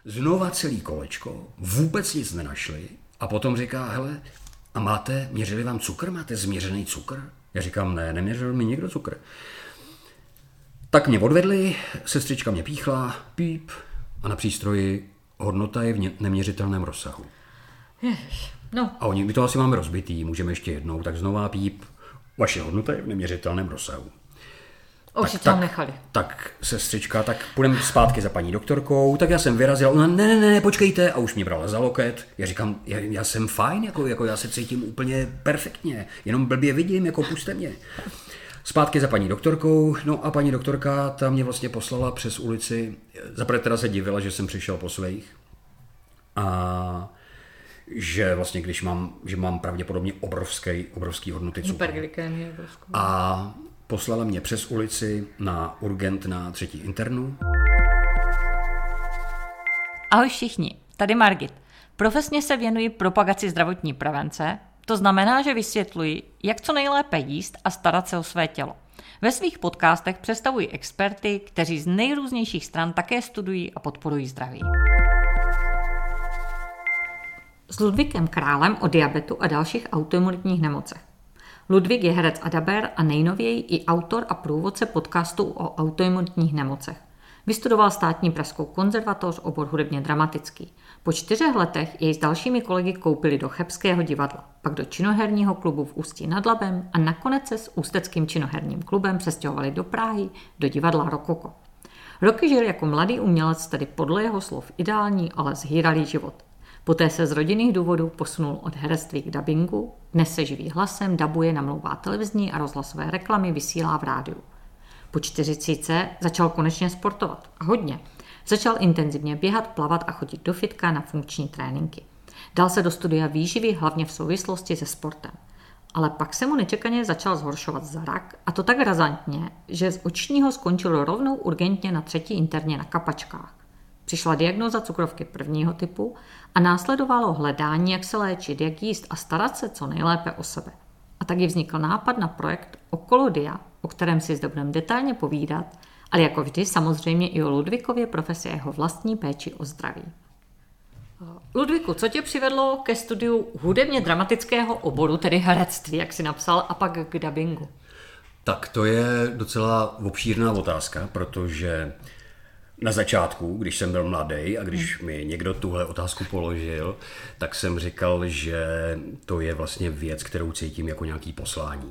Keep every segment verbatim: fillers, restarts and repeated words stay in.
znova celý kolečko, vůbec nic nenašli a potom říká, hele, a máte, měřili vám cukr, máte změřený cukr? Já říkám, ne, neměřil mi nikdo cukr. Tak mě odvedli, sestřička mě píchla, píp, a na přístroji hodnota je v neměřitelném rozsahu. Ježiš, no. A oni, my to asi máme rozbitý, můžeme ještě jednou, tak znova píp, vaše hodnota je v neměřitelném rozsahu. A už si tam nechali. Tak, sestřička, tak půjdeme zpátky za paní doktorkou, tak já jsem vyrazil, ona, ne, ne, ne, počkejte, a už mě brala za loket. Já říkám, já, já jsem fajn, jako, jako já se cítím úplně perfektně, jenom blbě vidím, jako puste mě. Zpátky za paní doktorkou, no a paní doktorka ta mě vlastně poslala přes ulici, zaprvé teda se divila, že jsem přišel po svých a že vlastně když mám, že mám pravděpodobně obrovský, obrovský hodnoty cukru. Hyperglykémie obrovskou. A poslala mě přes ulici na urgent na třetí internu. Ahoj všichni, tady Margit. Profesně se věnuji propagaci zdravotní prevence, to znamená, že vysvětluji, jak co nejlépe jíst a starat se o své tělo. Ve svých podcastech představuji experty, kteří z nejrůznějších stran také studují a podporují zdraví. S Ludvíkem Králem o diabetu a dalších autoimunitních nemocech. Ludvík je herec Adaber a nejnověji i autor a průvodce podcastu o autoimunitních nemocech. Vystudoval státní pražskou konzervatoř, obor hudebně dramatický. Po čtyřech letech jej s dalšími kolegy koupili do Chebského divadla, pak do činoherního klubu v Ústí nad Labem a nakonec se s Ústeckým činoherním klubem přestěhovali do Prahy do divadla Rokoko. Roky žil jako mladý umělec, tedy podle jeho slov ideální, ale zhýralý život. Poté se z rodinných důvodů posunul od herectví k dabingu, dnes se živí hlasem, dabuje, namlouvá televizní a rozhlasové reklamy, vysílá v rádiu. Po čtyřicítce začal konečně sportovat. A hodně. Začal intenzivně běhat, plavat a chodit do fitka na funkční tréninky. Dal se do studia výživy hlavně v souvislosti se sportem. Ale pak se mu nečekaně začal zhoršovat zrak a to tak razantně, že z očního skončil rovnou urgentně na třetí interně na Kapačkách. Přišla diagnóza cukrovky prvního typu a následovalo hledání, jak se léčit, jak jíst a starat se co nejlépe o sebe. A taky vznikl nápad na projekt Okolodia, o kterém si zde budeme detailně povídat, ale jako vždy samozřejmě i o Ludvíkově profesi a jeho vlastní péči o zdraví. Ludvíku, co tě přivedlo ke studiu hudebně dramatického oboru, tedy herectví, jak jsi napsal, a pak k dabingu? Tak to je docela obšírná otázka, protože na začátku, když jsem byl mladý a když mi někdo tuhle otázku položil, tak jsem říkal, že to je vlastně věc, kterou cítím jako nějaký poslání.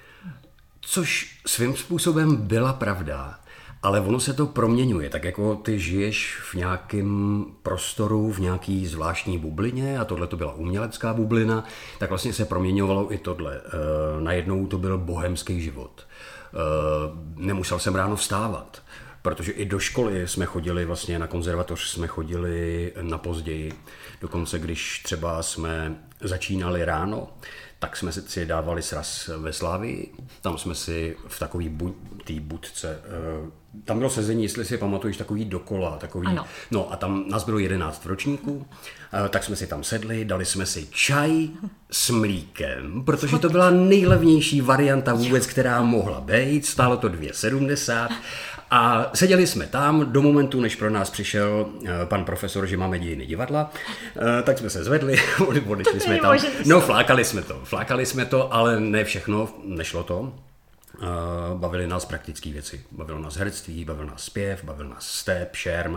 Což svým způsobem byla pravda, ale ono se to proměňuje, tak jako ty žiješ v nějakém prostoru, v nějaký zvláštní bublině a tohle to byla umělecká bublina, tak vlastně se proměňovalo i tohle. E, najednou to byl bohemský život. E, nemusel jsem ráno vstávat, protože i do školy jsme chodili, vlastně na konzervatoř jsme chodili na později. Dokonce když třeba jsme začínali ráno, tak jsme si dávali sraz ve Slávii, tam jsme si v takový bu- té budce, tam bylo sezení, jestli si pamatuješ, takový dokola, takový, ano. No a tam nás bylo jedenáct ročníků, tak jsme si tam sedli, dali jsme si čaj s mlíkem, protože to byla nejlevnější varianta vůbec, která mohla být, stálo to dvě sedmdesát. A seděli jsme tam do momentu, než pro nás přišel pan profesor, že máme dějiny divadla, tak jsme se zvedli, odešli jsme tam. No, flákali jsme to, flákali jsme to, ale ne všechno, nešlo to. Bavili nás praktické věci. Bavilo nás herectví, bavil nás zpěv, bavil nás step, šerm.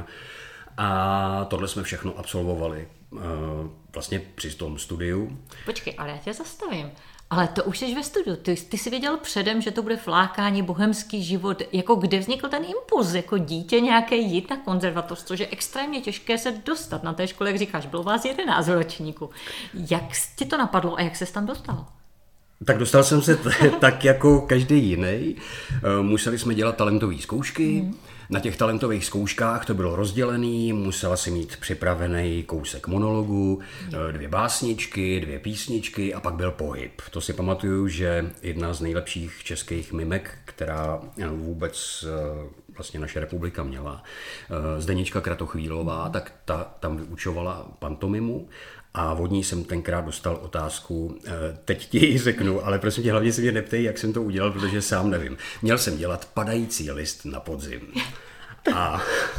A tohle jsme všechno absolvovali vlastně při tom studiu. Počkej, ale já tě zastavím. Ale to už jsi ve studiu. Ty, ty jsi věděl předem, že to bude flákání, bohemský život. Jako kde vznikl ten impuls? Jako dítě nějaké jít na konzervatoř, což je extrémně těžké se dostat. Na té škole, jak říkáš, bylo vás jedenáct ročníků. Jak ti to napadlo a jak ses tam dostal? Tak dostal jsem se t- tak jako každý jiný. Museli jsme dělat talentové zkoušky. Hmm. Na těch talentových zkouškách to bylo rozdělený, musela si mít připravený kousek monologu, dvě básničky, dvě písničky a pak byl pohyb. To si pamatuju, že jedna z nejlepších českých mimek, která vůbec vlastně naše republika měla, Zdeněčka Kratochvílová, tak ta tam vyučovala pantomimu. A od ní jsem tenkrát dostal otázku, teď ti ji řeknu, ale prosím tě, hlavně se mě neptej, jak jsem to udělal, protože sám nevím. Měl jsem dělat Padající list na podzim. A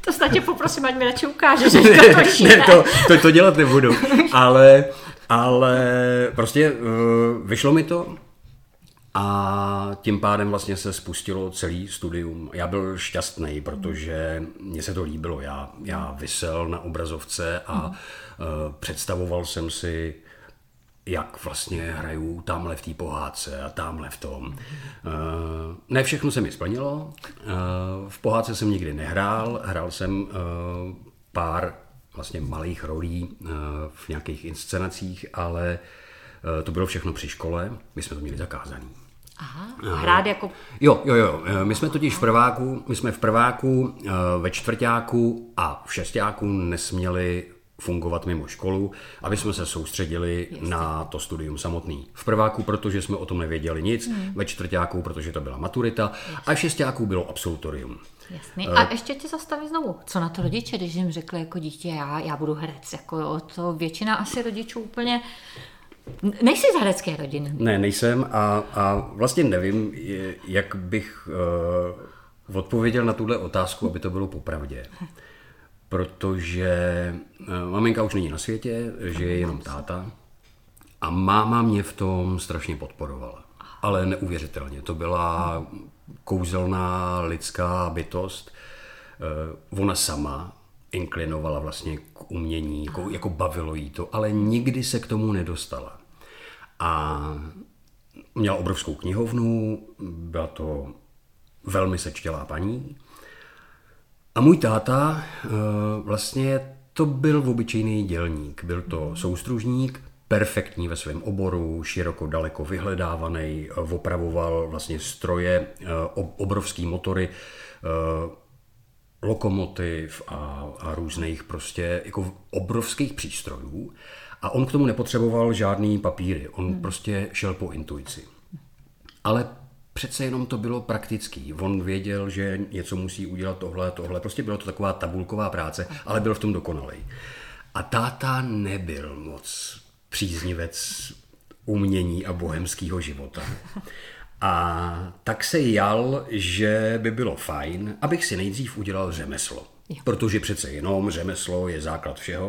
To snad tě poprosím, ať mi radši ukáže, že to točíme. Ne, to, to, to dělat nebudu, ale, ale prostě uh, vyšlo mi to a tím pádem vlastně se spustilo celý studium. Já byl šťastný, protože mně se to líbilo. Já, já visel na obrazovce a uh, představoval jsem si, jak vlastně hraju tamhle v té pohádce a tamhle v tom. Uh, ne všechno se mi splnilo. Uh, v pohádce jsem nikdy nehrál. Hrál jsem uh, pár vlastně malých rolí uh, v nějakých inscenacích, ale uh, to bylo všechno při škole. My jsme to měli zakázaný. Aha, hrát jako... Jo, jo, jo. My jsme totiž v prváku, my jsme v prváku, ve čtvrťáku a v šestáku nesměli fungovat mimo školu, aby jsme se soustředili Jasně. na to studium samotný. V prváku, protože jsme o tom nevěděli nic, hmm. ve čtvrťáku, protože to byla maturita Jasně. a v šestáku bylo absolutorium. Jasně. A ještě tě zastaví znovu. Co na to rodiče, když jim řekli jako dítě, já, já budu herec, jako to většina asi rodičů úplně... Nejsi z herecké rodiny? Ne, nejsem a, a vlastně nevím, jak bych uh, odpověděl na tuhle otázku, aby to bylo popravdě. Protože uh, maminka už není na světě, že je jenom táta a máma mě v tom strašně podporovala. Ale neuvěřitelně. To byla kouzelná lidská bytost. Uh, ona sama inklinovala vlastně k umění, jako, jako bavilo jí to, ale nikdy se k tomu nedostala. A měla obrovskou knihovnu, byla to velmi sečtělá paní. A můj táta vlastně to byl obyčejný dělník, byl to soustružník, perfektní ve svém oboru, široko daleko vyhledávaný, opravoval vlastně stroje, obrovský motory, lokomotiv a, a různých prostě jako obrovských přístrojů a on k tomu nepotřeboval žádný papíry, on hmm. prostě šel po intuici. Ale přece jenom to bylo praktický, on věděl, že něco musí udělat tohle, tohle, prostě bylo to taková tabulková práce, ale byl v tom dokonalej. A táta nebyl moc příznivec umění a bohemského života. A tak se jal, že by bylo fajn, abych si nejdřív udělal řemeslo. Jo. Protože přece jenom řemeslo je základ všeho.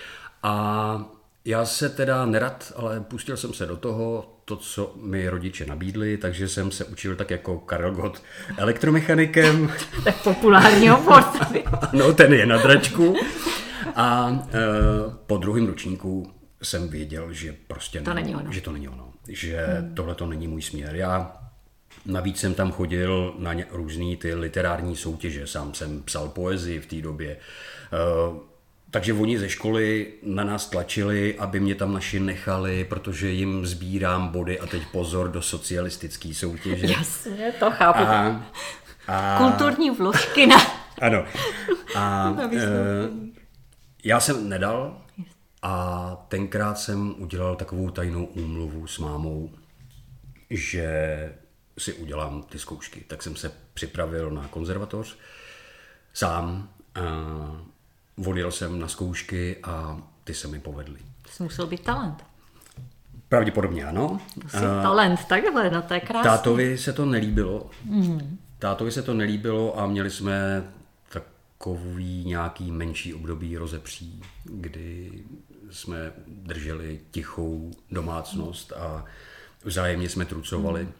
A já se teda nerad, ale pustil jsem se do toho, to, co mi rodiče nabídli, takže jsem se učil tak jako Karel Gott elektromechanikem. Tak populární obor. No, ten je na dračku. A e, po druhém ročníku jsem věděl, že prostě to ne, není ono. že to není ono. Že hmm. tohle to není můj směr. Já navíc jsem tam chodil na ně, různý ty literární soutěže, sám jsem psal poezii v té době. Uh, takže oni ze školy na nás tlačili, aby mě tam naši nechali, protože jim sbírám body a teď pozor do socialistické soutěže. Jasně, to chápu. A, a, kulturní vložky na... Ano. A uh, já jsem nedal, a tenkrát jsem udělal takovou tajnou úmluvu s mámou, že si udělám ty zkoušky. Tak jsem se připravil na konzervatoř sám, odjel jsem na zkoušky a ty se mi povedly. Jsi musel být talent. Pravděpodobně ano. Jsi talent, takhle, no to je krásný. Tátovi se to nelíbilo. Mm. Tátovi se to nelíbilo a měli jsme takový nějaký menší období rozepří, kdy jsme drželi tichou domácnost a vzájemně jsme trucovali. Mm.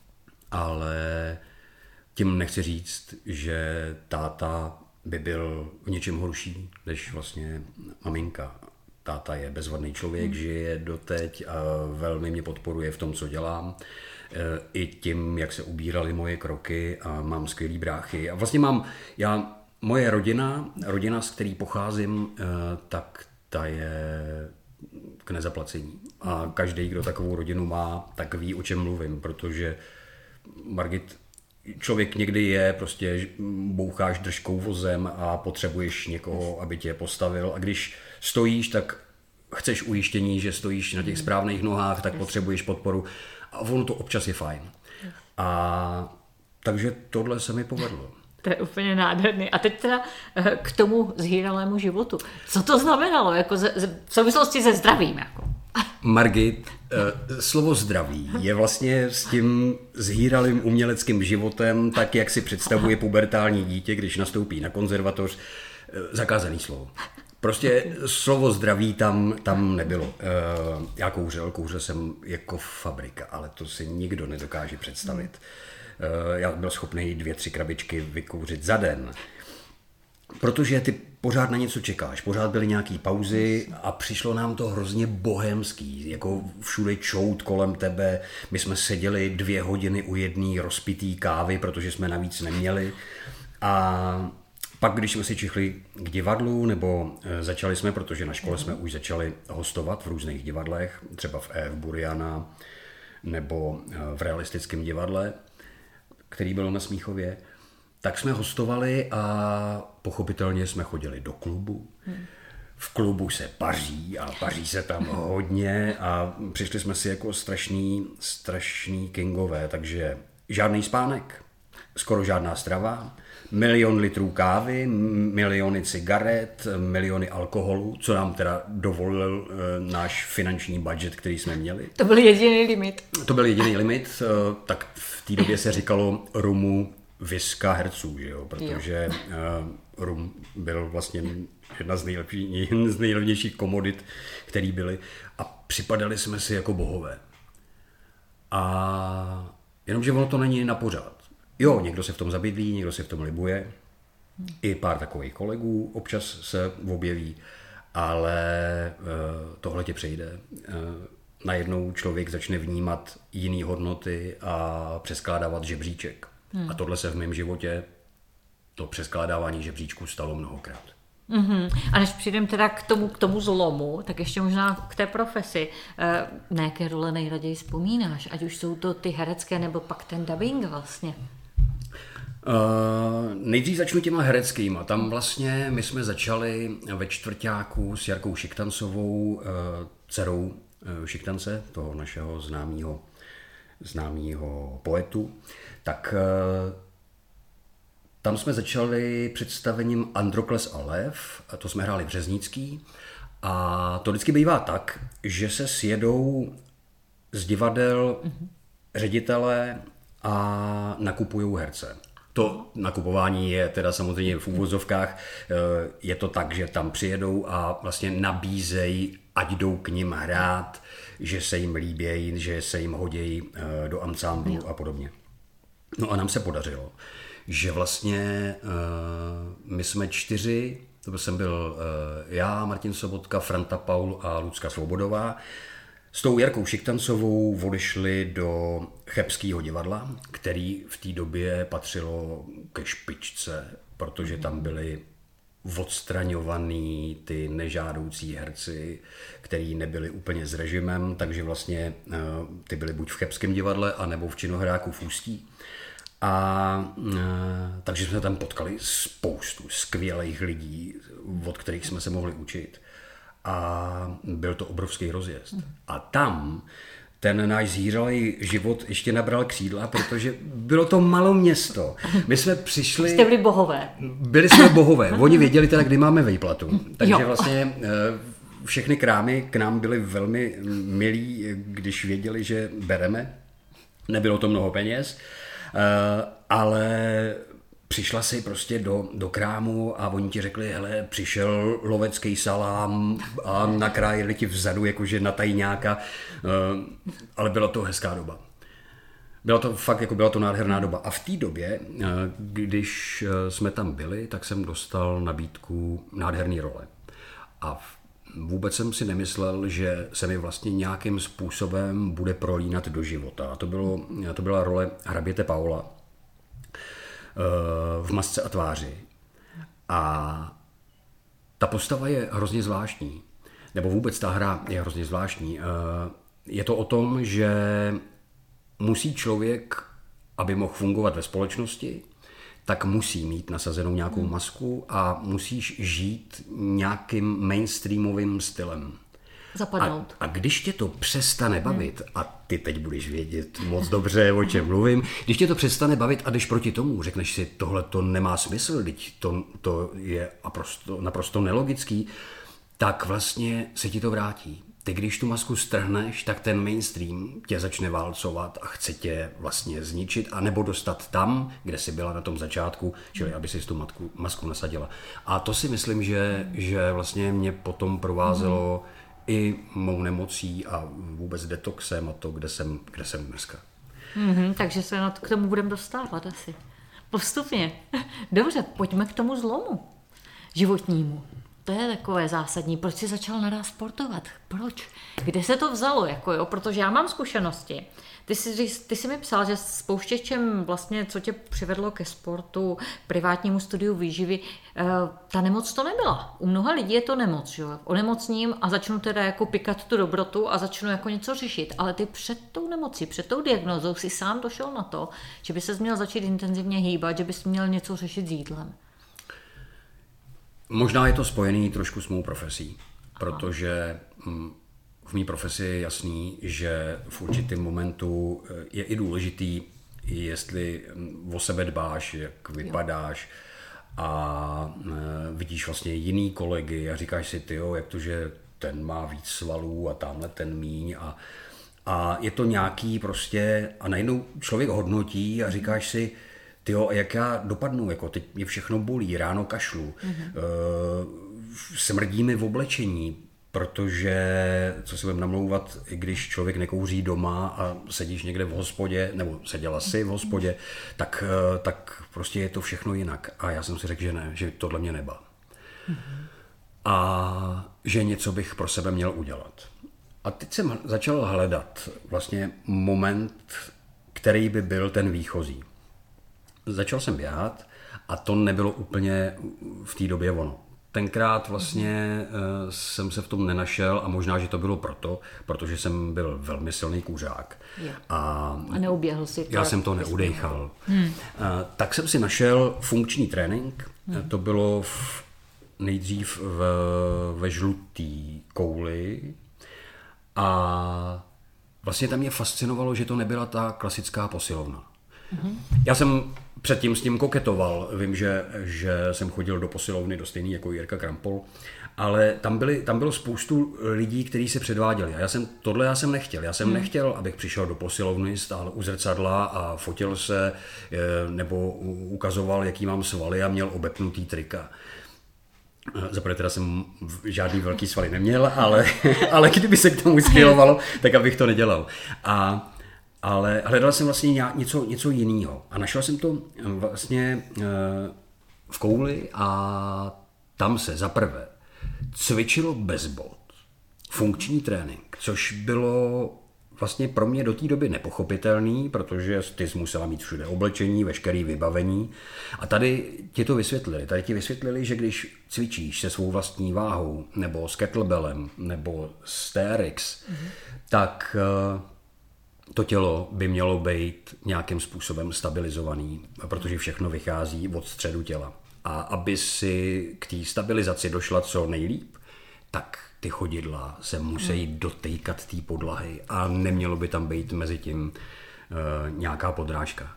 Ale tím nechci říct, že táta by byl v něčem horší, než vlastně maminka. Táta je bezvadný člověk, mm. žije doteď a velmi mě podporuje v tom, co dělám. I tím, jak se ubíraly moje kroky a mám skvělý bráchy. A vlastně mám, já, moje rodina, rodina, z který pocházím, tak ta je k nezaplacení. A každý, kdo takovou rodinu má, tak ví, o čem mluvím, protože Margit, člověk někdy je, prostě boucháš držkou vozem a potřebuješ někoho, aby tě postavil. A když stojíš, tak chceš ujištění, že stojíš na těch správných nohách, tak potřebuješ podporu. A ono to občas je fajn. A takže tohle se mi povedlo. To je úplně nádherný. A teď teda k tomu zhýralému životu. Co to znamenalo jako ze, ze, v souvislosti se zdravím? Jako? Margit, slovo zdraví je vlastně s tím zhýralým uměleckým životem, tak jak si představuje pubertální dítě, když nastoupí na konzervatoř, zakázaný slovo. Prostě slovo zdraví tam, tam nebylo. Já kouřil, kouřil jsem jako fabrika, ale to si nikdo nedokáže představit. Já byl schopný dvě, tři krabičky vykouřit za den. Protože ty pořád na něco čekáš, pořád byly nějaký pauzy a přišlo nám to hrozně bohemský, jako všude čout kolem tebe, my jsme seděli dvě hodiny u jedné rozpitý kávy, protože jsme navíc neměli a pak, když jsme si čichli k divadlu, nebo začali jsme, protože na škole jsme už začali hostovat v různých divadlech, třeba v E F Buriana nebo v Realistickém divadle, který byl na Smíchově, tak jsme hostovali a pochopitelně jsme chodili do klubu. V klubu se paří a paří se tam hodně a přišli jsme si jako strašný, strašný kingové, takže žádný spánek, skoro žádná strava, milion litrů kávy, miliony cigaret, miliony alkoholu, co nám teda dovolil e, náš finanční budget, který jsme měli. To byl jediný limit. To byl jediný limit, e, tak v té době se říkalo rumu viska herců, že jo? Protože jo. Uh, rum byl vlastně jedna z, nejlepší, jedna z nejlevnějších komodit, který byly a připadali jsme si jako bohové. A jenomže ono to není na pořád. Jo, někdo se v tom zabydlí, někdo se v tom libuje, hmm. i pár takových kolegů občas se objeví, ale uh, tohle tě přejde. Uh, najednou člověk začne vnímat jiný hodnoty a přeskládávat žebříček. Hmm. A tohle se v mém životě, to přeskládávání žebříčků stalo mnohokrát. Mm-hmm. A než přijdem teda k tomu, k tomu zlomu, tak ještě možná k té profesi. Na jaké role nejraději vzpomínáš? Ať už jsou to ty herecké, nebo pak ten dubbing vlastně? Uh, nejdřív začnu těma hereckýma. Tam vlastně my jsme začali ve čtvrťáku s Jarkou Šiktancovou, uh, dcerou uh, Šiktance, toho našeho známého známého poetu, tak tam jsme začali představením Androkles a lev, a to jsme hráli v Březnický a to vždycky bývá tak, že se sjedou z divadel mm-hmm. ředitelé a nakupujou herce. To nakupování je teda samozřejmě v úvozovkách, je to tak, že tam přijedou a vlastně nabízejí, ať jdou k nim hrát, že se jim líbějí, že se jim hodějí do ansámblu a podobně. No a nám se podařilo, že vlastně my jsme čtyři, to jsem byl já, Martin Sobotka, Franta Paul a Lucka Svobodová, s tou Jarkou Šiktancovou odešli do Chebského divadla, který v té době patřilo ke špičce, protože tam byli odstraňovaný ty nežádoucí herci, který nebyli úplně s režimem, takže vlastně ty byly buď v Chebském divadle, anebo v Činohráku v Ústí. A takže jsme tam potkali spoustu skvělých lidí, od kterých jsme se mohli učit. A byl to obrovský rozjezd. A tam ten náš zhýralý život ještě nabral křídla, protože bylo to malo město. My jsme přišli... Jste byli bohové. Byli jsme bohové. Oni věděli teda, kdy máme vejplatu. Takže jo. vlastně všechny krámy k nám byly velmi milí, když věděli, že bereme. Nebylo to mnoho peněz, ale přišla si prostě do, do krámu a oni ti řekli, hele, přišel lovecký salám a nakrájeli ti vzadu jakože na tajňáka, ale byla to hezká doba. Byla to fakt, jako byla to nádherná doba. A v té době, když jsme tam byli, tak jsem dostal nabídku nádherný role. A vůbec jsem si nemyslel, že se mi vlastně nějakým způsobem bude prolínat do života. A to, bylo, to byla role hraběte Paula v Masce a tváři. A ta postava je hrozně zvláštní. Nebo vůbec ta hra je hrozně zvláštní. Je to o tom, že musí člověk, aby mohl fungovat ve společnosti, tak musí mít nasazenou nějakou masku a musíš žít nějakým mainstreamovým stylem. Zapadnout. A, a když tě to přestane bavit, hmm. a ty teď budeš vědět moc dobře, o čem mluvím, když tě to přestane bavit a jdeš proti tomu, řekneš si, tohle to nemá smysl, teď to, to je naprosto, naprosto nelogický, tak vlastně se ti to vrátí. ty když tu masku strhneš, tak ten mainstream tě začne válcovat a chce tě vlastně zničit, anebo dostat tam, kde jsi byla na tom začátku, čili aby si tu matku, masku nasadila. A to si myslím, že, že vlastně mě potom provázelo mm. i mou nemocí a vůbec detoxem a to, kde jsem, kde jsem dneska. Mm-hmm, takže se na to, k tomu budeme dostávat asi. Postupně. Dobře, pojďme k tomu zlomu životnímu. To je takové zásadní. Proč jsi začal nadále sportovat? Proč? Kde se to vzalo? Jako jo? Protože já mám zkušenosti. Ty jsi, ty jsi mi psal, že spouštěčem vlastně, co tě přivedlo ke sportu, privátnímu studiu výživy, ta nemoc to nebyla. U mnoha lidí je to nemoc. Že? Onemocním a začnu teda jako pikat tu dobrotu a začnu jako něco řešit. Ale ty před tou nemocí, před tou diagnózou si sám došel na to, že by ses měl začít intenzivně hýbat, že bys měl něco řešit s jídlem. Možná je to spojený trošku s mou profesí, protože v mý profesi je jasný, že v určitém momentu je i důležitý, jestli o sebe dbáš, jak vypadáš a vidíš vlastně jiný kolegy a říkáš si, tyjo, jak to, že ten má víc svalů a tamhle ten míň a, a je to nějaký prostě a najednou člověk hodnotí a říkáš si, tyjo, jak já dopadnu, jako teď mě všechno bolí, ráno kašlu, mm-hmm. smrdí mi v oblečení, protože, co si budeme namlouvat, i když člověk nekouří doma a sedíš někde v hospodě, nebo seděla si v hospodě, tak, tak prostě je to všechno jinak. A já jsem si řekl, že ne, že tohle mě nebá. Mm-hmm. A že něco bych pro sebe měl udělat. A teď jsem začal hledat vlastně moment, který by byl ten výchozí. Začal jsem běhat a to nebylo úplně v té době ono. Tenkrát vlastně mm. jsem se v tom nenašel a možná, že to bylo proto, protože jsem byl velmi silný kuřák. A, a neuběhl si to. Já jsem to neudejchal. Hmm. Tak jsem si našel funkční trénink. Hmm. To bylo v, nejdřív v, ve žlutý kouli a vlastně tam mě fascinovalo, že to nebyla ta klasická posilovna. Hmm. Já jsem předtím s tím koketoval, vím, že, že jsem chodil do posilovny, do stejný jako Jirka Krampol, ale tam, byly, tam bylo spoustu lidí, kteří se předváděli a já jsem, tohle já jsem nechtěl. Já jsem hmm. nechtěl, abych přišel do posilovny, stál u zrcadla a fotil se nebo ukazoval, jaký mám svaly a měl obepnutý trika. Zaprvé teda jsem žádný velký svaly neměl, ale, ale kdyby se k tomu schylovalo, tak abych to nedělal. A ale hledal jsem vlastně něco, něco jiného a našel jsem to vlastně v kouli a tam se zaprvé cvičilo bez bot, funkční trénink, což bylo vlastně pro mě do té doby nepochopitelný, protože ty jsi musela mít všude oblečení, veškeré vybavení a tady ti to vysvětlili. Tady ti vysvětlili, že když cvičíš se svou vlastní váhou nebo s kettlebellem nebo s T R X, mm-hmm. tak to tělo by mělo být nějakým způsobem stabilizovaný, protože všechno vychází od středu těla. A aby si k té stabilizaci došla co nejlíp, tak ty chodidla se musí dotýkat té podlahy a nemělo by tam být mezi tím e, nějaká podrážka.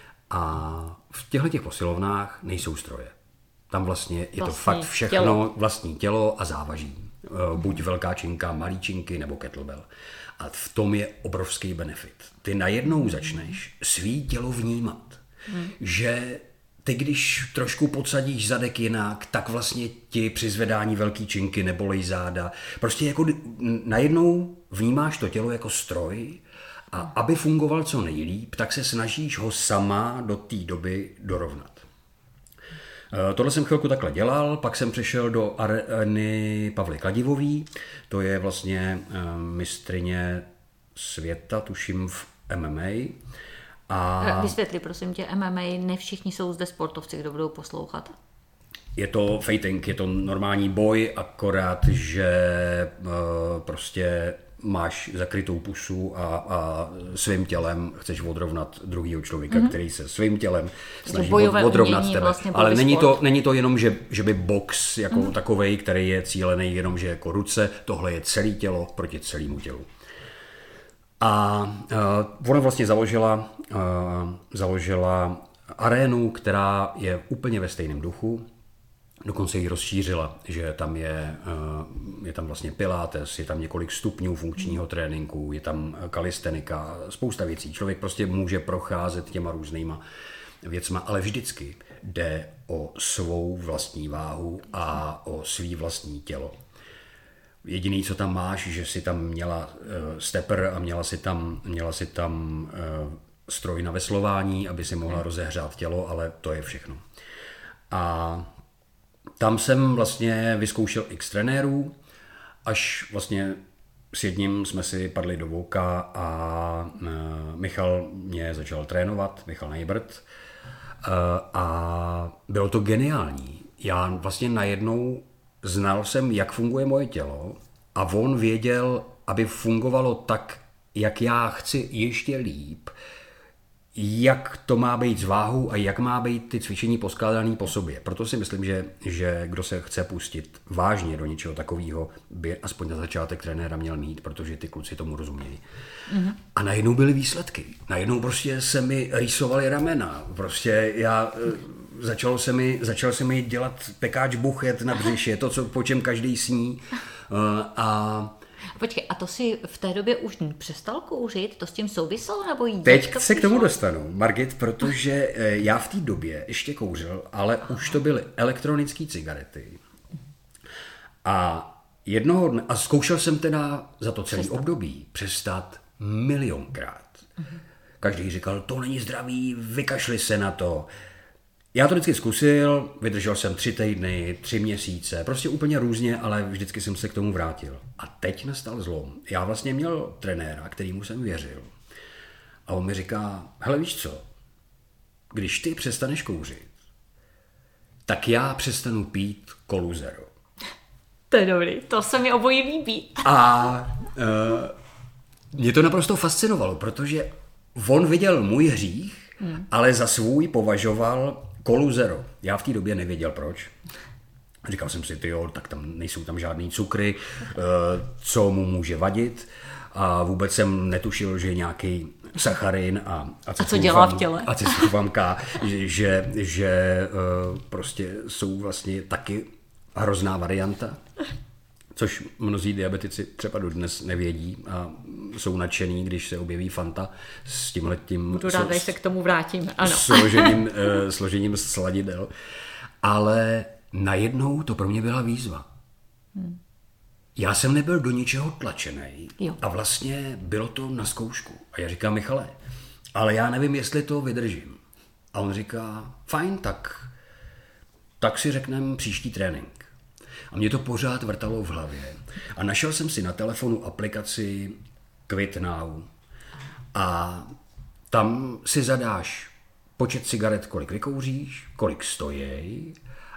A v těchto těch posilovnách nejsou stroje. Tam vlastně je vlastní to fakt všechno tělo. Vlastní tělo a závaží. E, buď velká činka, malý činky nebo kettlebell. A v tom je obrovský benefit. Ty najednou začneš svý tělo vnímat, hmm. že ty, když trošku podsadíš zadek jinak, tak vlastně ti při zvedání velký činky nebolej záda. Prostě jako najednou vnímáš to tělo jako stroj a aby fungoval co nejlíp, tak se snažíš ho sama do té doby dorovnat. Tohle jsem chvilku takhle dělal, pak jsem přešel do arény Pavly Kladivový, to je vlastně mistryně světa, tuším v M M A. A vysvětli, prosím tě, M M A, ne všichni jsou zde sportovci, kdo budou poslouchat. Je to fighting, je to normální boj, akorát, že prostě máš zakrytou pusu a, a svým tělem chceš odrovnat druhýho člověka, mm-hmm. který se svým tělem snaží odrovnat tebe. Vlastně ale není to, není to jenom, že, že by box jako mm-hmm. takovej, který je cílený jenom, že jako ruce, tohle je celé tělo proti celému tělu. A uh, ona vlastně založila, uh, založila arénu, která je úplně ve stejném duchu. dokonce ji rozšířila, že tam je, je tam vlastně pilates, je tam několik stupňů funkčního tréninku, je tam kalistenika, spousta věcí. Člověk prostě může procházet těma různýma věcma, ale vždycky jde o svou vlastní váhu a o svý vlastní tělo. Jediný, co tam máš, že si tam měla stepper a měla si tam, měla si tam stroj na veslování, aby si mohla rozehřát tělo, ale to je všechno. A tam jsem vlastně vyzkoušel x trenérů, až vlastně s jedním jsme si padli do vouka a Michal mě začal trénovat, Michal Nejbrt, a bylo to geniální. Já vlastně najednou znal jsem, jak funguje moje tělo a on věděl, aby fungovalo tak, jak já chci ještě líp, jak to má být s váhou a jak má být ty cvičení poskládané po sobě. Proto si myslím, že, že kdo se chce pustit vážně do něčeho takového, by aspoň na začátek trenéra měl mít, protože ty kluci tomu rozumějí. Mm-hmm. A najednou byly výsledky. Najednou prostě se mi rýsovaly ramena. Prostě já... Začalo se mi, začal se mi dělat pekáč buchet na břiše, to, co, po čem každý sní. A Počkej, a to si v té době už přestal kouřit? To s tím souviselo? Nebo teď se k tomu dostanu, Margit, protože já v té době ještě kouřil, ale Aha. už to byly elektronické cigarety. A jednoho dne, a zkoušel jsem teda za to celé období přestat milionkrát. Mhm. Každý říkal, to není zdravý, vykašli se na to. Já to vždycky zkusil, vydržel jsem tři týdny, tři měsíce, prostě úplně různě, ale vždycky jsem se k tomu vrátil. A teď nastal zlom. Já vlastně měl trenéra, kterýmu jsem věřil. A on mi říká, hele víš co, když ty přestaneš kouřit, tak já přestanu pít Kolu Zero. To je dobrý, to se mi obojí líbí. A uh, mě to naprosto fascinovalo, protože on viděl můj hřích, hmm. ale za svůj považoval Kolu Zero. Já v té době nevěděl proč. Říkal jsem si, tyjo, tak tam nejsou tam žádný cukry, co mu může vadit. A vůbec jsem netušil, že nějaký sacharin a, a, a co dělá v těle. A cystofamka, že, že, že prostě jsou vlastně taky hrozná varianta. Což mnozí diabetici třeba dodnes nevědí a jsou nadšený, když se objeví Fanta s tímhletím... Budu ráda, když se k tomu vrátím, ano. Složením, uh, složením sladidel. Ale najednou to pro mě byla výzva. Hmm. Já jsem nebyl do ničeho tlačený a vlastně bylo to na zkoušku. A já říkám, Michale, ale já nevím, jestli to vydržím. A on říká, fajn, tak, tak si řekneme příští trénink. A mě to pořád vrtalo v hlavě. A našel jsem si na telefonu aplikaci Quit Now. A tam si zadáš počet cigaret, kolik vykouříš, kolik stojí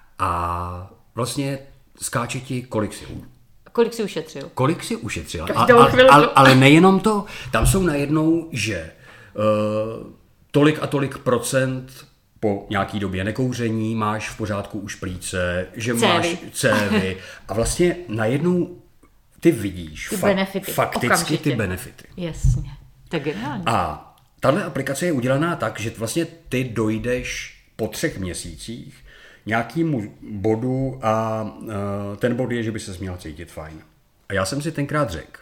a vlastně skáče ti, kolik si Kolik si ušetřil? Kolik si ušetřil. A, a, a, ale nejenom to, tam jsou najednou, že uh, tolik a tolik procent po nějaký době nekouření máš v pořádku už plíce, že cévy. Máš cévy a vlastně najednou ty vidíš ty fa- benefity. fakticky Okamžitě. ty benefity. Jasně, to je geniální. A tahle aplikace je udělaná tak, že vlastně ty dojdeš po třech měsících nějakému bodu a uh, ten bod je, že by ses měl cítit fajn. A já jsem si tenkrát řekl,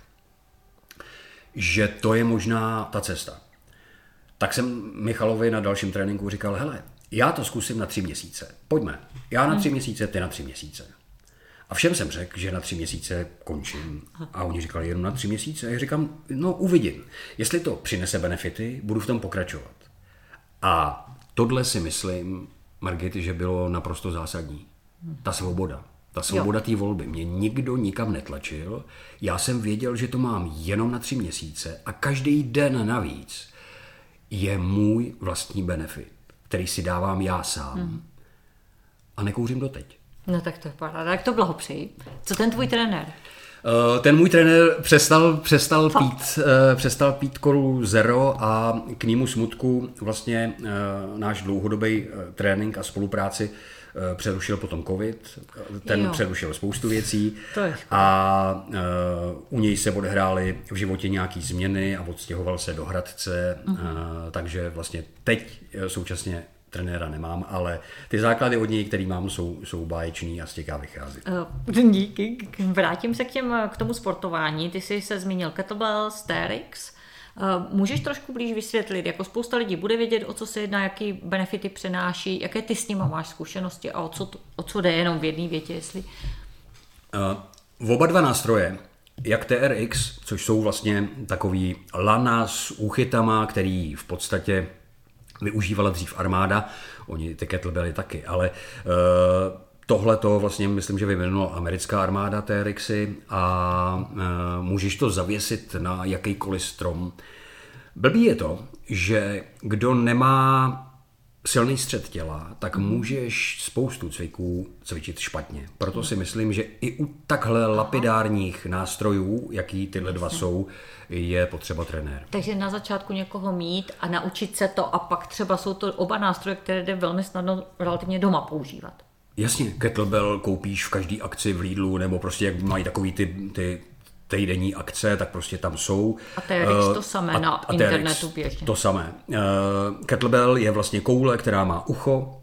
že to je možná ta cesta. Tak jsem Michalovi na dalším tréninku říkal, hele, já to zkusím na tři měsíce. Pojďme. Já na tři měsíce, ty na tři měsíce. A všem jsem řekl, že na tři měsíce končím. A oni říkali, jenom na tři měsíce. A já říkám, no uvidím. Jestli to přinese benefity, budu v tom pokračovat. A tohle si myslím, Margit, že bylo naprosto zásadní. Ta svoboda. Ta svoboda té volby. Mě nikdo nikam netlačil. Já jsem věděl, že to mám jenom na tři měsíce a každý den navíc je můj vlastní benefit, který si dávám já sám. Hmm. A nekouřím doteď. No tak to je paráda. Tak to blahopřeji. Co ten tvůj trenér? Uh, ten můj trenér přestal, přestal, pít, uh, přestal pít Kolu Zero a k mému smutku vlastně uh, náš dlouhodobý uh, trénink a spolupráci uh, přerušil potom covid. Ten jo. přerušil spoustu věcí a uh, u něj se odehrály v životě nějaký změny a odstěhoval se do Hradce, uh-huh. uh, takže vlastně teď současně trenéra nemám, ale ty základy od něj, který mám, jsou, jsou báječný a z těch já vycházím. Díky. Vrátím se k, těm, k tomu sportování. Ty jsi se zmínil kettlebell, T R X. Můžeš trošku blíž vysvětlit, jako spousta lidí bude vědět, o co se jedná, jaký benefity přenáší, jaké ty s nima máš zkušenosti a o co, o co jde, jenom v jedné větě, jestli... Uh, oba dva nástroje, jak T R X, což jsou vlastně takový lana s úchytama, který v podstatě využívala dřív armáda, oni ty kettlebelly taky, ale uh, tohle to vlastně myslím, že vyvinula americká armáda T R Xy a uh, můžeš to zavěsit na jakýkoliv strom. Blbý je to, že kdo nemá silný střed těla, tak můžeš spoustu cviků cvičit špatně. Proto si myslím, že i u takhle lapidárních nástrojů, jaký tyhle dva jsou, je potřeba trenér. Takže na začátku někoho mít a naučit se to a pak třeba jsou to oba nástroje, které jde velmi snadno relativně doma používat. Jasně, kettlebell koupíš v každý akci v Lidlu, nebo prostě jak mají takový ty, ty týdenní akce, tak prostě tam jsou. A T R X to samé a, na a internetu běžně. To samé. Uh, kettlebell je vlastně koule, která má ucho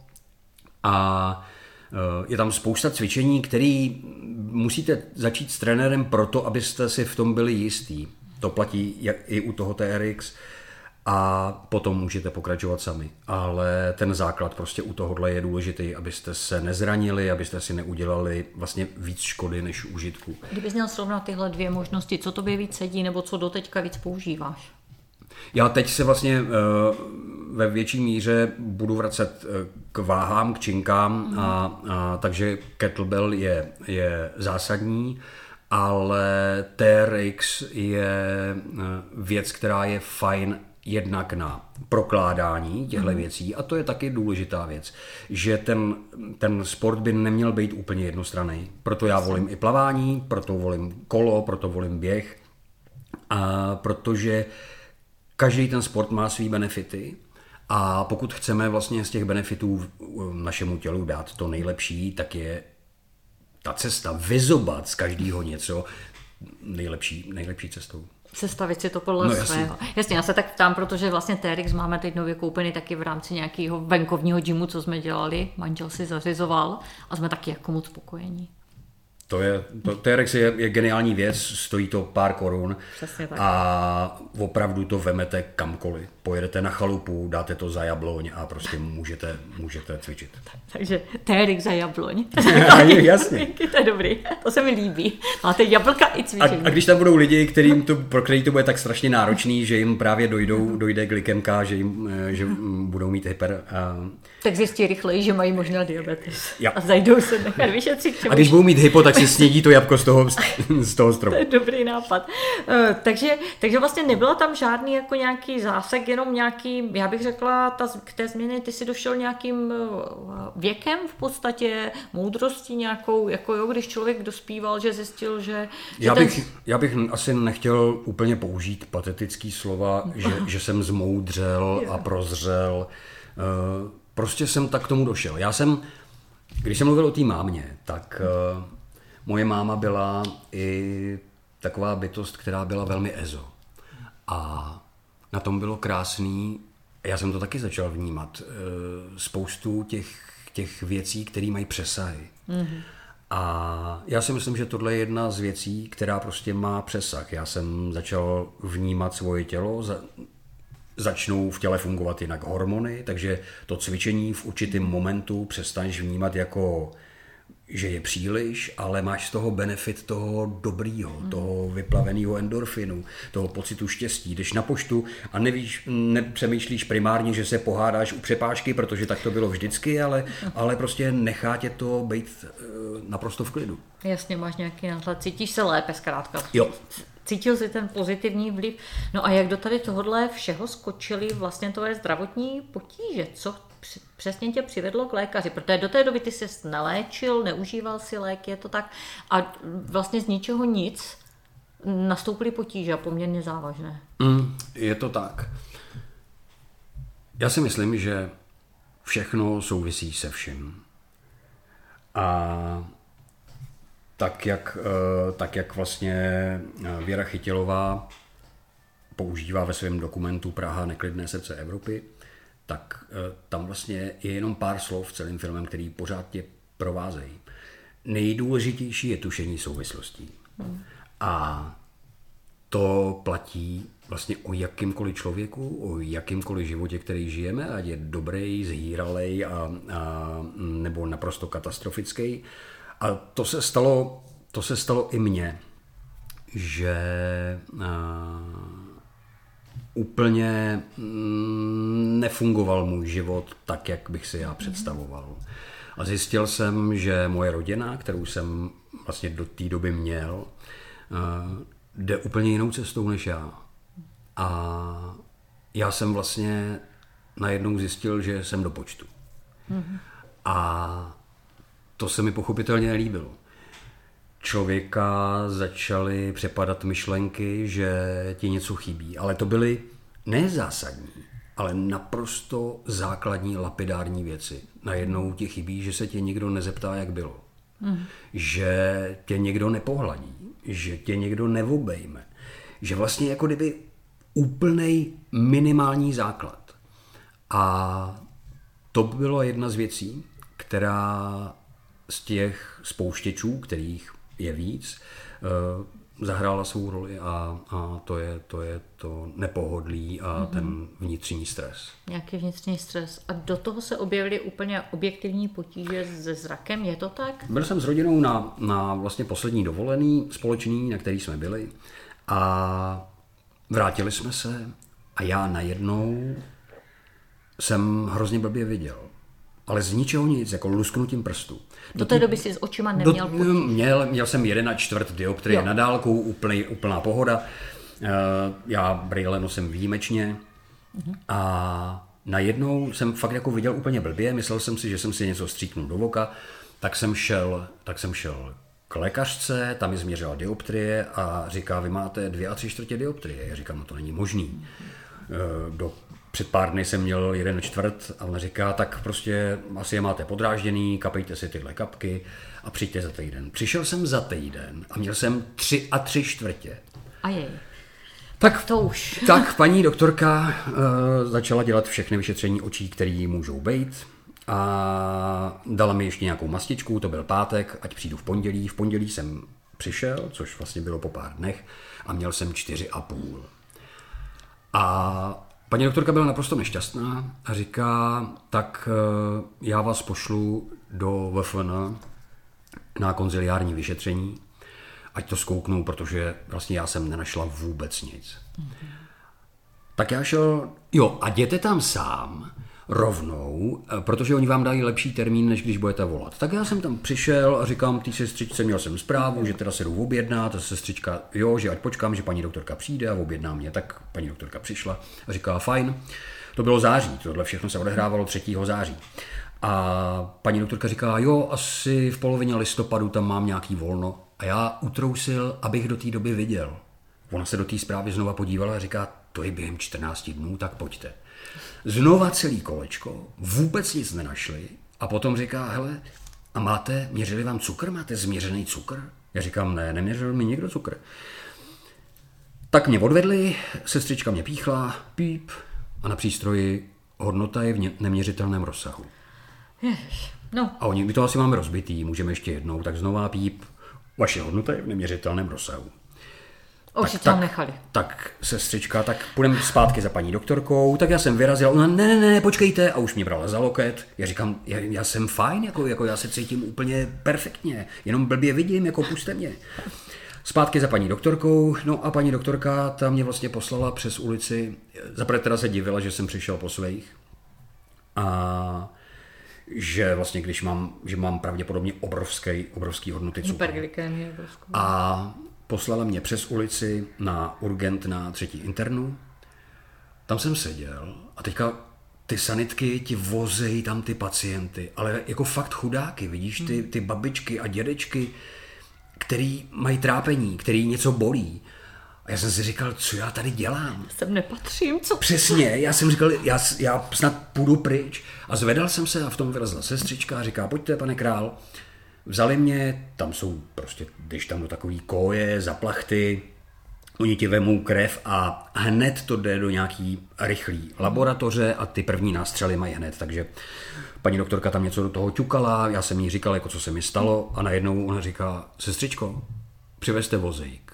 a uh, je tam spousta cvičení, které musíte začít s trenérem proto, abyste si v tom byli jistí. To platí jak i u toho T R X a potom můžete pokračovat sami. Ale ten základ prostě u tohohle je důležitý, abyste se nezranili, abyste si neudělali vlastně víc škody než užitku. Kdybys měl srovnat tyhle dvě možnosti, co tobě víc sedí nebo co doteďka víc používáš? Já teď se vlastně uh, ve větší míře budu vracet uh, k váhám, k činkám, mm. a, a, takže kettlebell je, je zásadní, ale T R X je uh, věc, která je fajn jednak na prokládání těchto mm. věcí a to je taky důležitá věc, že ten, ten sport by neměl být úplně jednostranný. Proto já volím i plavání, proto volím kolo, proto volím běh, a protože každý ten sport má svý benefity a pokud chceme vlastně z těch benefitů našemu tělu dát to nejlepší, tak je ta cesta vyzobat z každého něco nejlepší, nejlepší cestou. Sestavit si to podle no, svého. Jasně. jasně, já se tak ptám, protože vlastně T R X máme teď nově koupený taky v rámci nějakého venkovního gymu, co jsme dělali. Manžel si zařizoval a jsme taky jako moc spokojení. To je, to, T R X je, je geniální věc, stojí to pár korun a opravdu to vemete kamkoliv. Pojedete na chalupu, dáte to za jabloň a prostě můžete, můžete cvičit. Takže T R X za jabloň. Jasně. To je dobrý, to se mi líbí. Máte jablka i cvičení. A, a když tam budou lidi, kterým to, pro který to bude tak strašně náročný, že jim právě dojdou, dojde glykemka, že, jim, že budou mít hyper... A... Tak zjistí rychleji, že mají možná diabetes. Ja. A zajdou se nechat vyšetřit. A když budou mít hypo, tak si snědí to jabko z toho, z toho stromu. To je dobrý nápad. Uh, takže, takže vlastně nebyla tam žádný jako nějaký zásek, jenom nějaký, já bych řekla, ta, k té změně ty si došel nějakým věkem v podstatě, moudrostí nějakou, jako jo, když člověk dospíval, že zjistil, že... že já, bych, ten... já bych asi nechtěl úplně použít patetický slova, že, že jsem zmoudřel a prozřel. Uh, prostě jsem tak k tomu došel. Já jsem, když jsem mluvil o té mámě, tak uh, moje máma byla i taková bytost, která byla velmi ezo. A na tom bylo krásný, já jsem to taky začal vnímat, spoustu těch, těch věcí, které mají přesahy. Mm-hmm. A já si myslím, že tohle je jedna z věcí, která prostě má přesah. Já jsem začal vnímat svoje tělo, za, začnou v těle fungovat jinak hormony, takže to cvičení v určitém momentu přestaneš vnímat jako že je příliš, ale máš z toho benefit toho dobrýho, mm. toho vyplaveného endorfinu, toho pocitu štěstí. Jdeš na poštu a nevíš, nepřemýšlíš primárně, že se pohádáš u přepážky, protože tak to bylo vždycky, ale, ale prostě nechá tě to být naprosto v klidu. Jasně, máš nějaký náhled, cítíš se lépe zkrátka. Jo. Cítil jsi ten pozitivní vliv. No a jak do tady tohohle všeho skočily vlastně tvoje zdravotní potíže? Co přesně tě přivedlo k lékaři? Protože do té doby ty jsi neléčil, neužíval si léky, je to tak. A vlastně z ničeho nic nastoupily potíže poměrně závažné. Mm, je to tak. Já si myslím, že všechno souvisí se vším. A tak jak, tak jak vlastně Věra Chytilová používá ve svém dokumentu Praha neklidné srdce Evropy, tak tam vlastně je jenom pár slov celým filmem, který pořád tě provázejí. Nejdůležitější je tušení souvislostí. Hmm. A to platí vlastně o jakýmkoliv člověku, o jakýmkoliv životě, který žijeme, ať je dobrý, zhýralej a, a, nebo naprosto katastrofický. A to se stalo, to se stalo i mně, že a, úplně nefungoval můj život tak, jak bych si já představoval. A zjistil jsem, že moje rodina, kterou jsem vlastně do té doby měl, jde úplně jinou cestou než já. A já jsem vlastně najednou zjistil, že jsem do počtu. Mm-hmm. A to se mi pochopitelně nelíbilo. Člověka začaly přepadat myšlenky, že ti něco chybí. Ale to byly ne zásadní, ale naprosto základní lapidární věci. Najednou ti chybí, že se tě někdo nezeptá, jak bylo. Mm. Že tě někdo nepohladí, že tě někdo neobejme. Že vlastně jako kdyby úplnej minimální základ. A to byla jedna z věcí, která z těch spouštěčů, kterých je víc, zahrála svou roli a, a to, je, to je to nepohodlí a mm-hmm. ten vnitřní stres. Nějaký vnitřní stres. A do toho se objevily úplně objektivní potíže se zrakem, je to tak? Byl jsem s rodinou na, na vlastně poslední dovolený společný, na který jsme byli a vrátili jsme se a já najednou jsem hrozně blbě viděl. Ale z ničeho nic, jako lusknutím prstu. Do té doby si s očima neměl potíž? Měl, měl jsem jeden a čtvrt dioptrie na dálku, úplný, úplná pohoda. Já brýle nosím výjimečně. Uh-huh. A najednou jsem fakt jako viděl úplně blbě, myslel jsem si, že jsem si něco stříknul do voka, tak jsem šel, tak jsem šel k lékařce, tam mi změřila dioptrie a říká, vy máte dvě a tři čtvrtě dioptrie. Já říkám, no to není možný. Uh-huh. Do Před pár dny jsem měl jeden čtvrt a on říká, tak prostě asi je máte podrážděný, kapejte si tyhle kapky a přijďte za týden. Přišel jsem za týden a měl jsem tři a tři čtvrtě. A jej. Tak, to už. Tak paní doktorka uh, začala dělat všechny vyšetření očí, které můžou být a dala mi ještě nějakou mastičku, to byl pátek, ať přijdu v pondělí. V pondělí jsem přišel, což vlastně bylo po pár dnech a měl jsem čtyři a půl. A paní doktorka byla naprosto nešťastná a říká, tak já vás pošlu do V F N na konziliární vyšetření, ať to zkouknou, protože vlastně já jsem nenašla vůbec nic. Mm-hmm. Tak já šel, jo, a jděte tam sám rovnou, protože oni vám dají lepší termín, než když budete volat. Tak já jsem tam přišel a říkám té sestřičce, měl jsem zprávu, že teda se jdu objednat, a sestřička, jo, že ať počkám, že paní doktorka přijde a objedná mě. Tak paní doktorka přišla a říkala, fajn. To bylo září, tohle všechno se odehrávalo třetího září. A paní doktorka říká, jo, asi v polovině listopadu tam mám nějaký volno. A já utrousil, abych do té doby viděl. Ona se do té zprávy znova podívala a říká, to je během čtrnácti dnů, tak pojďte. Znova celý kolečko, vůbec nic nenašli a potom říká, hele, a máte, měřili vám cukr, máte změřený cukr? Já říkám, ne, neměřil mi nikdo cukr. Tak mě odvedli, sestřička mě píchla, píp, a na přístroji hodnota je v neměřitelném rozsahu. Jež, no. A oni, my to asi máme rozbitý, můžeme ještě jednou, tak znova píp, vaše hodnota je v neměřitelném rozsahu. Už si tam nechali. Tak, sestřička, tak půjdeme zpátky za paní doktorkou, tak já jsem vyrazil, ona, ne, ne, ne, počkejte, a už mě brala za loket. Já říkám, já, já jsem fajn, jako, jako já se cítím úplně perfektně, jenom blbě vidím, jako puste mě. Zpátky za paní doktorkou, no a paní doktorka ta mě vlastně poslala přes ulici, zaprvé teda se divila, že jsem přišel po svých a že vlastně když mám, že mám pravděpodobně obrovský, obrovský hodnoty cukru. A poslala mě přes ulici na urgent na třetí internu. Tam jsem seděl a teďka ty sanitky ti vozejí tam ty pacienty, ale jako fakt chudáky, vidíš, ty, ty babičky a dědečky, který mají trápení, který něco bolí. A já jsem si říkal, co já tady dělám? Sem nepatřím, co? Přesně, já jsem říkal, já, já snad půjdu pryč. A zvedal jsem se a v tom vyrazila sestřička a říká, pojďte, pane král. Vzali mě, tam jsou prostě, když tam do takový koje, zaplachty, oni ti vemou krev a hned to jde do nějaký rychlý laboratoře a ty první nástřely mají hned, takže paní doktorka tam něco do toho ťukala, já jsem jí říkal, jako co se mi stalo a najednou ona říká, sestřičko, přivezte vozejk.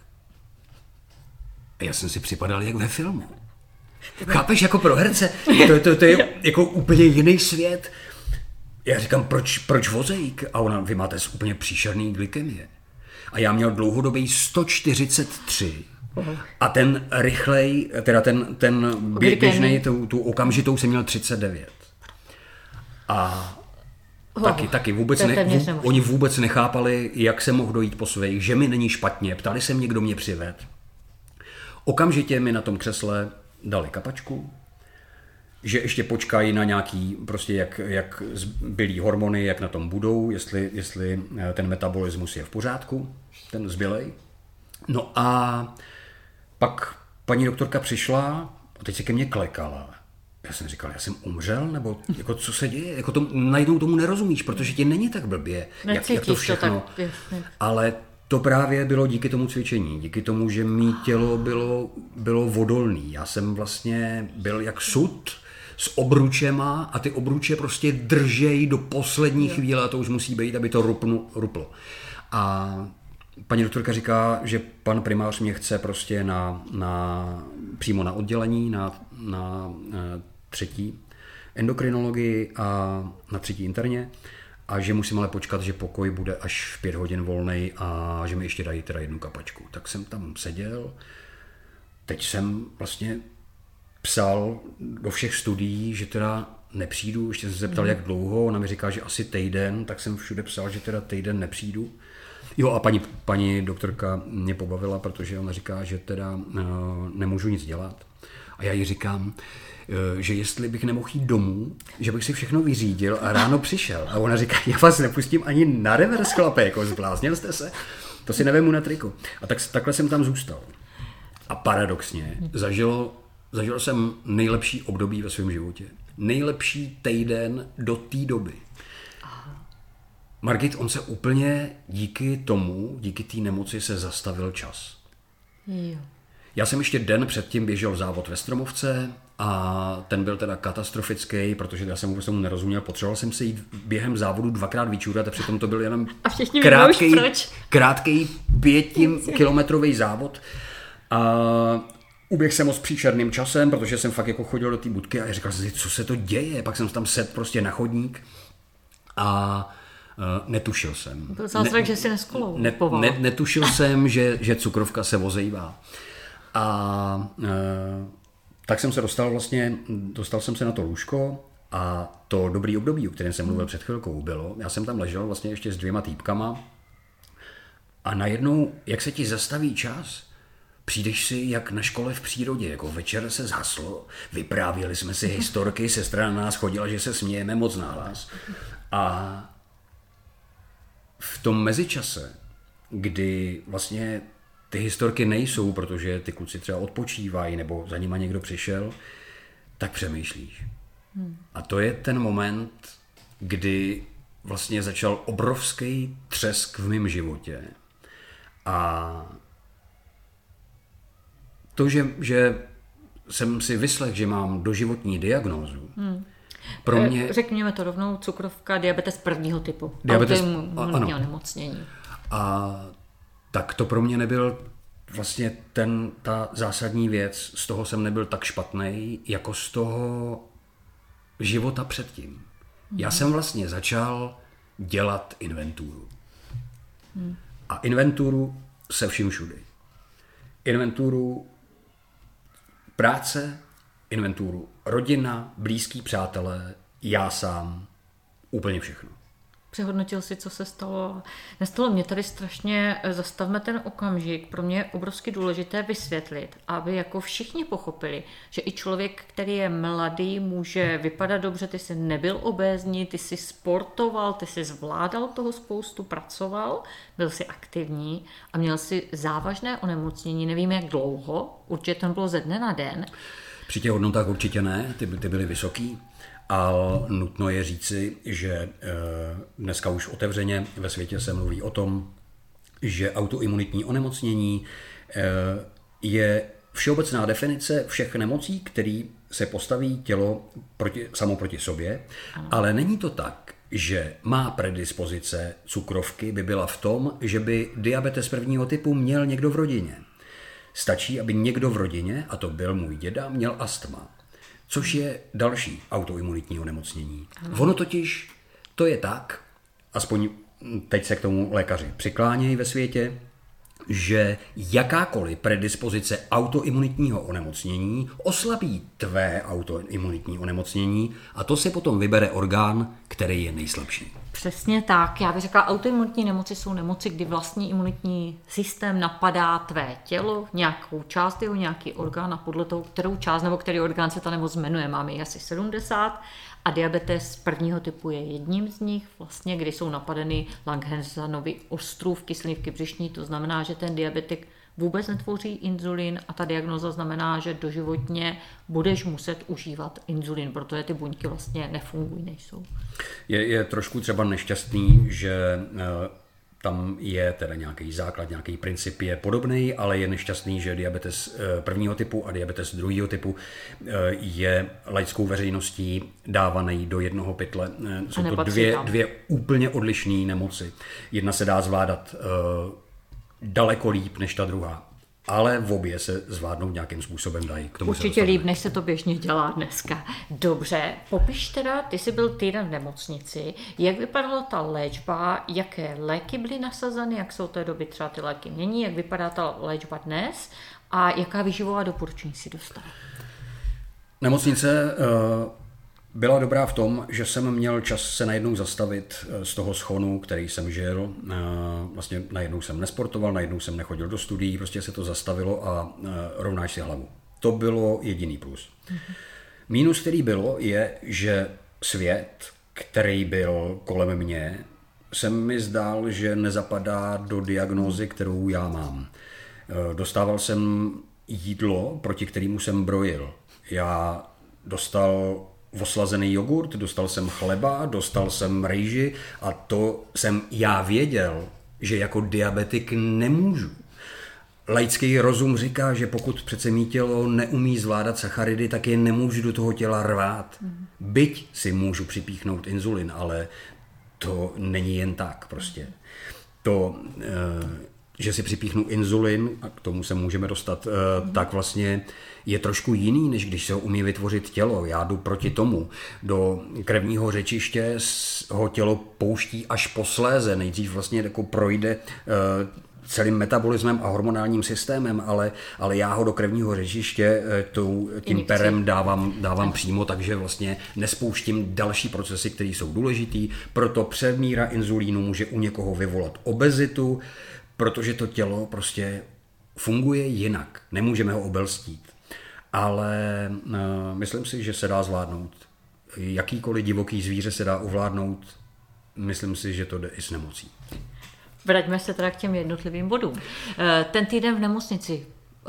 A já jsem si připadal jak ve filmu. Chápeš, jako pro herce, to, to, to je jako úplně jiný svět. Já říkám, proč, proč vozejk? A ona, vy máte úplně příšerný glykemie. A já měl dlouhodobý sto čtyřicet tři. A ten rychlej, teda ten, ten běžnej, tu, tu okamžitou jsem měl třicet devět. A taky, taky vůbec ne, vů, oni vůbec nechápali, jak se mohl dojít po svých, že mi není špatně, ptali se mě, kdo mě přived. Okamžitě mi na tom křesle dali kapačku, že ještě počkají na nějaký, prostě jak, jak zbylý hormony, jak na tom budou, jestli, jestli ten metabolismus je v pořádku, ten zbylej. No a pak paní doktorka přišla a teď se ke mně klekala. Já jsem říkal, já jsem umřel, nebo jako co se děje? Jako to, najednou tomu nerozumíš, protože ti není tak blbě, jak, jak to všechno. To tak, ale to právě bylo díky tomu cvičení, díky tomu, že mý tělo bylo, bylo vodolný. Já jsem vlastně byl jak sud s obručema a ty obruče prostě držej do poslední jo. chvíle a to už musí být, aby to rupnu, ruplo. A paní doktorka říká, že pan primář mě chce prostě na, na, přímo na oddělení, na, na třetí endokrinologii a na třetí interně a že musím ale počkat, že pokoj bude až v pět hodin volnej a že mi ještě dají teda jednu kapačku. Tak jsem tam seděl, teď jsem vlastně psal do všech studií, že teda nepřijdu, ještě jsem se zeptal, jak dlouho, ona mi říká, že asi týden, tak jsem všude psal, že teda týden nepřijdu. Jo a paní, paní doktorka mě pobavila, protože ona říká, že teda uh, nemůžu nic dělat. A já jí říkám, uh, že jestli bych nemohl jít domů, že bych si všechno vyřídil a ráno přišel. A ona říká, já vás nepustím ani na revers, chlape, jako zbláznil jste se, to si nevemu na triku. A tak, takhle jsem tam zůstal. A paradoxně zažil, zažil jsem nejlepší období ve svém životě. Nejlepší týden do té doby. Margit, on se úplně díky tomu, díky té nemoci se zastavil čas. Jo. Já jsem ještě den předtím běžel závod ve Stromovce a ten byl teda katastrofický, protože já jsem vůbec tomu nerozuměl. Potřeboval jsem se jít během závodu dvakrát vyčůrat a přitom to byl jenom krátký, krátký pětikilometrový závod. A uběhl jsem ho s příšerným časem, protože jsem fakt jako chodil do té budky a já říkal jsem si, co se to děje. Pak jsem tam sedl prostě na chodník a netušil jsem. Byl zázrak, ne, že si neskoloval. Ne, ne, netušil jsem, že, že cukrovka se vozejvá. A e, tak jsem se dostal vlastně, dostal jsem se na to lůžko a to dobrý období, o kterém jsem mluvil před chvilkou, bylo, já jsem tam ležel vlastně ještě s dvěma týpkama a najednou, jak se ti zastaví čas, přijdeš si jak na škole v přírodě, jako večer se zhaslo, vyprávěli jsme si historky, sestra na nás chodila, že se smějeme moc nahlas a v tom mezičase, kdy vlastně ty historky nejsou, protože ty kluci třeba odpočívají nebo za nima někdo přišel, tak přemýšlíš. Hmm. A to je ten moment, kdy vlastně začal obrovský třesk v mém životě. A to, že, že jsem si vyslechl, že mám doživotní diagnózu, hmm. Pro mě... Řekněme to rovnou, cukrovka, diabetes prvního typu. Diabetes, autoimunitní onemocnění. A tak to pro mě nebyl vlastně ten, ta zásadní věc, z toho jsem nebyl tak špatnej, jako z toho života předtím. Hmm. Já jsem vlastně začal dělat inventuru. Hmm. A inventuru se vším všudy. Inventuru práce, inventuru rodina, blízký přátelé, já sám, úplně všechno. Přehodnotil si, co se stalo. Nestalo mě tady strašně, zastavme ten okamžik, pro mě je obrovsky důležité vysvětlit, aby jako všichni pochopili, že i člověk, který je mladý, může vypadat dobře, ty jsi nebyl obézní, ty jsi sportoval, ty jsi zvládal toho spoustu, pracoval, byl jsi aktivní a měl jsi závažné onemocnění, nevím jak dlouho, určitě to bylo ze dne na den. Při těch hodnotách určitě ne, ty, ty byly vysoký. A nutno je říci, že dneska už otevřeně ve světě se mluví o tom, že autoimunitní onemocnění je všeobecná definice všech nemocí, který se postaví tělo proti, samo proti sobě, ano. Ale není to tak, že má predispozice cukrovky by byla v tom, že by diabetes prvního typu měl někdo v rodině. Stačí, aby někdo v rodině, a to byl můj děda, měl astma, což je další autoimunitní onemocnění. Ano. Ono totiž, to je tak, aspoň teď se k tomu lékaři přiklánějí ve světě, že jakákoliv predispozice autoimunitního onemocnění oslabí tvé autoimunitní onemocnění a to si potom vybere orgán, který je nejslabší. Přesně tak. Já bych řekla, autoimunitní nemoci jsou nemoci, kdy vlastní imunitní systém napadá tvé tělo, nějakou část jeho, nějaký orgán a podle toho, kterou část nebo který orgán se ta nemoc jmenuje. Máme jich asi sedmdesát a diabetes prvního typu je jedním z nich, vlastně, kdy jsou napadeny Langerhansovy ostrůvky, kyseliny břišní, to znamená, že ten diabetik vůbec netvoří inzulin a ta diagnoza znamená, že doživotně budeš muset užívat inzulin, protože ty buňky vlastně nefungují, nejsou. Je, je trošku třeba nešťastný, že tam je teda nějaký základ, nějaký princip je podobný, ale je nešťastný, že diabetes prvního typu a diabetes druhého typu je laickou veřejností dávaný do jednoho pytle. Jsou to dvě, dvě úplně odlišné nemoci. Jedna se dá zvládat daleko líp než ta druhá. Ale v obě se zvládnout nějakým způsobem dají. K tomu určitě líp, než se to běžně dělá dneska. Dobře, popiš teda, ty jsi byl týden v nemocnici, jak vypadala ta léčba, jaké léky byly nasazeny, jak se od té doby třeba ty léky mění, jak vypadá ta léčba dnes a jaká výživová doporučení si dostal? Nemocnice uh... byla dobrá v tom, že jsem měl čas se najednou zastavit z toho schonu, který jsem žil. Vlastně najednou jsem nesportoval, najednou jsem nechodil do studií, prostě se to zastavilo a rovnáš si hlavu. To bylo jediný plus. Mm-hmm. Mínus, který bylo, je, že svět, který byl kolem mě, se mi zdál, že nezapadá do diagnózy, kterou já mám. Dostával jsem jídlo, proti kterému jsem brojil. Já dostal oslazený jogurt, dostal jsem chleba, dostal jsem rejži a to jsem já věděl, že jako diabetik nemůžu. Laický rozum říká, že pokud přece mý tělo neumí zvládat sacharidy, tak je nemůžu do toho těla rvát. Byť si můžu připíchnout inzulin, ale to není jen tak prostě. To, že si připíchnu inzulin, a k tomu se můžeme dostat, tak vlastně je trošku jiný, než když se ho umí vytvořit tělo. Já jdu proti tomu. Do krevního řečiště ho tělo pouští až posléze. Nejdřív vlastně jako projde celým metabolismem a hormonálním systémem, ale, ale já ho do krevního řečiště tou, tím perem dávám, dávám přímo, takže vlastně nespouštím další procesy, které jsou důležitý. Proto předmíra inzulínu může u někoho vyvolat obezitu, protože to tělo prostě funguje jinak. Nemůžeme ho obelstít. Ale uh, myslím si, že se dá zvládnout. Jakýkoliv divoký zvíře se dá ovládnout. Myslím si, že to jde i s nemocí. Vraťme se teda k těm jednotlivým bodům. Ten týden v nemocnici,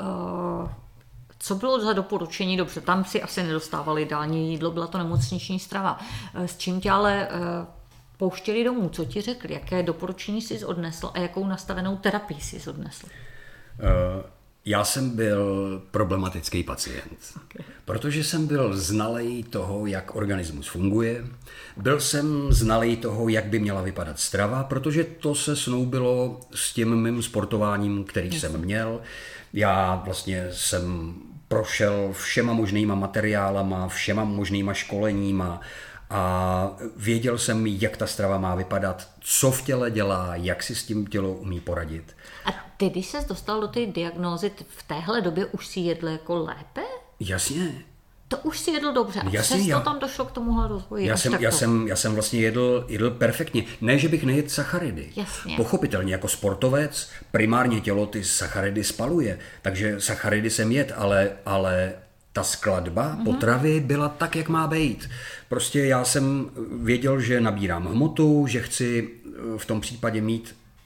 co bylo za doporučení? Dobře, tam si asi nedostávali ideální jídlo, byla to nemocniční strava. S čím tě ale pouštěli domů? Co ti řekli? Jaké doporučení jsi odnesl a jakou nastavenou terapii jsi odnesl? Uh... Já jsem byl problematický pacient, okay. Protože jsem byl znalej toho, jak organismus funguje. Byl jsem znalej toho, jak by měla vypadat strava, protože to se snoubilo s tím mým sportováním, který yes. jsem měl. Já vlastně jsem prošel všema možnýma materiálama, všema možnýma školeníma a věděl jsem, jak ta strava má vypadat, co v těle dělá, jak si s tím tělo umí poradit. A ty, když ses dostal do té diagnózy, v téhle době už si jedl jako lépe? Jasně. To už si jedl dobře a Jasně, přesto já, tam došlo k tomuhle rozvoji. Já jsem, já, jsem, já jsem vlastně jedl, jedl perfektně. Ne, že bych nejedl sacharidy. Jasně. Pochopitelně, jako sportovec primárně tělo ty sacharidy spaluje, takže sacharidy jsem jedl, ale, ale ta skladba mm-hmm. potravy byla tak, jak má být. Prostě já jsem věděl, že nabírám hmotu, že chci v tom případě mít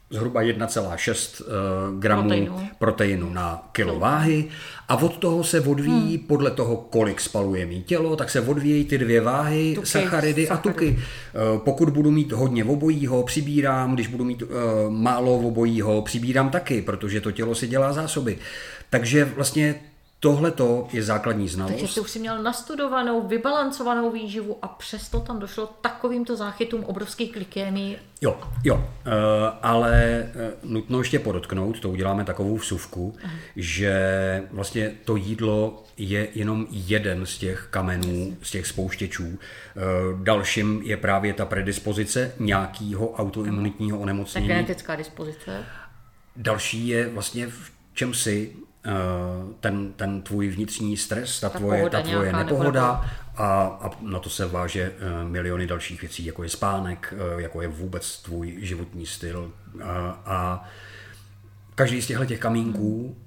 zhruba jedna celá šest gramů proteinu, proteinu na kilo váhy a od toho se odvíjí, hmm. podle toho, kolik spaluje mý tělo, tak se odvíjí ty dvě váhy, tuky, sacharidy, sacharidy a tuky. Pokud budu mít hodně obojího, přibírám, když budu mít uh, málo obojího, přibírám taky, protože to tělo si dělá zásoby. Takže vlastně tohleto je základní znalost. Takže ty už jsi měl nastudovanou, vybalancovanou výživu a přesto tam došlo takovýmto záchytům obrovských glykémií. Jo, jo, uh, ale uh, nutno ještě podotknout, to uděláme takovou vsuvku, uh. že vlastně to jídlo je jenom jeden z těch kamenů, z těch spouštěčů. Uh, dalším je právě ta predispozice nějakého autoimunitního onemocnění. Tak genetická dispozice. Další je vlastně v čem si ten, ten tvůj vnitřní stres, ta, ta tvoje, pohoda, ta tvoje nepohoda a, a na to se váže miliony dalších věcí, jako je spánek, jako je vůbec tvůj životní styl a, a každý z těchto těch kamínků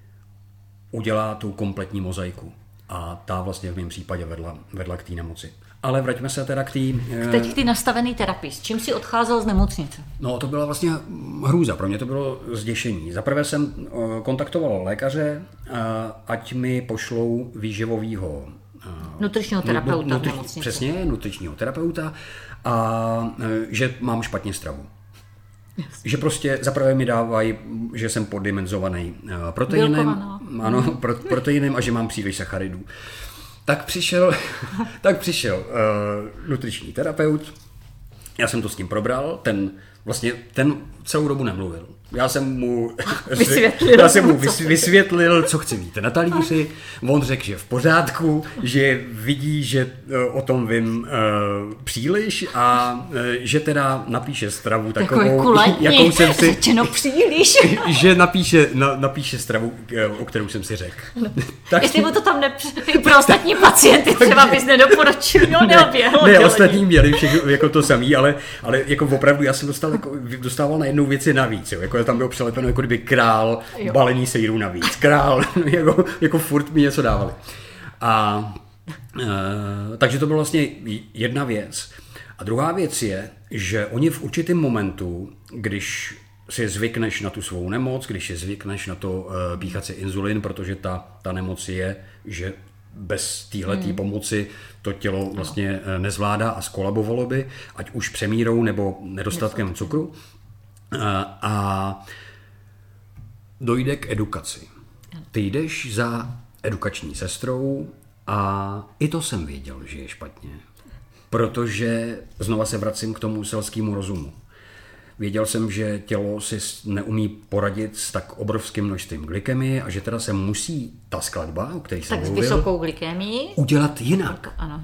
udělá tu kompletní mozaiku a ta vlastně v mém případě vedla, vedla k té nemoci. Ale vraťme se teda k té... Teď k té nastavené terapii. S čím jsi odcházel z nemocnice? No, to byla vlastně hrůza. Pro mě to bylo zděšení. Zaprvé jsem kontaktoval lékaře, ať mi pošlou výživovýho... Nutričního terapeuta nu, nutri, v nemocnici. Přesně, nutričního terapeuta a že mám špatně stravu. Yes. Že prostě zaprvé mi dávají, že jsem poddimenzovaný proteinem, ano, pro, proteinem a že mám příliš sacharidů. Tak přišel, tak přišel uh, nutriční terapeut, já jsem to s ním probral, ten vlastně ten celou dobu nemluvil. Já jsem mu vysvětlil, já jsem mu vysvětlil, co chci mít na talíři. On řekl, že v pořádku, že vidí, že o tom vím uh, příliš a uh, že teda napíše stravu takovou, kulatní, jakou jsem si... řečeno příliš. Že napíše, na, napíše stravu, o kterou jsem si řekl. No. Tak jestli mu to tam nepřijde pro ostatní pacienty, třeba bys nedoporučil, jo, neoběhl. Ne, ne ostatní měli všechno jako to samý, ale, ale jako opravdu já jsem dostal, jako, dostával na jednou věci navíc, jo, jako tam bylo přelepeno jako kdyby král, jo. balení sejrů navíc, král, jako, jako furt mi něco dávali. A e, takže to byla vlastně jedna věc. A druhá věc je, že oni v určitém momentu, když si zvykneš na tu svou nemoc, když si zvykneš na to e, píchat si inzulin, protože ta, ta nemoc je, že bez téhletý hmm. pomoci to tělo vlastně no. nezvládá a skolabovalo by, ať už přemírou nebo nedostatkem cukru. A, a dojde k edukaci. Ty jdeš za edukační sestrou a i to jsem věděl, že je špatně. Protože znova se vracím k tomu selskému rozumu. Věděl jsem, že tělo si neumí poradit s tak obrovským množstvím glykemie a že teda se musí ta skladba, o které jsem mluvil, tak s vysokou glykemií udělat jinak. Ano.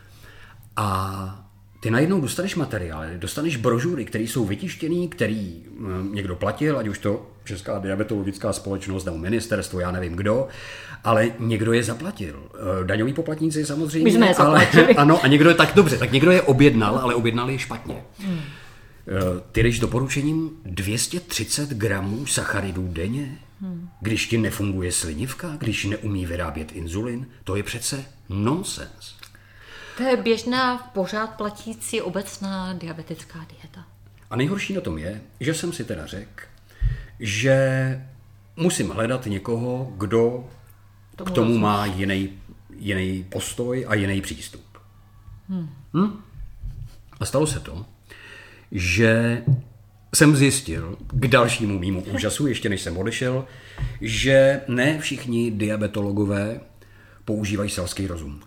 A ty najednou dostaneš materiály, dostaneš brožury, které jsou vytištěné, který někdo platil, ať už to Česká diabetologická společnost nebo ministerstvo, já nevím kdo, ale někdo je zaplatil. Daňoví poplatníci samozřejmě. My jsme je zaplatili. Ale, ano, a někdo je tak dobře, tak někdo je objednal, ale objednal je špatně. Hmm. Ty jdeš doporučením dvě stě třicet gramů sacharidů denně, hmm. když ti nefunguje slinivka, když neumí vyrábět inzulin, to je přece nonsens. To je běžná, pořád platící obecná diabetická dieta. A nejhorší na tom je, že jsem si teda řekl, že musím hledat někoho, kdo tomu k tomu rozumí. Má jiný, jiný postoj a jiný přístup. Hmm. Hm? A stalo se to, že jsem zjistil k dalšímu mýmu úžasu, ještě než jsem odešel, že ne všichni diabetologové používají selský rozum.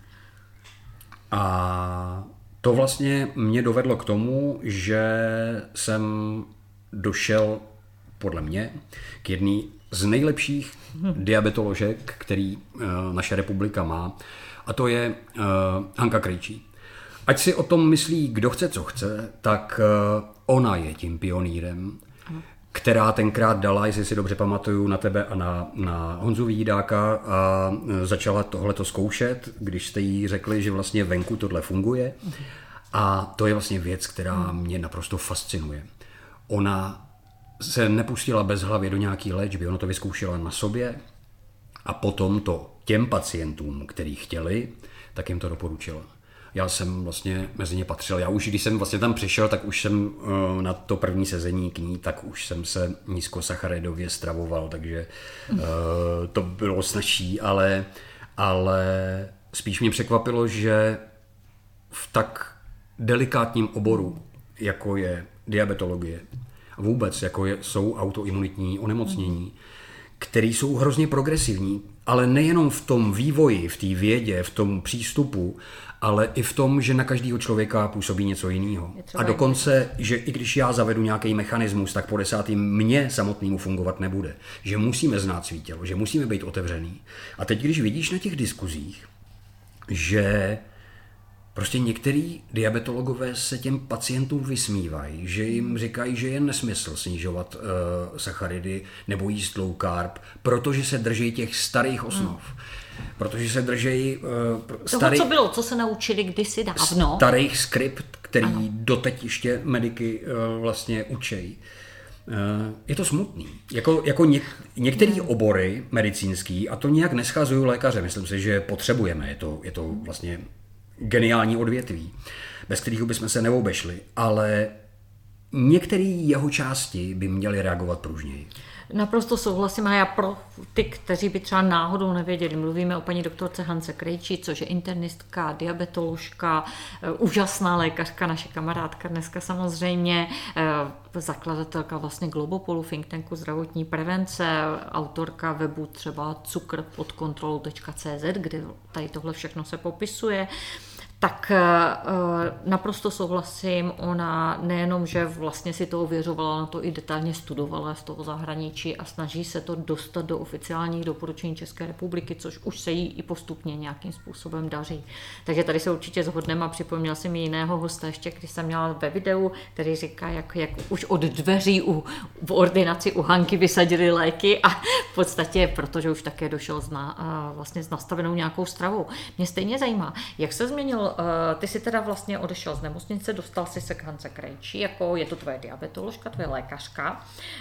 A to vlastně mě dovedlo k tomu, že jsem došel, podle mě, k jedné z nejlepších diabetoložek, který naše republika má, a to je Hanka Krejčí. Ať si o tom myslí, kdo chce, co chce, tak ona je tím pionýrem, která tenkrát dala, jestli si dobře pamatuju, na tebe a na, na Honzu Vídáka a začala tohleto zkoušet, když jste jí řekli, že vlastně venku tohle funguje. A to je vlastně věc, která mě naprosto fascinuje. Ona se nepustila bezhlavě do nějaký léčby, ona to vyzkoušela na sobě a potom to těm pacientům, který chtěli, tak jim to doporučila. já jsem vlastně mezi ně patřil. Já už, když jsem vlastně tam přišel, tak už jsem uh, na to první sezení k ní, tak už jsem se nízkosacharidově stravoval, takže uh, to bylo snazší, ale, ale spíš mě překvapilo, že v tak delikátním oboru, jako je diabetologie, a vůbec jako je, jsou autoimunitní onemocnění, které jsou hrozně progresivní, ale nejenom v tom vývoji, v té vědě, v tom přístupu, ale i v tom, že na každého člověka působí něco jiného. A dokonce, že i když já zavedu nějaký mechanismus, tak po desátým mně samotnému fungovat nebude. Že musíme znát svý tělo, že musíme být otevřený. A teď, když vidíš na těch diskuzích, že prostě některý diabetologové se těm pacientům vysmívají, že jim říkají, že je nesmysl snižovat uh, sacharidy nebo jíst low carb, protože se drží těch starých osnov. Hmm. Protože se drží uh, starý, toho, co bylo, co se naučili kdysi dávno. Starých skript, který ano. doteď ještě mediky uh, vlastně učejí. Uh, je to smutný. Jako, jako něk, některé hmm. obory medicínský, a to nějak neschazuju lékaře, myslím si, že potřebujeme. Je to, je to vlastně geniální odvětví, bez kterého bychom se neobešli, ale některé jeho části by měly reagovat pružněji. Naprosto souhlasím a já pro ty, kteří by třeba náhodou nevěděli, mluvíme o paní doktorce Hance Krejčí, což je internistka, diabetoložka, úžasná lékařka, naše kamarádka dneska samozřejmě, zakladatelka vlastně Globopolu, think tanku zdravotní prevence, autorka webu třeba cukr pod kontrolou tečka cé zet, kde tady tohle všechno se popisuje. Tak naprosto souhlasím, ona nejenom, že vlastně si to ověřovala, ona to i detailně studovala z toho zahraničí a snaží se to dostat do oficiálních doporučení České republiky, což už se jí i postupně nějakým způsobem daří. Takže tady se určitě shodneme a připomněl jsem mi jiného hosta ještě, když jsem měla ve videu, který říká, jak, jak už od dveří u, v ordinaci u Hanky vysadili léky a v podstatě, protože už také došel s, na, vlastně s nastavenou nějakou stravou. Mě stejně zajímá, jak se změnil. Ty jsi teda vlastně odešel z nemocnice, dostal jsi se k Hance Krejčí, jako je to tvoje diabetoložka, tvoje lékařka.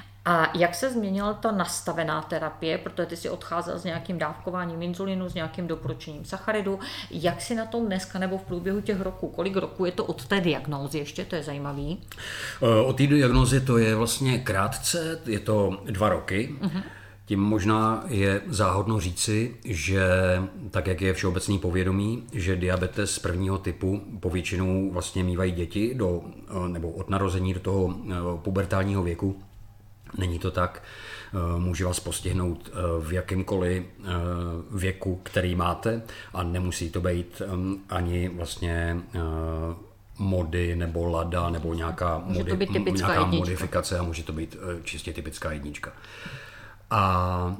A jak se změnila ta nastavená terapie, protože ty jsi odcházel s nějakým dávkováním inzulinu, s nějakým doporučením sacharidu. Jak jsi na tom dneska nebo v průběhu těch roků? Kolik roků je to od té diagnózy ještě? To je zajímavý. Od té diagnózy to je vlastně krátce, je to dva roky. Uh-huh. Tím možná je záhodno říci, že tak, jak je všeobecný povědomí, že diabetes prvního typu povětšinou vlastně mívají děti do, nebo od narození do toho pubertálního věku. Není to tak. Může vás postihnout v jakémkoliv věku, který máte, a nemusí to být ani vlastně mody nebo lada nebo nějaká, modi, nějaká modifikace, a může to být čistě typická jednička. A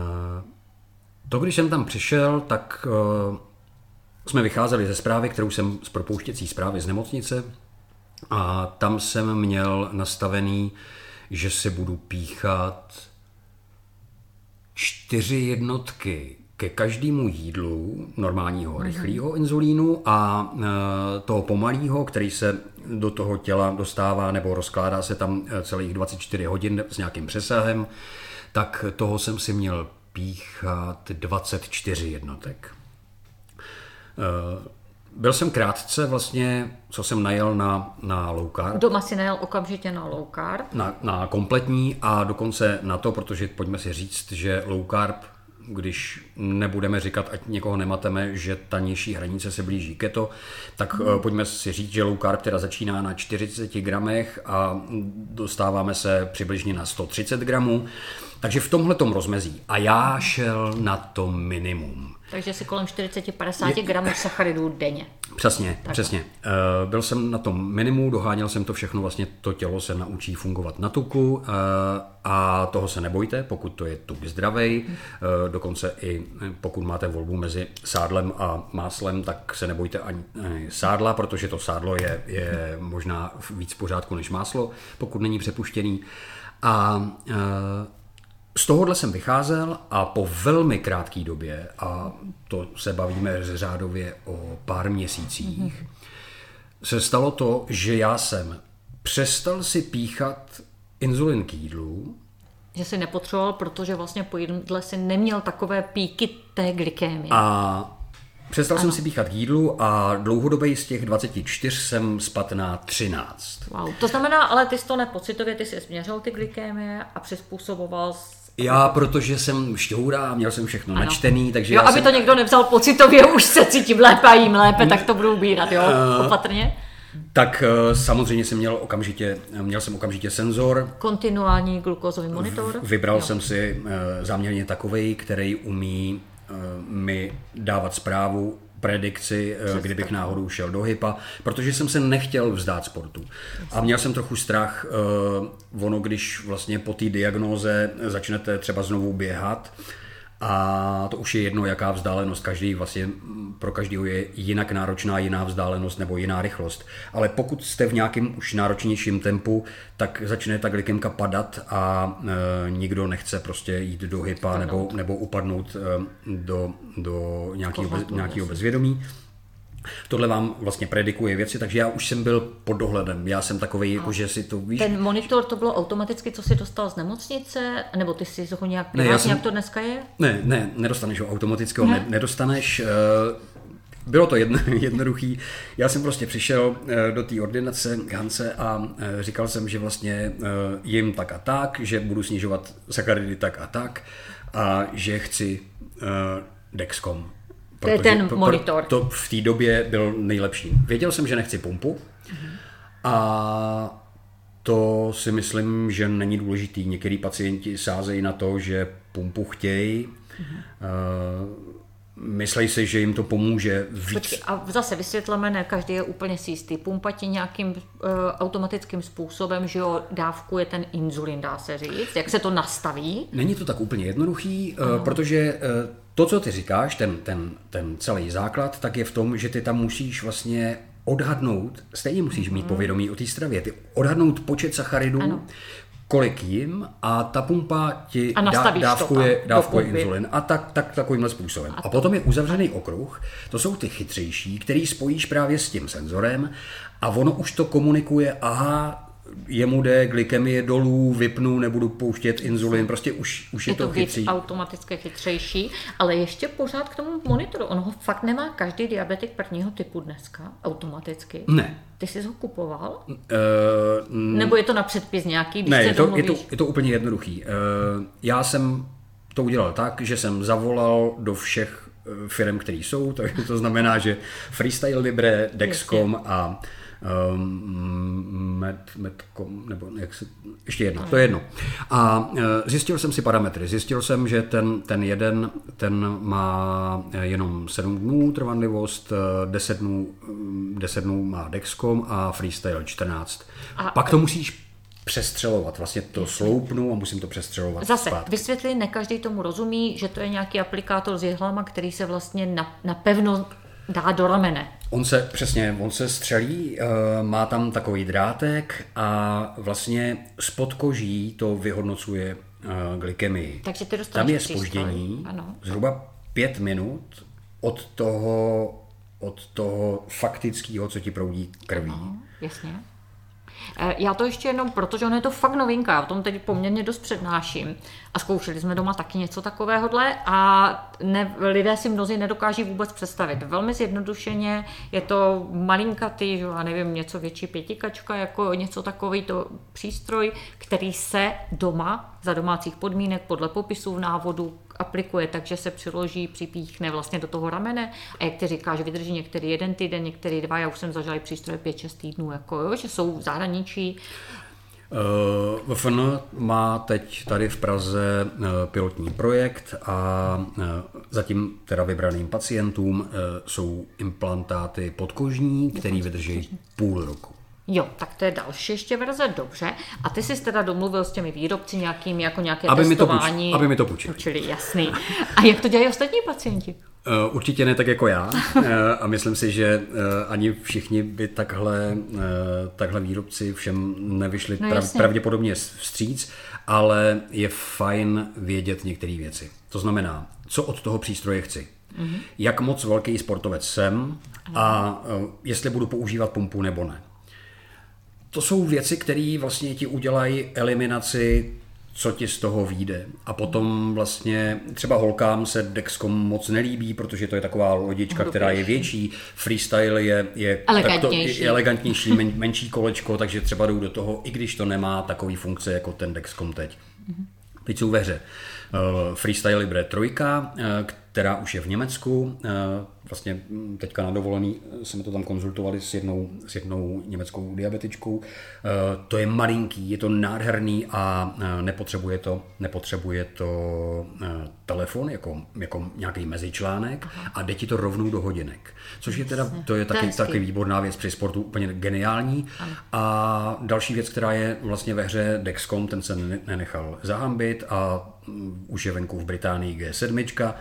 to, když jsem tam přišel, tak jsme vycházeli ze zprávy, kterou jsem z propouštěcí zprávy z nemocnice, a tam jsem měl nastavený, že si budu píchat čtyři jednotky ke každému jídlu normálního rychlého inzulínu a toho pomalého, který se do toho těla dostává nebo rozkládá se tam celých dvacet čtyři hodin s nějakým přesahem, tak toho jsem si měl píchat dvacet čtyři jednotek. Byl jsem krátce vlastně, co jsem najel na, na low carb. Doma si najel okamžitě na low carb. Na, na kompletní a dokonce na to, protože pojďme si říct, že low carb, když nebudeme říkat, ať někoho nemateme, že ta nižší hranice se blíží keto, tak hmm. pojďme si říct, že low carb teda začíná na čtyřicet gramech a dostáváme se přibližně na sto třicet gramů. Takže v tomhletom rozmezí. A já šel na to minimum. Takže si kolem čtyřicet až padesát gramů sacharidů denně. Přesně, tak. přesně. Byl jsem na tom minimu, doháněl jsem to všechno, vlastně to tělo se naučí fungovat na tuku a toho se nebojte, pokud to je tuk zdravej. Dokonce i pokud máte volbu mezi sádlem a máslem, tak se nebojte ani sádla, protože to sádlo je, je možná víc v pořádku než máslo, pokud není přepuštěný. A z tohohle jsem vycházel a po velmi krátké době, a to se bavíme řádově o pár měsících, mm-hmm. se stalo to, že já jsem přestal si píchat inzulin k jídlu. Že si nepotřeboval, protože vlastně po jídle si neměl takové píky té glykémie. A Přestal ano. jsem si píchat k jídlu a dlouhodobě z těch dvaceti čtyř jsem spadl na třináct. Wow. To znamená, ale ty jsi to nepocitově, ty jsi změřil ty glykémie a přizpůsoboval jsi... Já, protože jsem šťoura, měl jsem všechno ano. načtený, takže jo, já aby jsem... to někdo nevzal pocitově, už se cítím lépe a jím lépe, tak to budu ubírat, jo, uh, opatrně. Tak samozřejmě jsem měl okamžitě, měl jsem okamžitě senzor. Kontinuální glukózový monitor. Vybral jo. jsem si záměrně takovej, který umí mi dávat zprávu, predikci, Přesně. kdybych náhodou šel do hypa, protože jsem se nechtěl vzdát sportu. A měl jsem trochu strach, ono, když vlastně po té diagnóze začnete třeba znovu běhat, a to už je jedno, jaká vzdálenost, každý vlastně pro každého je jinak náročná jiná vzdálenost nebo jiná rychlost. Ale pokud jste v nějakém už náročnějším tempu, tak začne ta glykemka padat a e, nikdo nechce prostě jít do hypa nebo, nebo upadnout e, do, do nějakého, bez, nějakého bezvědomí. Tohle vám vlastně predikuje věci, takže já už jsem byl pod dohledem. Já jsem takovej, jako, že si to víš. Ten monitor to bylo automaticky, co jsi dostal z nemocnice, nebo ty jsi ho nějak privátně, jsem... jak to dneska je? Ne, ne, nedostaneš ho automaticky, ne? nedostaneš. Bylo to jedno, jednoduchý. Já jsem prostě přišel do té ordinace k Hance a říkal jsem, že vlastně jim tak a tak, že budu snižovat sacharidy tak a tak a že chci Dexcom. To je ten monitor. To v té době byl nejlepší. Věděl jsem, že nechci pumpu uh-huh. a to si myslím, že není důležitý. Některý pacienti sázejí na to, že pumpu chtějí. Uh-huh. Uh, Myslej si, že jim to pomůže víc. Počkej, a zase vysvětleme, ne každý je úplně si jistý. Pumpa ti nějakým uh, automatickým způsobem, že jo, dávkuje ten inzulin, dá se říct. Jak se to nastaví? Není to tak úplně jednoduchý, uh, protože uh, to, co ty říkáš, ten, ten, ten celý základ, tak je v tom, že ty tam musíš vlastně odhadnout, stejně musíš mít povědomí o té stravě, ty odhadnout počet sacharidů, ano. kolik jim a ta pumpa ti dá, dávkuje, dávkuje inzulin a tak, tak takovýmhle způsobem. A, a potom je uzavřený okruh, to jsou ty chytřejší, který spojíš právě s tím senzorem a ono už to komunikuje, aha, jemu jde glykemie dolů, vypnu, nebudu pouštět inzulin, prostě už, už je, je to, to chytří. Automaticky chytřejší, ale ještě pořád k tomu monitoru, on ho fakt nemá každý diabetik prvního typu dneska, automaticky. Ne. Ty jsi ho kupoval? Uh, n... Nebo je to na předpis nějaký? Ne, je to, je, to, je to úplně jednoduchý. Uh, já jsem to udělal tak, že jsem zavolal do všech firm, které jsou, to, to znamená, že Freestyle Libre, Dexcom Jasně. a Um, med, medcom, nebo jak se, ještě jedno, to je jedno. A uh, zjistil jsem si parametry. Zjistil jsem, že ten, ten jeden, ten má jenom sedm dnů trvanlivost, deset dnů, deset dnů má Dexcom a Freestyle čtrnáct. A, Pak to musíš přestřelovat. Vlastně to jasný. sloupnu a musím to přestřelovat Zase, zpátky. vysvětli, ne každý tomu rozumí, že to je nějaký aplikátor s jehlama, který se vlastně na, napevno dá do ramene. On se, přesně, on se střelí, má tam takový drátek a vlastně spod koží to vyhodnocuje glykemii. Takže ty tam je zpoždění zhruba pět minut od toho, od toho faktického, co ti proudí krví. Ano, jasně. Já to ještě jenom, protože ono je to fakt novinka, já o tom teď poměrně dost přednáším a zkoušeli jsme doma taky něco takovéhodle a ne, lidé si mnozí nedokáží vůbec představit. Velmi zjednodušeně je to malinkatý, že já nevím, něco větší pětikačka, jako něco takový to přístroj, který se doma za domácích podmínek podle popisů v návodu aplikuje, takže se přiloží, připíchne vlastně do toho ramene a jak ty říkáš, vydrží některý jeden týden, některý dva, já už jsem zažila přístroje pět šest týdnů, jako jo, že jsou v zahraničí. V F N má teď tady v Praze pilotní projekt a zatím teda vybraným pacientům jsou implantáty podkožní, který vydrží půl roku. Jo, tak to je další ještě verze, dobře. A ty jsi teda domluvil s těmi výrobci nějakým, jako nějaké aby testování. Mi to puč, aby mi to půjčili. Učili, jasný. A jak to dělají ostatní pacienti? Uh, určitě ne tak jako já. Uh, a myslím si, že uh, ani všichni by takhle, uh, takhle výrobci všem nevyšli no, prav, pravděpodobně vstříc, ale je fajn vědět některé věci. To znamená, co od toho přístroje chci. Uh-huh. Jak moc velký sportovec jsem a uh, jestli budu používat pumpu nebo ne. To jsou věci, které vlastně ti udělají eliminaci co ti z toho vyjde. A potom vlastně třeba holkám se Dexcom moc nelíbí, protože to je taková lodička, která je větší, freestyle je, je elegantnější, takto, je elegantnější men, menší kolečko, takže třeba jdou do toho, i když to nemá takový funkce jako ten Dexcom teď. Teď jsou ve hře Freestyle Libre tři, která už je v Německu. Vlastně teďka na dovolený jsme to tam konzultovali s jednou, s jednou německou diabetičkou. To je malinký, je to nádherný a nepotřebuje to, nepotřebuje to telefon jako, jako nějaký mezičlánek. Aha. A jde ti to rovnou do hodinek. Což je teda, to je taky, taky výborná věc při sportu, úplně geniální. Ano. A další věc, která je vlastně ve hře Dexcom, ten se nenechal zahambit a už je venku v Británii G sedm.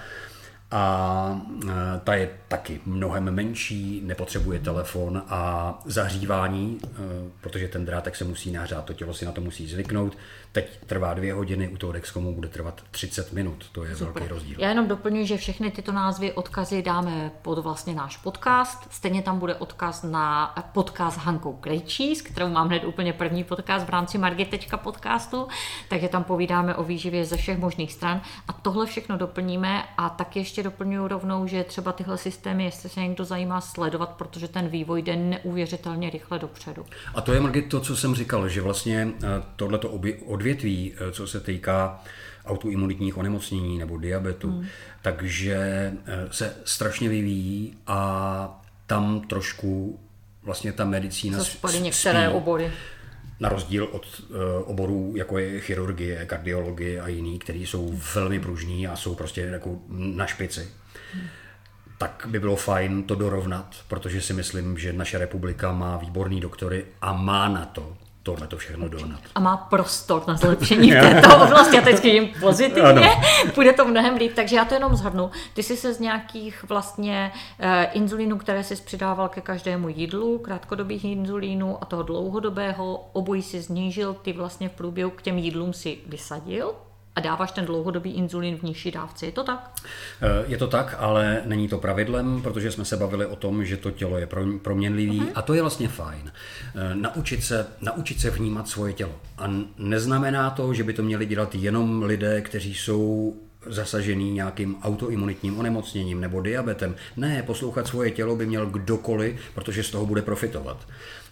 A ta je taky mnohem menší, nepotřebuje telefon a zahřívání, protože ten drátek se musí nahřát, to tělo si na to musí zvyknout. Teď trvá dvě hodiny, u toho Dexcomu bude trvat třicet minut, to je Super. Velký rozdíl. Já jenom doplňuji, že všechny tyto názvy, odkazy dáme pod vlastně náš podcast. Stejně tam bude odkaz na podcast s Hankou Krejčí, s kterou mám hned úplně první podcast v rámci Margitečka podcastu, takže tam povídáme o výživě ze všech možných stran a tohle všechno doplníme a tak ještě doplňuji rovnou, že třeba tyhle systémy, jestli se někdo zajímá, sledovat, protože ten vývoj jde neuvěřitelně rychle dopředu. A to je, Margit, to, co jsem říkal, že vlastně tohleto odvětví, co se týká autoimunitních onemocnění nebo diabetu, hmm. takže se strašně vyvíjí a tam trošku vlastně ta medicína spí. Některé obory. Na rozdíl od uh, oborů, jako je chirurgie, kardiologie a jiný, které jsou velmi pružní a jsou prostě jako na špici, hmm. tak by bylo fajn to dorovnat, protože si myslím, že naše republika má výborný doktory a má na to tohle to všechno dohnat. A má prostor na zlepšení v této oblasti a teď jim pozitivně, ano. Půjde to mnohem líp, takže já to jenom shrnu. Ty jsi se z nějakých vlastně e, inzulínů, které jsi přidával ke každému jídlu, krátkodobých inzulínů a toho dlouhodobého, obojí si znížil, ty vlastně v průběhu k těm jídlům si vysadil a dáváš ten dlouhodobý inzulín v nižší dávce. Je to tak? Je to tak, ale není to pravidlem, protože jsme se bavili o tom, že to tělo je proměnlivý uh-huh. a to je vlastně fajn. Naučit se, naučit se vnímat svoje tělo. A neznamená to, že by to měli dělat jenom lidé, kteří jsou zasažený nějakým autoimunitním onemocněním nebo diabetem. Ne, poslouchat svoje tělo by měl kdokoliv, protože z toho bude profitovat.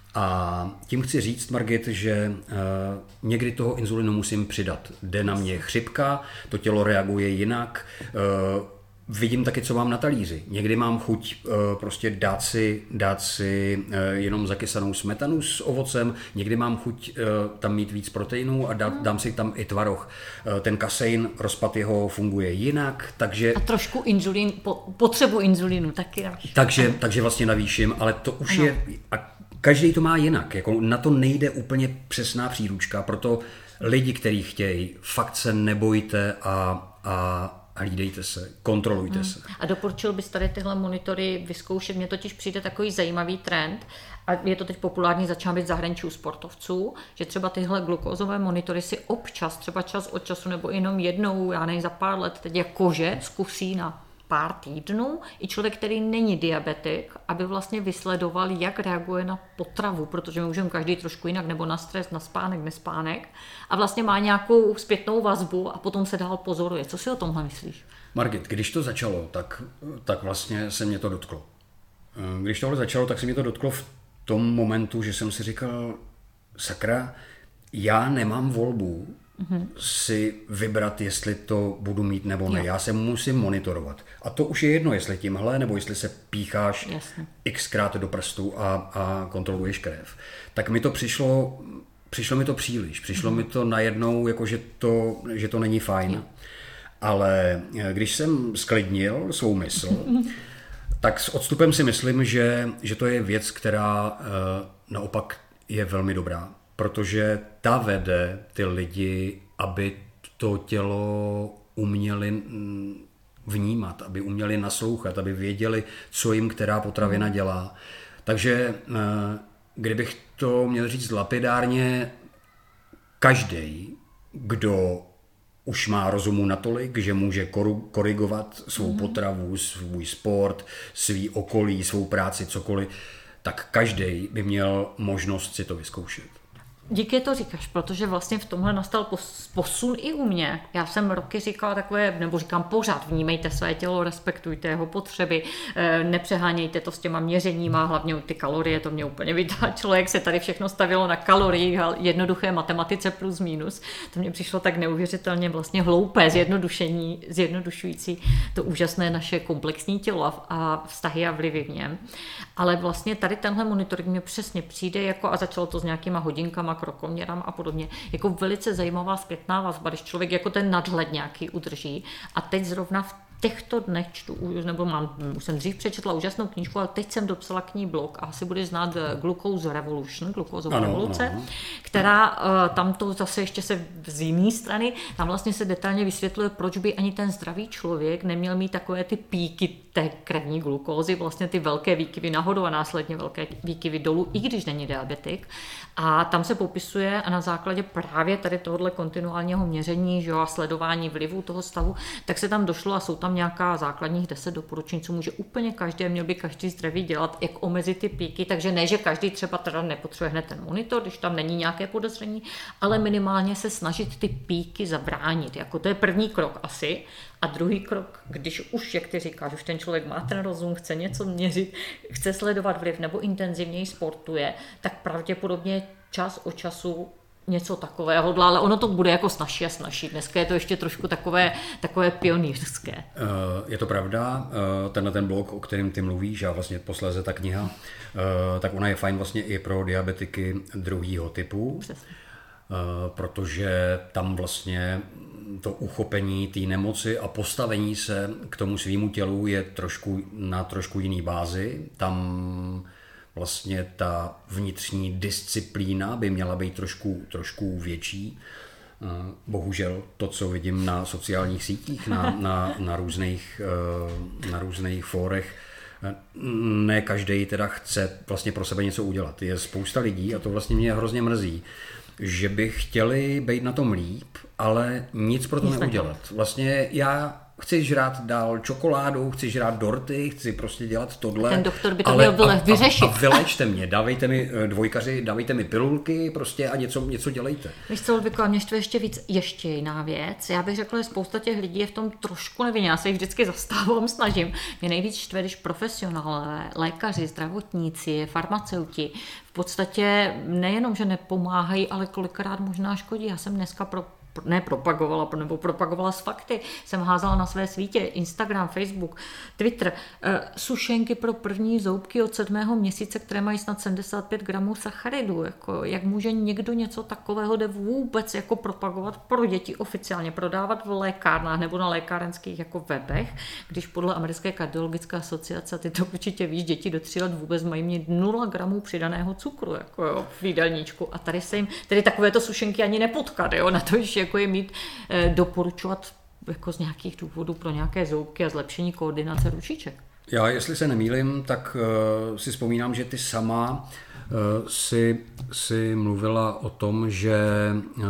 A tím chci říct, Margit, že uh, někdy toho inzulinu musím přidat. Jde na mě chřipka, to tělo reaguje jinak. Uh, vidím taky, co mám na talíři. Někdy mám chuť uh, prostě dát si, dát si uh, jenom zakysanou smetanu s ovocem, někdy mám chuť uh, tam mít víc proteinů a dát, dám si tam i tvaroh. Uh, ten kasein, rozpad jeho funguje jinak, takže... A trošku inzulín, po, potřebu inzulínu taky navýším. Takže, takže vlastně navýším, ale to už ano. je... A každý to má jinak, jako na to nejde úplně přesná příručka, proto lidi, kteří chtějí, fakt se nebojte a, a hlídejte se, kontrolujte hmm. se. A doporučil bys tady tyhle monitory vyzkoušet, mně totiž přijde takový zajímavý trend, a je to teď populární, začíná být v zahraničí u sportovců, že třeba tyhle glukózové monitory si občas, třeba čas od času nebo jenom jednou, já nevím, za pár let, teď jakože zkusí na pár týdnů i člověk, který není diabetik, aby vlastně vysledoval, jak reaguje na potravu, protože my můžeme každý trošku jinak, nebo na stres, na spánek, nespánek a vlastně má nějakou zpětnou vazbu a potom se dál pozoruje. Co si o tomhle myslíš? Margit, když to začalo, tak, tak vlastně se mě to dotklo. Když tohle začalo, tak se mě to dotklo v tom momentu, že jsem si říkal, sakra, já nemám volbu mm-hmm. si vybrat, jestli to budu mít nebo ne. Jo. Já se musím monitorovat. A to už je jedno, jestli tímhle, nebo jestli se pícháš Jasně. xkrát do prstu a, a kontroluješ krev. Tak mi to přišlo, přišlo mi to příliš. Přišlo mm-hmm. mi to najednou, jako že to, že to není fajn. Jo. Ale když jsem sklidnil svou mysl, tak s odstupem si myslím, že, že to je věc, která uh, naopak je velmi dobrá. Protože ta vede ty lidi, aby to tělo uměli vnímat, aby uměli naslouchat, aby věděli, co jim která potravina dělá. Takže kdybych to měl říct lapidárně, každý, kdo už má rozumu natolik, že může korigovat svou potravu, svůj sport, svý okolí, svou práci, cokoliv, tak každý by měl možnost si to vyzkoušet. Díky to říkáš, protože vlastně v tomhle nastal posun i u mě. Já jsem roky říkala takové, nebo říkám pořád, vnímejte své tělo, respektujte jeho potřeby, nepřehánějte to s těma měřeníma, hlavně ty kalorie, to mě úplně vytáčelo, jak se tady všechno stavilo na kaloriích a jednoduché matematice plus minus. To mě přišlo tak neuvěřitelně vlastně hloupé, zjednodušení, zjednodušující to úžasné naše komplexní tělo a vztahy a vlivy v něm. Ale vlastně tady tenhle monitoring mě přesně přijde jako, a začalo to s nějakýma hodinkama, krokoměrama a podobně, jako velice zajímavá zpětná vazba, když člověk jako ten nadhled nějaký udrží. A teď zrovna v těchto dnech čtu, nebo mám, už jsem dřív přečetla úžasnou knížku, ale teď jsem dopsala k ní blog a asi bude znát Glucose Revolution, glukózová revoluce, ano. která tam to zase ještě se z jiné strany, tam vlastně se detailně vysvětluje, proč by ani ten zdravý člověk neměl mít takové ty píky té krevní glukózy, vlastně ty velké výkyvy nahoru a následně velké výkyvy dolů, i když není diabetik. A tam se popisuje a na základě právě tady tohohle kontinuálního měření, že jo, a sledování vlivu toho stavu, tak se tam došlo a jsou tam nějaká základních deset doporučení, co může úplně každý, měl by každý zdravý dělat, jak omezit ty píky, takže ne, že každý třeba teda nepotřebuje hned ten monitor, když tam není nějaké podezření, ale minimálně se snažit ty píky zabránit, jako to je první krok asi. A druhý krok, když už, jak ty říkáš, už ten člověk má ten rozum, chce něco měřit, chce sledovat vliv nebo intenzivněji sportuje, tak pravděpodobně čas od času něco takového, ale ono to bude jako snažší a snažší. Dneska je to ještě trošku takové, takové pionýrské. Je to pravda, tenhle ten blog, o kterém ty mluvíš, a vlastně posléze ta kniha, tak ona je fajn vlastně i pro diabetiky druhého typu. Přesně. Protože tam vlastně to uchopení té nemoci a postavení se k tomu svýmu tělu je trošku na trošku jiný bázi. Tam vlastně ta vnitřní disciplína by měla být trošku, trošku větší. Bohužel to, co vidím na sociálních sítích, na, na, na, různých, na různých fórech, ne každý teda chce vlastně pro sebe něco udělat. Je spousta lidí, a to vlastně mě hrozně mrzí, že by chtěli být na tom líp, ale nic pro to nic neudělat. Vlastně já chci žrát dál čokoládu, chci žrát dorty, chci prostě dělat tohle. Ten doktor by to měl vyle, vyřešit. A, a vylečte mě, dávejte mi dvojkaři, dávejte mi pilulky prostě a něco, něco dělejte. Víš co, Ludvíku, a mě štve ještě víc, ještě jiná věc. Já bych řekla, že spousta těch lidí je v tom trošku nevinně. Já se jich vždycky zastávám, snažím. Mě nejvíc štve, když profesionálové, lékaři, zdravotníci, farmaceuti v podstatě nejenom, že nepomáhají, ale kolikrát možná škodí. Já jsem dneska pro ne propagovala, nebo propagovala s fakty. Jsem házala na své svítě Instagram, Facebook, Twitter, uh, sušenky pro první zoubky od sedmého měsíce, které mají snad sedmdesát pět gramů sacharidů. Jako, jak může někdo něco takového jde vůbec jako propagovat pro děti oficiálně, prodávat v lékárnách nebo na lékárenských jako webech, když podle Americké kardiologické asociace, ty to určitě víš, děti do tří let vůbec mají mít nula gramů přidaného cukru jako jo, v jídelníčku. A tady se jim, tedy takovéto sušenky ani nepotkat, jo, na to, že jako je mít, eh, doporučovat jako z nějakých důvodů pro nějaké zoubky a zlepšení koordinace ručiček. Já, jestli se nemýlim, tak uh, si vzpomínám, že ty sama uh, si, si mluvila o tom, že uh,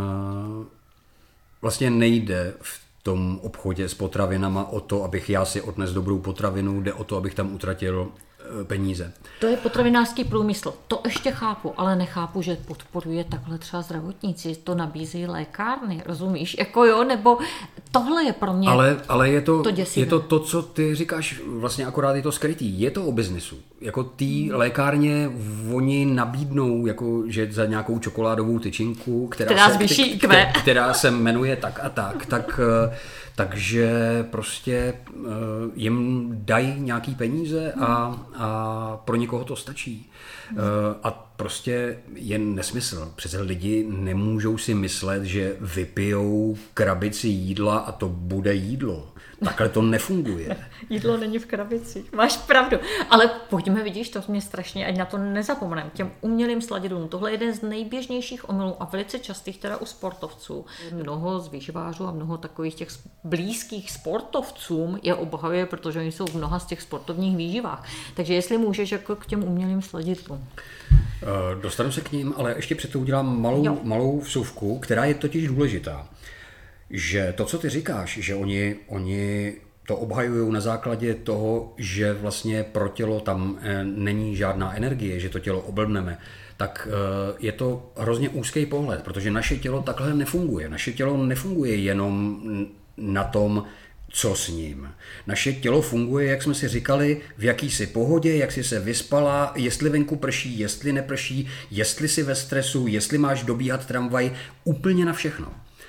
vlastně nejde v tom obchodě s potravinama o to, abych já si odnes dobrou potravinu, jde o to, abych tam utratil peníze. To je potravinářský průmysl. To ještě chápu, ale nechápu, že podporuje takhle třeba zdravotníci, to nabízí lékárny, rozumíš? Jako jo, nebo tohle je pro mě ale, ale je to, to je to to, co ty říkáš, vlastně akorát je to skrytý. Je to o biznisu. Jako tý lékárně oni nabídnou, jako, že za nějakou čokoládovou tyčinku, která, která se, zvýší která, která se jmenuje tak a tak, tak takže prostě jim dají nějaký peníze a, a pro někoho to stačí. A prostě je nesmysl. Přece lidi nemůžou si myslet, že vypijou krabici jídla a to bude jídlo. Takhle to nefunguje. Jídlo není v krabici. Máš pravdu. Ale pojďme, vidíš, to mě strašně, ať na to nezapomeneme, těm umělým sladidlům. Tohle je jeden z nejběžnějších omylů a velice častých teda u sportovců. Mnoho z výživářů a mnoho takových těch blízkých sportovcům je obhajuje, protože oni jsou v mnoha z těch sportovních výživách. Takže jestli můžeš jako k těm umělým sladidlům. Dostanu se k ním, ale ještě před to udělám malou, malou vsuvku, která je totiž důležitá. Že to, co ty říkáš, že oni, oni to obhajují na základě toho, že vlastně pro tělo tam není žádná energie, že to tělo oblbneme, tak je to hrozně úzký pohled, protože naše tělo takhle nefunguje. Naše tělo nefunguje jenom na tom, co s ním. Naše tělo funguje, jak jsme si říkali, v jakýsi pohodě, jak jsi se vyspala, jestli venku prší, jestli neprší, jestli jsi ve stresu, jestli máš dobíhat tramvaj, úplně na všechno.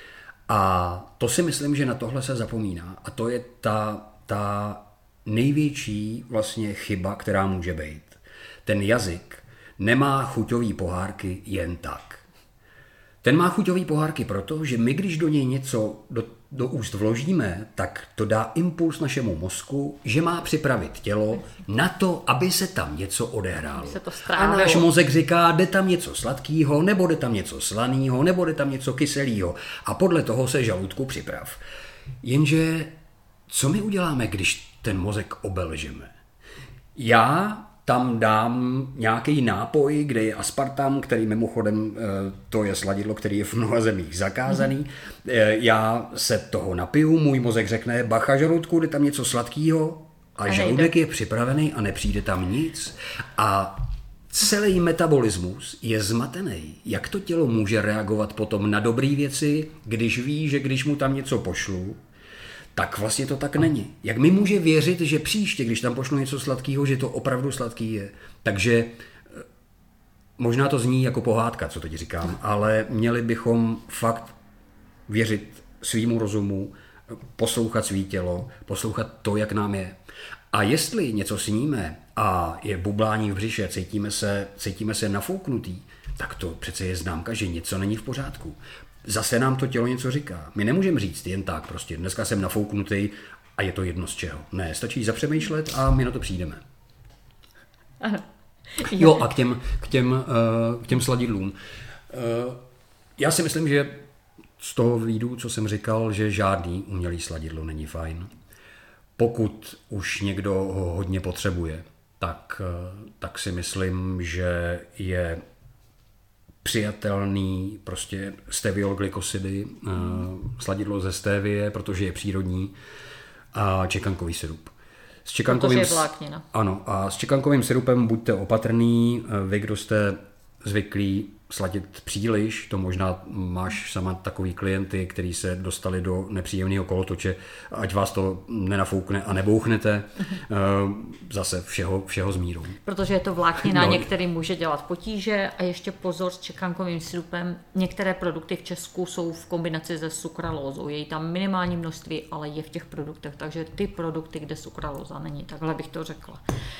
A to si myslím, že na tohle se zapomíná. A to je ta, ta největší vlastně chyba, která může být. Ten jazyk nemá chuťový pohárky jen tak. Ten má chuťový pohárky proto, že my, když do něj něco do, do úst vložíme, tak to dá impuls našemu mozku, že má připravit tělo na to, aby se tam něco odehrálo. Se to a náš mozek říká, jde tam něco sladkého, nebo jde tam něco slaného, nebo jde tam něco kyselého. A podle toho se žaludku připrav. Jenže co my uděláme, když ten mozek obelžeme? Já tam dám nějaký nápoj, kde je aspartam, který mimochodem, to je sladidlo, který je v mnoha zemích zakázaný. Já se toho napiju, můj mozek řekne, bacha žaludku, jde tam něco sladkého a, a žaludek je připravený a nepřijde tam nic. A celý metabolismus je zmatený. Jak to tělo může reagovat potom na dobré věci, když ví, že když mu tam něco pošlu, tak vlastně to tak není. Jak mi může věřit, že příště, když tam pošlu něco sladkého, že to opravdu sladký je. Takže možná to zní jako pohádka, co teď říkám, ale měli bychom fakt věřit svýmu rozumu, poslouchat svý tělo, poslouchat to, jak nám je. A jestli něco sníme a je bublání v břiše, cítíme se, cítíme se nafouknutý, tak to přece je známka, že něco není v pořádku. Zase nám to tělo něco říká. My nemůžeme říct jen tak prostě, dneska jsem nafouknutý a je to jedno z čeho. Ne, stačí zapřemýšlet a my na to přijdeme. Ano. Jo, a k těm, k těm, k těm sladidlům. Já si myslím, že z toho výjdu, co jsem říkal, že žádný umělý sladidlo není fajn. Pokud už někdo ho hodně potřebuje, tak, tak si myslím, že je přijatelný prostě steviolglykosidy, sladidlo ze stevie, protože je přírodní, a čekankový sirup. S čekankovým, protože je vláknina. Ano, a s čekankovým sirupem buďte opatrný, vy, kdo jste zvyklí sladit příliš, to možná máš sama takový klienty, kteří se dostali do nepříjemného kolotoče, ať vás to nenafoukne a nebouchnete, zase všeho, všeho s mírou. Protože je to vláknina, no. Některý může dělat potíže a ještě pozor s čekankovým sirupem. Některé produkty v Česku jsou v kombinaci se sukralózou. Je jí tam minimální množství, ale je v těch produktech, takže ty produkty, kde sukralóza není, takhle bych to řekla.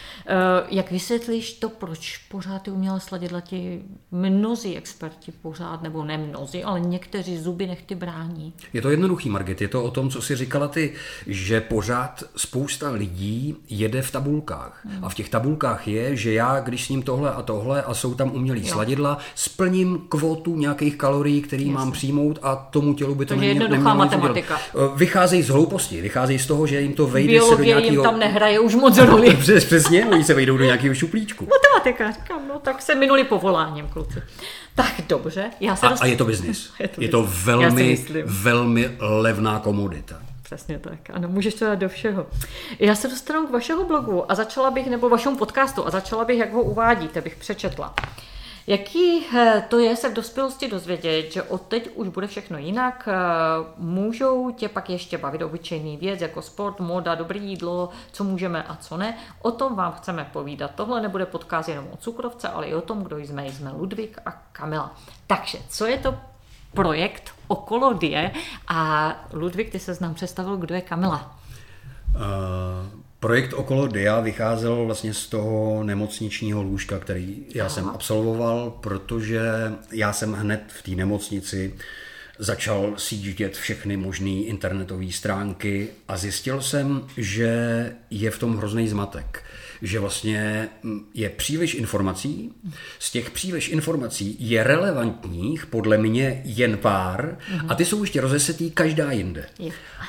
Jak vysvětlíš to, proč pořád ty umělé sladidla ti mnozí experti pořád, nebo ne mnozí, ale někteří zuby nechty brání? Je to jednoduchý, Margit, je to o tom, co jsi říkala ty, že pořád spousta lidí jede v tabulkách. Hmm. A v těch tabulkách je, že já, když sním tohle a tohle a jsou tam umělý jo. sladidla, splním kvotu nějakých kalorií, který mám přijmout a tomu tělu by to nemělo. To je jednoduchá matematika. Vycházejí z hlouposti, vycházejí z toho, že jim to vejde biologie se do nějakého... jim tam nehraje už moc roli. Přesně, oni se vejdou do nějakého šuplíčku. Matematika, říkám, no tak se minuli povoláním, kluci. Tak dobře. Já se a, dost... a je to biznis. je to, je to velmi, velmi levná komodita. Přesně tak. Ano, můžeš to dát do všeho. Já se dostanu k vašeho blogu a začala bych, nebo vašemu podcastu, a začala bych, jak ho uvádíte, bych přečetla. Jaký to je se v dospělosti dozvědět, že od teď už bude všechno jinak, můžou tě pak ještě bavit obyčejný věc, jako sport, móda, dobré jídlo, co můžeme a co ne. O tom vám chceme povídat. Tohle nebude podcast jenom o cukrovce, ale i o tom, kdo jsme. Jsme Ludvík a Kamila. Takže, co je to projekt Okolo Die? A Ludvík, ty se nám představil, kdo je Kamila. Uh... Projekt Okolo Dia vycházel vlastně z toho nemocničního lůžka, který já Aha. jsem absolvoval, protože já jsem hned v té nemocnici začal sjíždět všechny možné internetové stránky a zjistil jsem, že je v tom hrozný zmatek. Že vlastně je příliš informací, z těch příliš informací je relevantních podle mě jen pár mhm. a ty jsou ještě rozesetý každá jinde. Je.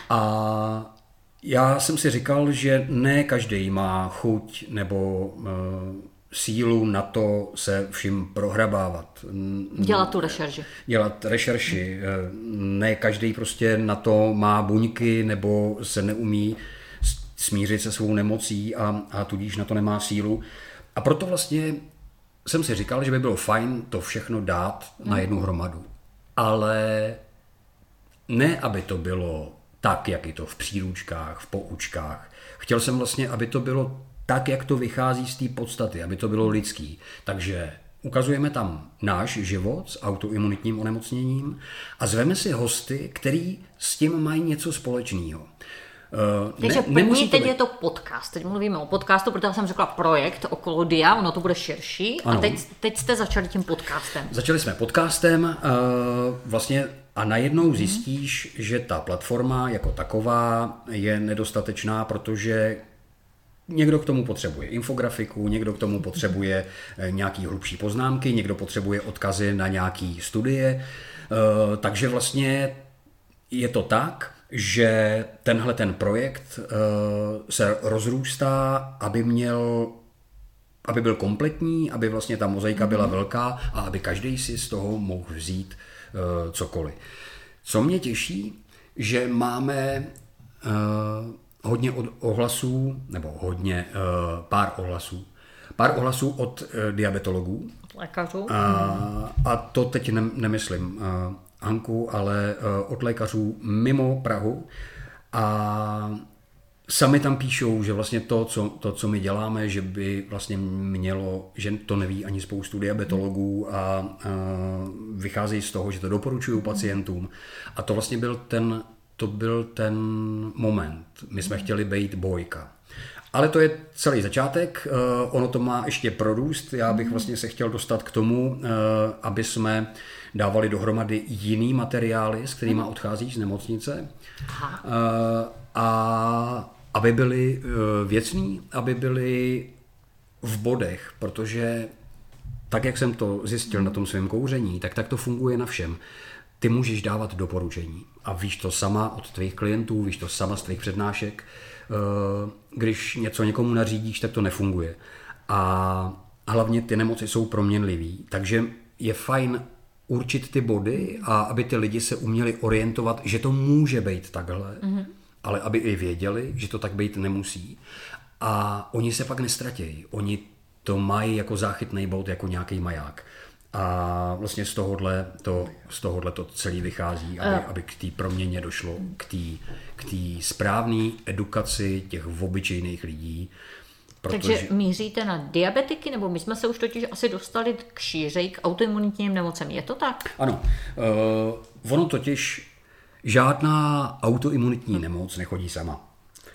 A já jsem si říkal, že ne každý má chuť nebo uh, sílu na to se vším prohrabávat. Dělat tu rešerši. Dělat rešerši. Ne každý prostě na to má buňky nebo se neumí smířit se svou nemocí a, a tudíž na to nemá sílu. A proto vlastně jsem si říkal, že by bylo fajn to všechno dát na jednu hromadu. Ale ne, aby to bylo tak, jak je to v příručkách, v poučkách. Chtěl jsem vlastně, aby to bylo tak, jak to vychází z té podstaty, aby to bylo lidský. Takže ukazujeme tam náš život s autoimunitním onemocněním a zveme si hosty, který s tím mají něco společného. Uh, Takže ne, první teď být... je to podcast. Teď mluvíme o podcastu, protože jsem řekla projekt okolo Dia, ono to bude širší. Ano. A teď, teď jste začali tím podcastem. Začali jsme podcastem uh, vlastně a najednou zjistíš, hmm. že ta platforma jako taková je nedostatečná, protože někdo k tomu potřebuje infografiku, někdo k tomu potřebuje nějaký hlubší poznámky, někdo potřebuje odkazy na nějaký studie. Uh, takže vlastně je to tak, že tenhle ten projekt uh, se rozrůstá, aby měl, aby byl kompletní, aby vlastně ta mozaika byla velká a aby každý si z toho mohl vzít uh, cokoliv. Co mě těší, že máme uh, hodně ohlasů, nebo hodně, uh, pár ohlasů, pár ohlasů od uh, diabetologů. Od lékařů. A, a to teď ne, nemyslím uh, Hanku, ale uh, od lékařů mimo Prahu. A sami tam píšou, že vlastně to co, to, co my děláme, že by vlastně mělo, že to neví ani spoustu diabetologů a uh, vycházejí z toho, že to doporučují pacientům. A to vlastně byl ten To byl ten moment. My jsme chtěli být bojka. Ale to je celý začátek. Uh, ono to má ještě prorůst. Já bych vlastně se chtěl dostat k tomu, uh, aby jsme dávali dohromady jiný materiály, s kterými odcházíš z nemocnice. Uh, a aby byly uh, věcný, aby byly v bodech, protože tak, jak jsem to zjistil na tom svém kouření, tak tak to funguje na všem. Ty můžeš dávat doporučení a víš to sama od tvých klientů, víš to sama z tvých přednášek. Když něco někomu nařídíš, tak to nefunguje. A hlavně ty nemoci jsou proměnlivý, takže je fajn určit ty body a aby ty lidi se uměli orientovat, že to může být takhle, mm-hmm. ale aby i věděli, že to tak být nemusí. A oni se pak nestratějí. Oni to mají jako záchytný bod, jako nějaký maják. A vlastně z tohohle to, z tohohle to celý vychází, aby, aby k té proměně došlo, k té k té správné edukaci těch obyčejných lidí. Protože... Takže míříte na diabetiky, nebo my jsme se už totiž asi dostali k šířej, k autoimunitním nemocem. Je to tak? Ano. Uh, ono totiž žádná autoimunitní nemoc nechodí sama.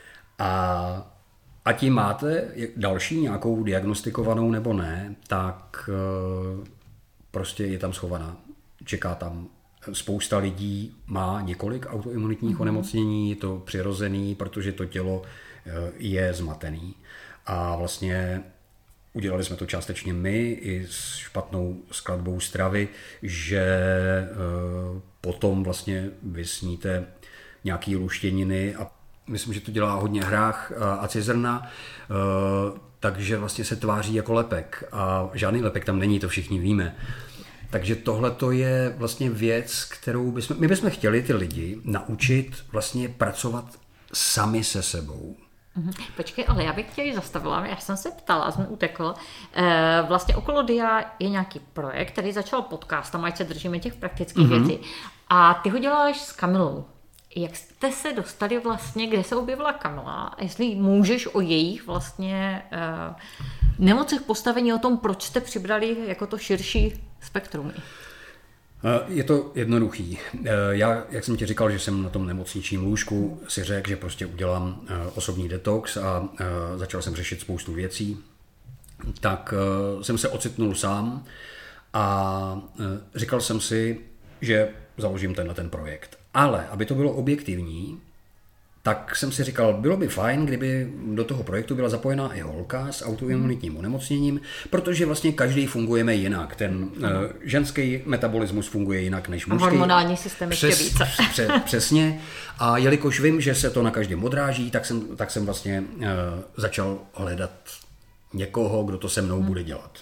A a tím máte další nějakou diagnostikovanou nebo ne, tak uh, prostě je tam schovaná. Čeká tam spousta lidí, má několik autoimunitních mm-hmm. onemocnění, je to přirozený, protože to tělo je zmatený. A vlastně udělali jsme to částečně my i s špatnou skladbou stravy, že potom vlastně vysníte nějaký luštěniny a myslím, že to dělá hodně hrách a cizrna, takže vlastně se tváří jako lepek a žádný lepek tam není, to všichni víme. Takže tohle to je vlastně věc, kterou bychom, my bychom chtěli ty lidi naučit vlastně pracovat sami se sebou. Počkej, ale já bych tě zastavila, já jsem se ptala a jsem utekla. E, vlastně okolo Dia je nějaký projekt, který začal podcastem, ať se držíme těch praktických mm-hmm. věcí. A ty ho děláš s Kamilou. Jak jste se dostali vlastně, kde se objevila Kamila? Jestli můžeš o jejich vlastně e, nemocech postavení, o tom, proč jste přibrali jako to širší spektrum? Je to jednoduchý. Já, jak jsem ti říkal, že jsem na tom nemocničním lůžku, si řekl, že prostě udělám osobní detox a začal jsem řešit spoustu věcí, tak jsem se ocitnul sám a říkal jsem si, že založím tenhle ten projekt. Ale aby to bylo objektivní, tak jsem si říkal, bylo by fajn, kdyby do toho projektu byla zapojená i holka s autoimunitním onemocněním, protože vlastně každý fungujeme jinak. Ten uh, ženský metabolismus funguje jinak než mužský. A hormonální systém ještě Přes, více. Přes, přesně. A jelikož vím, že se to na každém odráží, tak jsem, tak jsem vlastně uh, začal hledat někoho, kdo to se mnou hmm. bude dělat.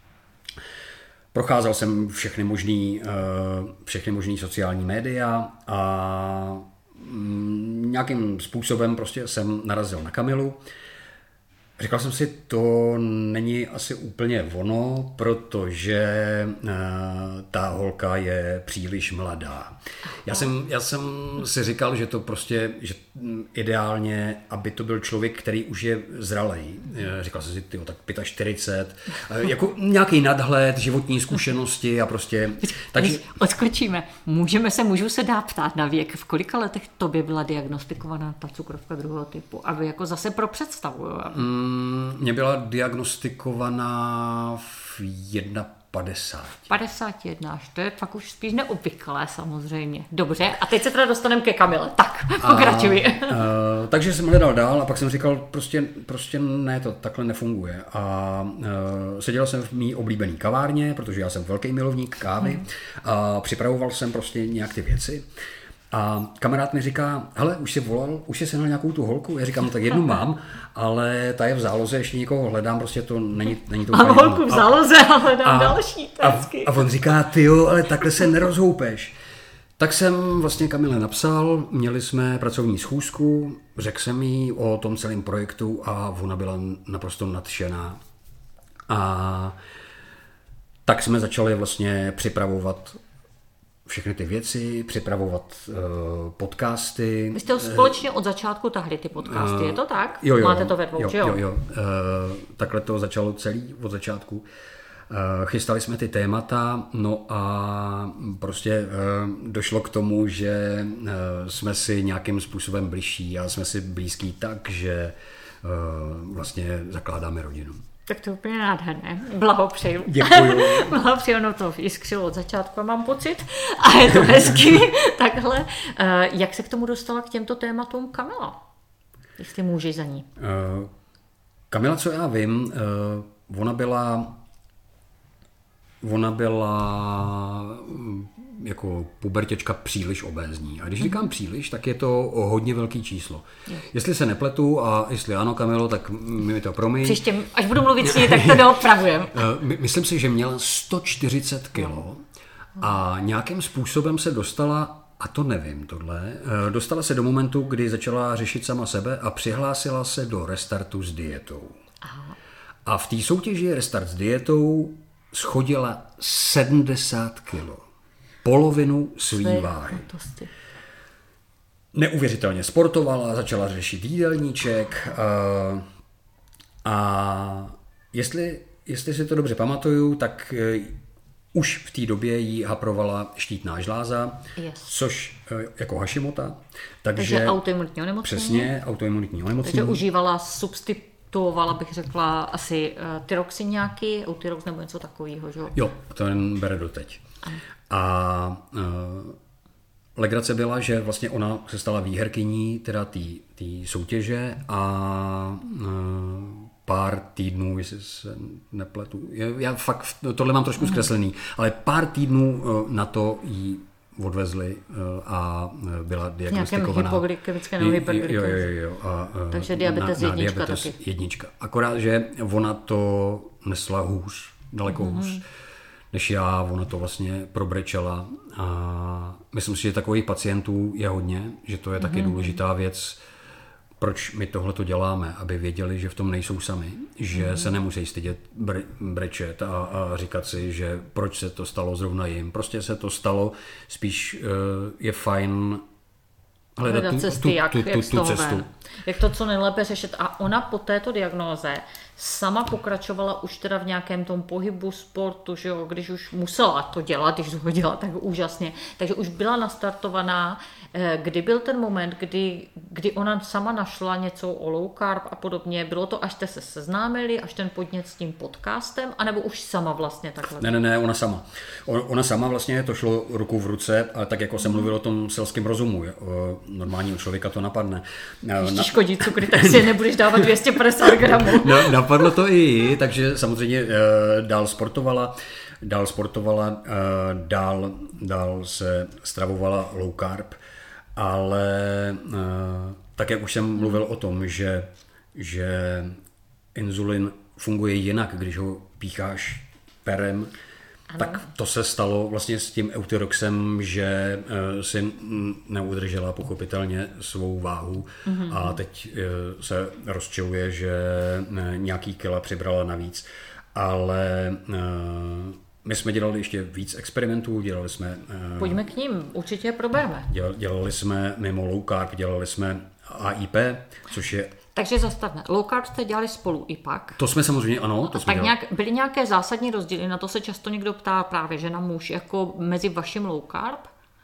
Procházel jsem všechny možný, uh, všechny možný sociální média a nějakým způsobem prostě jsem narazil na Kamilu. Říkal jsem si, to není asi úplně ono, protože uh, ta holka je příliš mladá. Já jsem, já jsem si říkal, že to prostě, že ideálně, aby to byl člověk, který už je zralej. Říkal jsem si, tyjo, tak čtyřicet pět, jako nějaký nadhled, životní zkušenosti a prostě... Takže... Odskočíme. Můžeme se, můžu se dát ptát na věk, v kolika letech tobě byla diagnostikovaná ta cukrovka druhého typu? Aby jako zase pro představu. Mm, Mně byla diagnostikovaná v padesát jedna. padesát jedna, to je fakt už spíš neobvyklé samozřejmě. Dobře, a teď se teda dostaneme ke Kamile. Tak, pokračuj. A, uh, takže jsem hledal dál a pak jsem říkal, prostě, prostě ne, to takhle nefunguje. A uh, seděl jsem v mý oblíbený kavárně, protože já jsem velký milovník kávy hmm. a připravoval jsem prostě nějak ty věci. A kamarád mi říká, hele, už jsi volal, už jsi sehnal nějakou tu holku? Já říkám, no tak jednu mám, ale ta je v záloze, ještě někoho hledám, prostě to není, není to úplně... Mám holku v záloze a hledám a, další. A, a on říká, tyjo, ale takhle se nerozhoupeš. Tak jsem vlastně Kamile napsal, měli jsme pracovní schůzku, řekl jsem jí o tom celém projektu a ona byla naprosto nadšená. A tak jsme začali vlastně připravovat všechny ty věci, připravovat uh, podcasty. Vy jste společně od začátku tahli ty podcasty, uh, je to tak? Jo, jo, Máte to ve dvou, jo, že jo? jo, jo. Uh, takhle to začalo celý od začátku. Uh, chystali jsme ty témata, no a prostě uh, došlo k tomu, že uh, jsme si nějakým způsobem bližší a jsme si blízký tak, že uh, vlastně zakládáme rodinu. Tak to je úplně nádherné. Blahopřeju. Děkuju. Blahopřeju, no to jiskřilo od začátku, mám pocit. A je to hezký. Takhle. Jak se k tomu dostala k těmto tématům Kamila? Jestli můžeš za ní. Uh, Kamila, co já vím, uh, ona byla ona byla jako pubertěčka příliš obézní. A když mm-hmm. říkám příliš, tak je to o hodně velký číslo. Je. Jestli se nepletu a jestli ano, Kamilo, tak mi to promiň. Příště, až budu mluvit s ní, tak to doopravujem. Myslím si, že měla sto čtyřicet kilo a nějakým způsobem se dostala, a to nevím tohle, dostala se do momentu, kdy začala řešit sama sebe a přihlásila se do Restartu s dietou. Aha. A v té soutěži Restart s dietou schodila sedmdesát kilo. Polovinu svý váhy. Neuvěřitelně sportovala, začala řešit jídelníček a, a jestli, jestli si to dobře pamatuju, tak už v té době jí haprovala štítná žláza, yes. což jako Hashimota. Takže, takže autoimunitní onemocnění. Přesně, autoimunitní onemocnění. Takže užívala substituovala, bych řekla, asi tyroxin nějaký, Eutirox nebo něco takového, že jo? Jo, to jen bere doteď. Ano. A uh, legrace byla, že vlastně ona se stala výherkyní teda té soutěže a uh, pár týdnů, jestli se nepletu, já fakt tohle mám trošku zkreslený, ale pár týdnů uh, na to jí odvezli uh, a byla diagnostikovaná. Nějakém hypoglykemické nebo hyperglykemické. Jo, jo, jo. A, uh, takže diabetes na, na jednička diabetes taky. jednička. Akorát, že ona to nesla hůř, daleko mm-hmm. hůř než já, ona to vlastně probrečela a myslím si, že takových pacientů je hodně, že to je taky mm-hmm. důležitá věc, proč my tohle to děláme, aby věděli, že v tom nejsou sami, že mm-hmm. se nemusí stydět bre- brečet a, a říkat si, že proč se to stalo zrovna jim. Prostě se to stalo, spíš uh, je fajn hledat tu, cesty, tu, jak, tu, jak tu, tu cestu. Ven. Jak to co nejlépe řešit. A ona po této diagnóze sama pokračovala už teda v nějakém tom pohybu, sportu, že jo, když už musela to dělat, když to hodila tak úžasně. Takže už byla nastartovaná. Kdy byl ten moment, kdy, kdy ona sama našla něco o low carb a podobně? Bylo to, až jste se seznámili, až ten podnět s tím podcastem, anebo už sama vlastně takhle? Ne, ne, ne, ona sama. Ona sama vlastně, to šlo ruku v ruce, ale tak jako jsem mluvil o tom selském rozumu. Normálního člověka to napadne. Když ti škodí cukry, tak si nebudeš dávat dvě stě padesát gramů. No, napadlo to i, takže samozřejmě dál sportovala, dál sportovala, dál, dál se stravovala low carb, ale tak, jak už jsem mluvil o tom, že, že inzulin funguje jinak, když ho pícháš perem, Ano. Tak to se stalo vlastně s tím Euthyroxem, že uh, si neudržela pochopitelně svou váhu mm-hmm. a teď uh, se rozčiluje, že uh, nějaký kila přibrala navíc, ale uh, my jsme dělali ještě víc experimentů, dělali jsme... Uh, Pojďme k ním, určitě je probereme. Dělali, dělali jsme mimo low carb, dělali jsme A I P, což je... Takže zastavme. Low carb jste dělali spolu i pak. To jsme samozřejmě, ano. To jsme tak nějak, byly nějaké zásadní rozdíly? Na to se často někdo ptá právě žena muž, jako mezi vaším low carb?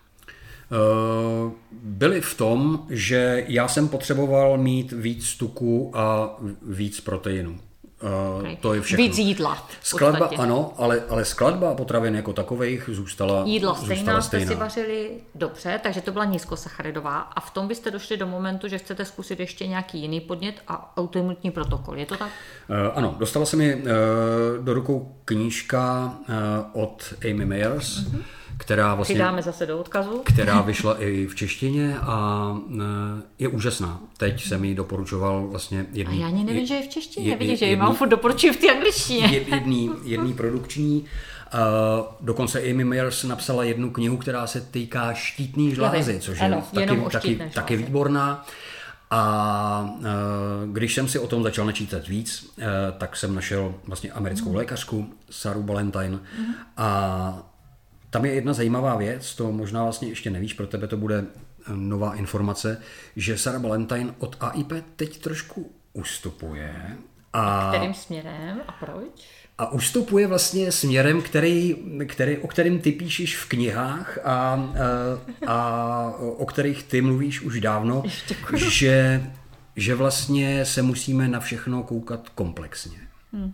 Uh, byly v tom, že já jsem potřeboval mít víc tuku a víc proteinu. Uh, okay. To je všechno. Víc jídla. Skladba ano, ale, ale skladba potravin jako takových zůstala Jídla zůstala stejná, stejná. jste si vařili dobře, takže to byla nízkosacharidová a v tom byste došli do momentu, že chcete zkusit ještě nějaký jiný podnět a autoimunitní protokol. Je to tak? Uh, ano, dostala se mi uh, do rukou knížka uh, od Amy Mayers, mm-hmm. která vlastně, přidáme zase do odkazu, která vyšla i v češtině a je úžasná. Teď jsem ji doporučoval vlastně jedný... A já ani nevím, že je v češtině, je, vidíš, je, že ji jedný, mám furt doporučuji v té angličtině. Jedný, jedný produkční. Uh, dokonce Amy Mayers napsala jednu knihu, která se týká štítný žlázy, což ano, je taky, taky, taky výborná. A uh, když jsem si o tom začal načítat víc, uh, tak jsem našel vlastně americkou mm. lékařku, Saru Ballantyne, mm. a tam je jedna zajímavá věc, to možná vlastně ještě nevíš, pro tebe to bude nová informace, že Sarah Ballantyne od A I P teď trošku ustupuje. A kterým směrem a proč? A ustupuje vlastně směrem, který, který, o kterém ty píšeš v knihách a, a, a o kterých ty mluvíš už dávno, že, že vlastně se musíme na všechno koukat komplexně. Hmm.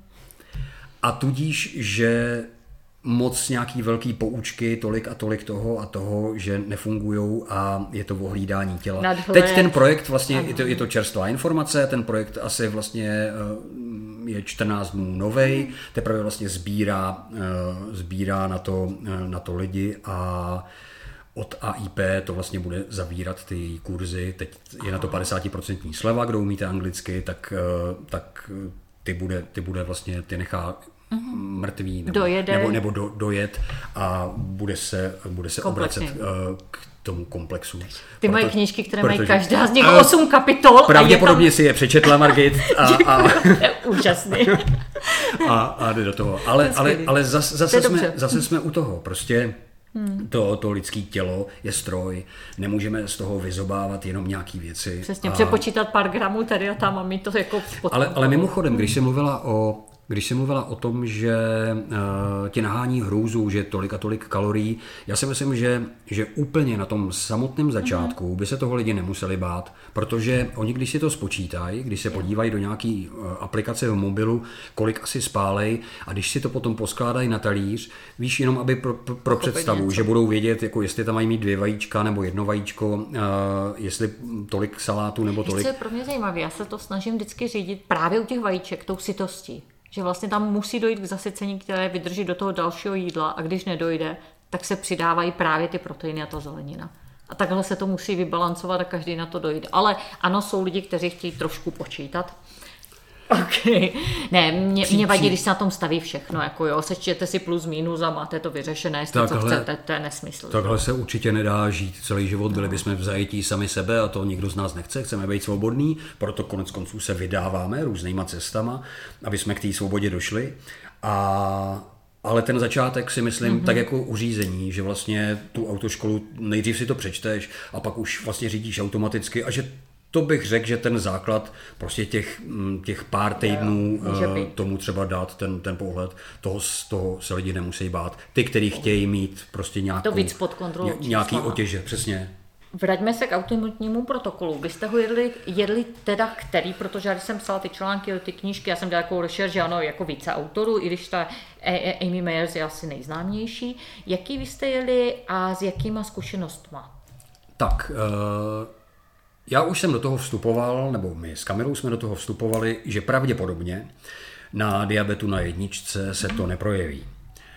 A tudíž, že moc nějaký velký poučky, tolik a tolik toho a toho, že nefungujou a je to ohlídání těla. Nadhled. Teď ten projekt vlastně, je to, je to čerstvá informace, ten projekt asi vlastně je čtrnáct dnů novej, teprve vlastně sbírá, sbírá na to, na to lidi a od A I P to vlastně bude zavírat ty kurzy, teď je na to padesát procent sleva, kdo umíte anglicky, tak, tak ty bude, ty bude vlastně, ty nechá mrtvý nebo, nebo, nebo do, dojet a bude se, bude se obracet uh, k tomu komplexu. Ty Proto, mají knížky, které protože, mají každá z nich osm kapitol. Pravděpodobně a tam... si je přečetla, Margit. A, a, úžasný. a, a jde do toho. Ale, ale, ale zase, zase, jsme, zase jsme u toho. Prostě Hmm. To, to lidské tělo je stroj, nemůžeme z toho vyzobávat jenom nějaký věci. Přesně, a... přepočítat pár gramů tady a tam a mít to jako... Ale, ale mimochodem, když jsi mluvila o Když jsi mluvila o tom, že uh, tě nahání hrůzu, že tolik a tolik kalorií, já si myslím, že, že úplně na tom samotném začátku mm-hmm. by se toho lidi nemuseli bát, protože oni, když si to spočítají, když se podívají do nějaký uh, aplikace v mobilu, kolik asi spálej, a když si to potom poskládají na talíř, víš, jenom aby pro, pro, pro představu, že budou vědět, jako jestli tam mají mít dvě vajíčka nebo jedno vajíčko, uh, jestli tolik salátu nebo tolik. To je pro mě zajímavé, já se to snažím vždycky řídit právě u těch vajíček tou sytostí. Že vlastně tam musí dojít k zasycení, které vydrží do toho dalšího jídla a když nedojde, tak se přidávají právě ty proteiny a ta zelenina. A takhle se to musí vybalancovat a každý na to dojde. Ale ano, jsou lidi, kteří chtějí trošku počítat. Okay. Ne, mě, mě vadí, když se na tom staví všechno, jako jo, sečtěte si plus minus a máte to vyřešené, jestli takhle, co chcete, to je nesmysl. Takhle se určitě nedá žít celý život, byli bychom v zajetí sami sebe a to nikdo z nás nechce, chceme být svobodný, proto konec konců se vydáváme různýma cestama, aby jsme k té svobodě došli. A ale ten začátek si myslím, mm-hmm. tak jako uřízení, že vlastně tu autoškolu nejdřív si to přečteš a pak už vlastně řídíš automaticky a že to bych řekl, že ten základ prostě těch, těch pár týdnů jo, tomu třeba dát ten, ten pohled, toho, z toho se lidi nemusí bát. Ty, kteří chtějí mít prostě nějakou, to víc pod kontrolou, ně, nějaký otěže, přesně. Vraťme se k autoimunitnímu protokolu. Vy jste ho jedli, jedli teda který, protože když jsem psala ty články, ty knížky, já jsem dělala takovou rešerši, ano, jako více autorů, i když ta Amy Mayers je asi nejznámější. Jaký vy jste jeli a s jakýma zkušenostma? Tak, uh... já už jsem do toho vstupoval, nebo my s Kamilou jsme do toho vstupovali, že pravděpodobně na diabetu na jedničce se to neprojeví.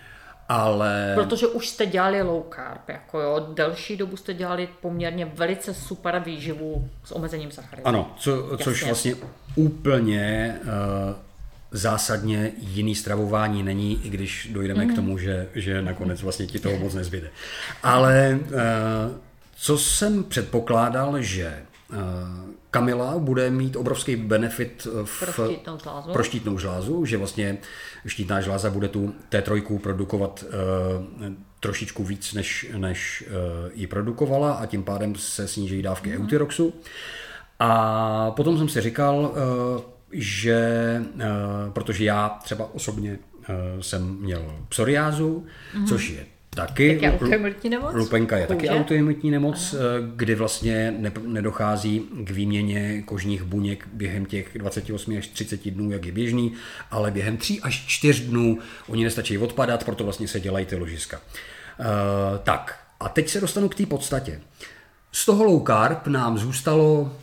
Ale... Protože už jste dělali low carb, jako jo, delší dobu jste dělali poměrně velice super výživu s omezením sacharidů. Ano, co, což vlastně úplně uh, zásadně jiný stravování není, i když dojdeme mm. k tomu, že, že nakonec vlastně ti toho moc nezbyde. Ale co jsem předpokládal, že Kamila bude mít obrovský benefit v, pro štítnou žlázu. pro štítnou žlázu, že vlastně štítná žláza bude tu té trojku produkovat uh, trošičku víc, než, než uh, ji produkovala a tím pádem se sníží dávky mm. Euthyroxu. A potom jsem si říkal, uh, že uh, protože já třeba osobně uh, jsem měl psoriázu, mm. což je taky, tak autoimunitní nemoc? Lupenka je Kůže? taky autoimunitní nemoc, ano. Kdy vlastně ne, nedochází k výměně kožních buněk během těch dvacet osm až třicet dnů, jak je běžný, ale během tří až čtyř dnů oni nestačí odpadat, proto vlastně se dělají ty ložiska. Uh, tak, a teď se dostanu k té podstatě. Z toho low carb nám zůstalo uh,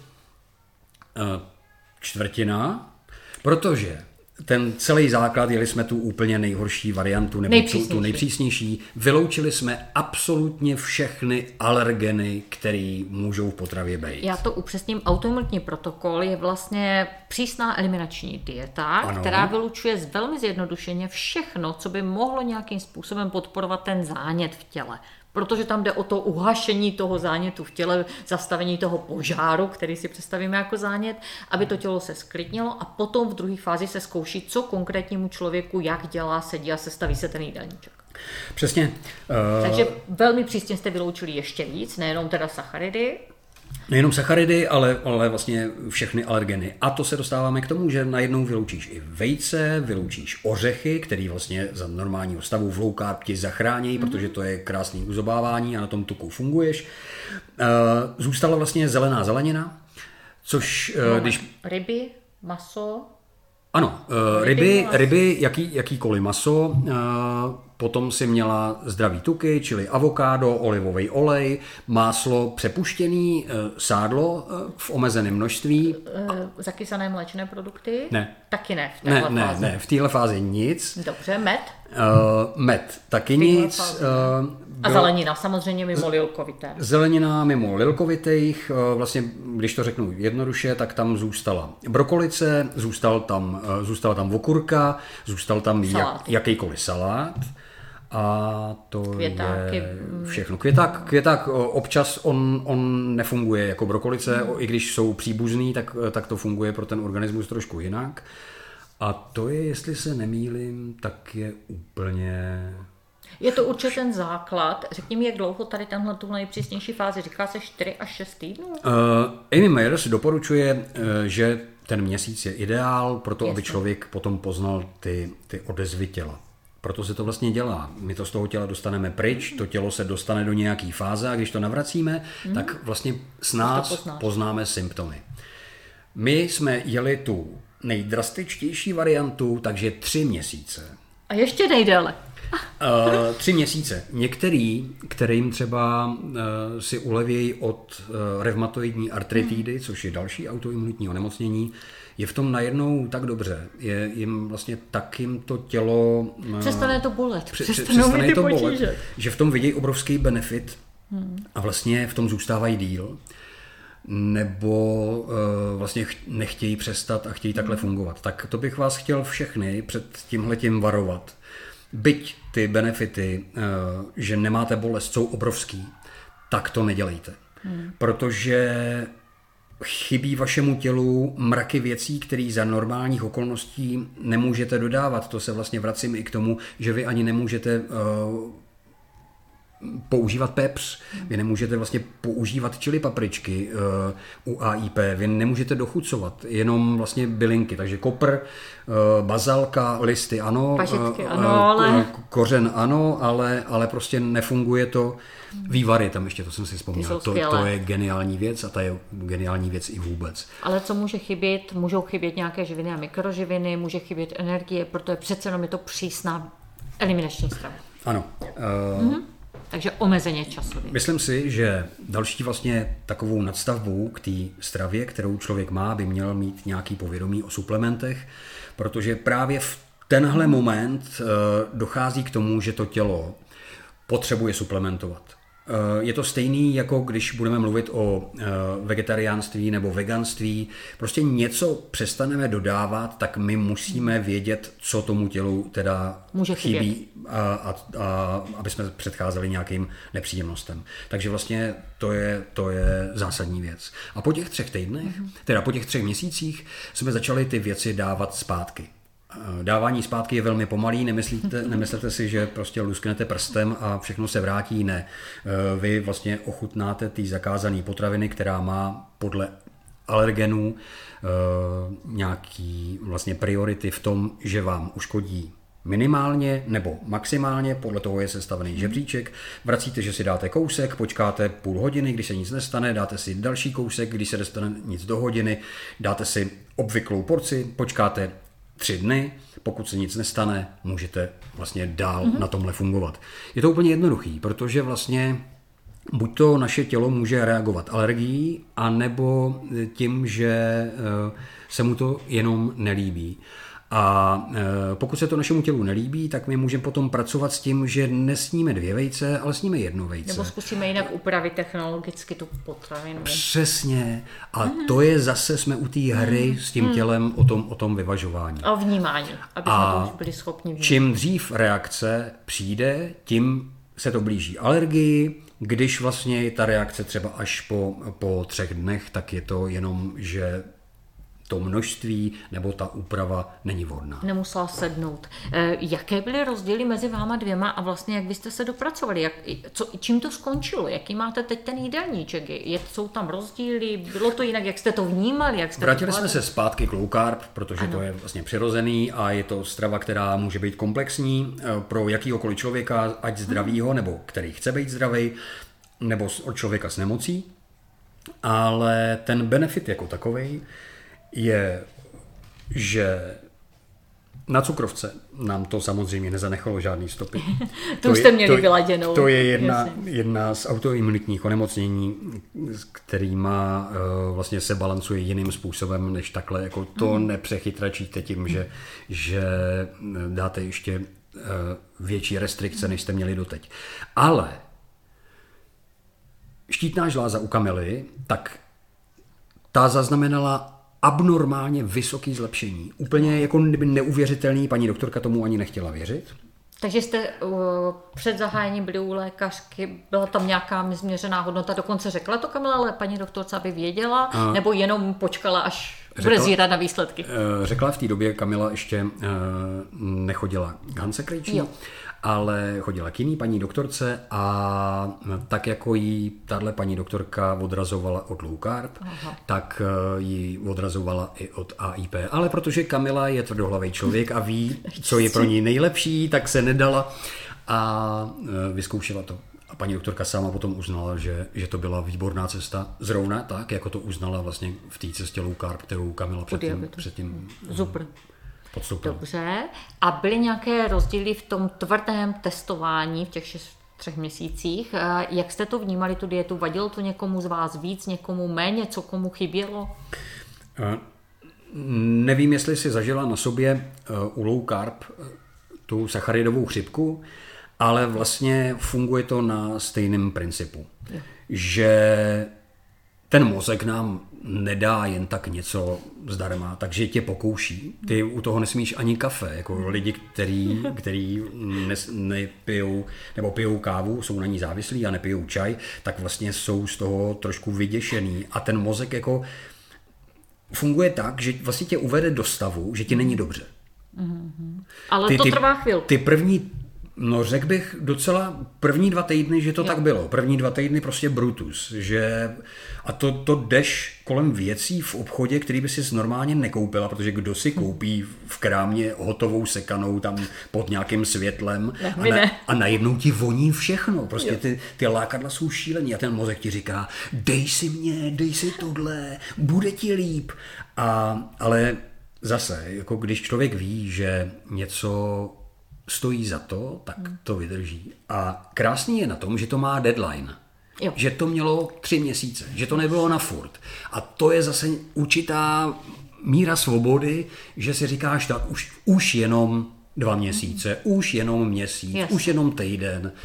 čtvrtina, protože ten celý základ, jeli jsme tu úplně nejhorší variantu, nebo tu, tu nejpřísnější, vyloučili jsme absolutně všechny alergeny, které můžou v potravě být. Já to upřesním, autoimunitní protokol je vlastně přísná eliminační dieta, ano. která vylučuje velmi zjednodušeně všechno, co by mohlo nějakým způsobem podporovat ten zánět v těle. Protože tam jde o to uhašení toho zánětu v těle, zastavení toho požáru, který si představíme jako zánět, aby to tělo se sklidnilo a potom v druhé fázi se zkouší, co konkrétnímu člověku, jak dělá, sedí a sestaví se ten jídelníček. Přesně. Uh... Takže velmi přísně jste vyloučili ještě víc, nejenom teda sacharidy. Nejenom sacharidy, ale, ale vlastně všechny alergeny. A to se dostáváme k tomu, že najednou vyloučíš i vejce, vyloučíš ořechy, který vlastně za normálního stavu v low carb ti zachrání, mm-hmm. protože to je krásný uzobávání a na tom tuku funguješ. Zůstala vlastně zelená zelenina, což no, když... Ryby, maso... Ano, ryby, ryby jaký, jakýkoliv maso, potom si měla zdravý tuky, čili avokádo, olivový olej, máslo přepuštěný, sádlo v omezeném množství. Zakysané mléčné produkty? Ne. Taky ne v téhle ne, fázi? Ne, ne, v téhle fázi nic. Dobře, med? Uh, med taky nic. Uh, A zelenina, samozřejmě mimo lilkovité. Zelenina mimo lilkovitých, vlastně, když to řeknu jednoduše, tak tam zůstala brokolice, zůstal tam, zůstala tam okurka, zůstal tam jak, jakýkoliv salát. A to Květáky. je všechno. Květák, květák občas on, on nefunguje jako brokolice, hmm. i když jsou příbuzný, tak, tak to funguje pro ten organismus trošku jinak. A to je, jestli se nemýlím, tak je úplně... Je to určitě ten základ. Řekni mi, jak dlouho tady tenhle tuhle nejpřísnější fázi? Říká se čtyři až šest týdnů? Uh, Amy Myers doporučuje, uh, že ten měsíc je ideál pro to, Jasně. aby člověk potom poznal ty, ty odezvy těla. Proto se to vlastně dělá. My to z toho těla dostaneme pryč, to tělo se dostane do nějaký fáze a když to navracíme, mm. tak vlastně s nás poznáme symptomy. My jsme jeli tu nejdrastičtější variantu, takže tři měsíce. A ještě nejdéle. Uh, tři měsíce. Některý, kterým třeba uh, si ulevějí od uh, revmatoidní artritidy, hmm. což je další autoimunitní onemocnění, je v tom najednou tak dobře. Je jim vlastně tak jim to tělo... Uh, přestane to bolet. Pře- přestane to bolet, že v tom vidějí obrovský benefit hmm. a vlastně v tom zůstávají díl. Nebo uh, vlastně nechtějí přestat a chtějí hmm. takhle fungovat. Tak to bych vás chtěl všechny před tímhletím varovat. Byť ty benefity, že nemáte bolest, jsou obrovský, tak to nedělejte. Hmm. Protože chybí vašemu tělu mraky věcí, které za normálních okolností nemůžete dodávat. To se vlastně vracím i k tomu, že vy ani nemůžete uh, používat pepř, vy nemůžete vlastně používat čili papričky uh, u A I P, vy nemůžete dochucovat, jenom vlastně bylinky, takže kopr, uh, bazalka, listy ano, Pažitky, uh, ano, ale... kořen ano, ale, ale prostě nefunguje to. Vývary tam ještě, to jsem si vzpomněl, to, to je geniální věc a ta je geniální věc i vůbec. Ale co může chybět? Můžou chybět nějaké živiny a mikroživiny, může chybět energie, protože přece jenom je to přísná eliminační strava. Ano. Uh, mm-hmm. Takže omezeně časově. Myslím si, že další vlastně takovou nadstavbou k té stravě, kterou člověk má, by měl mít nějaký povědomí o suplementech, protože právě v tenhle moment uh, dochází k tomu, že to tělo potřebuje suplementovat. Je to stejný, jako když budeme mluvit o vegetariánství nebo veganství. Prostě něco přestaneme dodávat, tak my musíme vědět, co tomu tělu teda může chybí, a, a, a, aby jsme předcházeli nějakým nepříjemnostem. Takže vlastně to je, to je zásadní věc. A po těch třech týdnech, mm-hmm. teda po těch třech měsících, jsme začali ty věci dávat zpátky. Dávání zpátky je velmi pomalý, nemyslíte, nemyslete si, že prostě lusknete prstem a všechno se vrátí, ne. Vy vlastně ochutnáte ty zakázané potraviny, která má podle alergenů nějaký vlastně priority v tom, že vám uškodí minimálně nebo maximálně, podle toho je sestavený žebříček. Vracíte, že si dáte kousek, počkáte půl hodiny, když se nic nestane, dáte si další kousek, když se nestane nic do hodiny, dáte si obvyklou porci, počkáte tři dny, pokud se nic nestane, můžete vlastně dál mm-hmm. na tomhle fungovat. Je to úplně jednoduchý, protože vlastně buď to naše tělo může reagovat alergií, anebo tím, že se mu to jenom nelíbí. A pokud se to našemu tělu nelíbí, tak my můžeme potom pracovat s tím, že nesníme dvě vejce, ale sníme jedno vejce. Nebo zkusíme jinak upravit technologicky tu potravinu. Přesně. A mm. to je zase, jsme u té hry mm. s tím tělem o tom, o tom vyvažování. A vnímání, aby jsme to už byli schopni vnímat. Čím dřív reakce přijde, tím se to blíží alergii. Když vlastně je ta reakce třeba až po, po třech dnech, tak je to jenom, že to množství nebo ta úprava není vhodná. Nemusela sednout. E, jaké byly rozdíly mezi váma dvěma a vlastně jak byste se dopracovali? Jak, co, čím to skončilo? Jaký máte teď ten jídelníček? Je, jsou tam rozdíly? Bylo to jinak? Jak jste to vnímali? Jak jste Vrátili jsme se zpátky k low carb, protože ano. to je vlastně přirozený a je to strava, která může být komplexní pro jakýhokoliv člověka, ať zdravýho, hmm. nebo který chce být zdravý, nebo od člověka s nemocí. Ale ten benefit jako takovej je, že na cukrovce nám to samozřejmě nezanechalo žádný stopy. To už jste měli vyladěnou. To je jedna, jedna z autoimunitních onemocnění, kterýma uh, vlastně se balancuje jiným způsobem, než takhle. Jako to mm. nepřechytračíte tím, že, že dáte ještě uh, větší restrikce, než jste měli doteď. Ale štítná žláza u Kamily, tak ta zaznamenala abnormálně vysoký zlepšení. Úplně jako neuvěřitelný, paní doktorka tomu ani nechtěla věřit. Takže jste uh, před zahájením byli u lékařky, byla tam nějaká změřená hodnota, dokonce řekla to Kamila, ale paní doktorce, aby věděla, a nebo jenom počkala, až bude zírat na výsledky? Řekla v té době, Kamila ještě uh, nechodila k Hance Krejčí, ale chodila k jiný paní doktorce a tak jako jí tahle paní doktorka odrazovala od low carb, Aha. tak ji odrazovala i od A I P. Ale protože Kamila je tvrdohlavý člověk a ví, co je pro ní nejlepší, tak se nedala a vyzkoušela to. A paní doktorka sama potom uznala, že, že to byla výborná cesta. Zrovna tak, jako to uznala vlastně v té cestě low carb, kterou Kamila předtím... předtím Super. Podstupil. Dobře. A byly nějaké rozdíly v tom tvrdém testování v těch šest, třech měsících? Jak jste to vnímali, tu dietu? Vadilo to někomu z vás víc, někomu méně? Co komu chybělo? Nevím, jestli si zažila na sobě u low carb tu sacharidovou chřipku, ale vlastně funguje to na stejném principu. Jo. Že ten mozek nám nedá jen tak něco zdarma, takže tě pokouší. Ty u toho nesmíš ani kafe. Jako lidi, který, který nes, nepijou nebo pijou kávu, jsou na ní závislí a nepijou čaj, tak vlastně jsou z toho trošku vyděšený. A ten mozek jako funguje tak, že vlastně tě uvede do stavu, že ti není dobře. Mm-hmm. Ale ty, to ty, trvá chvilku. Ty první No řekl bych docela první dva týdny, že to jo. tak bylo. První dva týdny prostě brutus. Že, a to, to jdeš kolem věcí v obchodě, který by si normálně nekoupila, protože kdo si koupí v krámě hotovou sekanou tam pod nějakým světlem ne, a, na, a najednou ti voní všechno. Prostě ty, ty lákadla jsou šílení a ten mozek ti říká, dej si mě, dej si tohle, bude ti líp. A, ale zase, jako když člověk ví, že něco stojí za to, tak to vydrží. A krásný je na tom, že to má deadline. Jo. Že to mělo tři měsíce, že to nebylo na furt. A to je zase určitá míra svobody, že si říkáš tak už, už jenom dva měsíce, už jenom měsíc, Jasně. už jenom týden.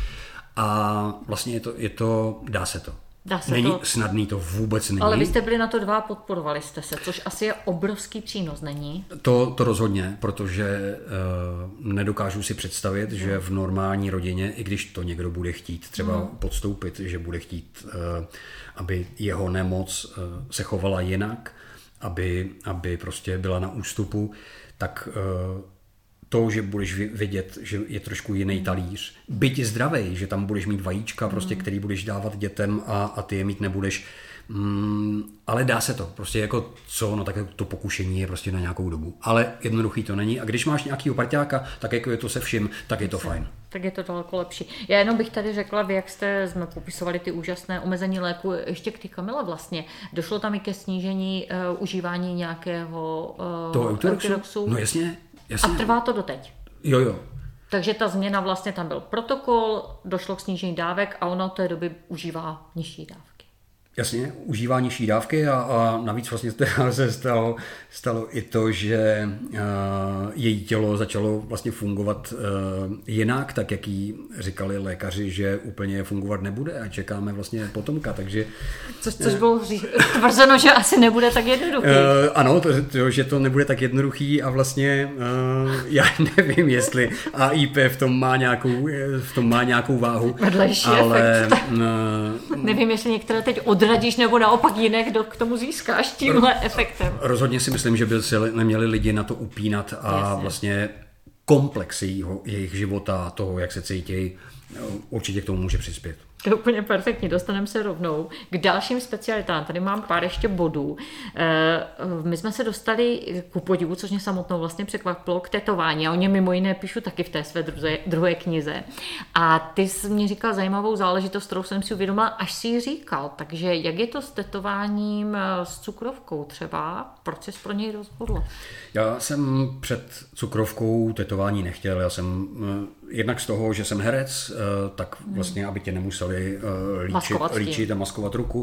a vlastně je to, je to dá se to. Dá se není to. Snadný, to vůbec není. Ale vy jste byli na to dva a podporovali jste se, což asi je obrovský přínos, není? To, to rozhodně, protože uh, nedokážu si představit, že v normální rodině, i když to někdo bude chtít třeba hmm. podstoupit, že bude chtít, uh, aby jeho nemoc uh, se chovala jinak, aby, aby prostě byla na ústupu, tak uh, to, že budeš vidět, že je trošku jiný talíř, byť zdravej, že tam budeš mít vajíčka, prostě, který budeš dávat dětem a, a ty je mít nebudeš. Mm, ale dá se to. Prostě jako co, no tak to pokušení je prostě na nějakou dobu. Ale jednoduchý to není. A když máš nějakýho parťáka, tak jako je to se vším, tak je to fajn. Tak je to daleko lepší. Já jenom bych tady řekla, vy jak jste, jsme popisovali ty úžasné omezení léku, ještě k té Kamile vlastně. Došlo tam i ke snížení uh, užívání nějakého uh, toho Euthyroxu? No jasně. Jasně. A trvá to doteď. Jo, jo. Takže ta změna vlastně tam byl protokol, došlo k snížení dávek a ona od té doby užívá nižší dávky. Jasně, užívá nižší dávky a, a navíc vlastně se stalo, stalo i to, že uh, její tělo začalo vlastně fungovat uh, jinak, tak jak jí říkali lékaři, že úplně fungovat nebude a čekáme vlastně potomka, takže... Což, což bylo tvrzeno, že asi nebude tak jednoduchý. Uh, ano, to, to, že to nebude tak jednoduchý a vlastně uh, já nevím, jestli A I P v tom má nějakou, v tom má nějakou váhu. Vedlejší ale, efekt. Uh, nevím, jestli některé teď odradíš, nebo naopak jiné, kdo k tomu získáš tímhle efektem. Rozhodně si myslím, že by se neměli lidi na to upínat a Jasně. vlastně komplex jejího, jejich života, toho, jak se cítí, určitě k tomu může přispět. To je úplně perfektní, dostaneme se rovnou k dalším specialitám. Tady mám pár ještě bodů. My jsme se dostali ku podivu, což mě samotnou vlastně překvapilo, k tetování. A o něm mimo jiné píšu taky v té své druhé, druhé knize. A ty jsi mě říkal zajímavou záležitost, kterou jsem si uvědomila, až si ji říkal. Takže jak je to s tetováním s cukrovkou třeba? Proč jsi pro něj rozhodl? Já jsem před cukrovkou tetování nechtěl. Já jsem jednak z toho, že jsem herec, tak vlastně, aby tě nemuseli líčit, líčit a maskovat ruku.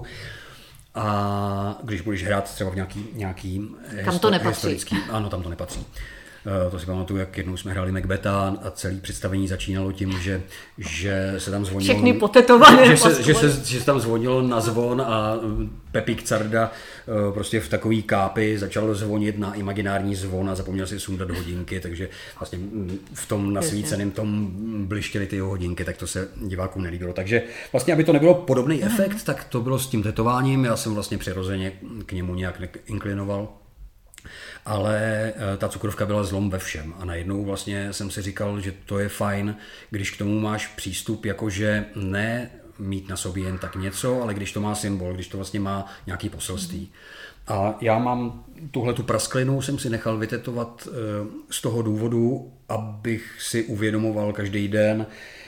A když budeš hrát třeba v nějaký, nějaký Kam to nepatří. historický... Ano, tam to nepatří. To si pamatuju, jak jednou jsme hráli Macbeta a celé představení začínalo tím, že, že se tam zvonilo... Všechny potetované. Že se, že, se, že se tam zvonilo na zvon a Pepík Carda prostě v takový kápi začal zvonit na imaginární zvon a zapomněl si sundat hodinky, takže vlastně v tom nasvíceném tom blištěly ty jeho hodinky, tak to se divákům nelíbilo. Takže vlastně, aby to nebylo podobný efekt, tak to bylo s tím tetováním. Já jsem vlastně přirozeně k němu nějak inklinoval. Ale ta cukrovka byla zlom ve všem a najednou vlastně jsem si říkal, že to je fajn, když k tomu máš přístup, jakože ne mít na sobě jen tak něco, ale když to má symbol, když to vlastně má nějaký poselství. A já mám tuhle tu prasklinu, jsem si nechal vytetovat z toho důvodu, abych si uvědomoval každý den,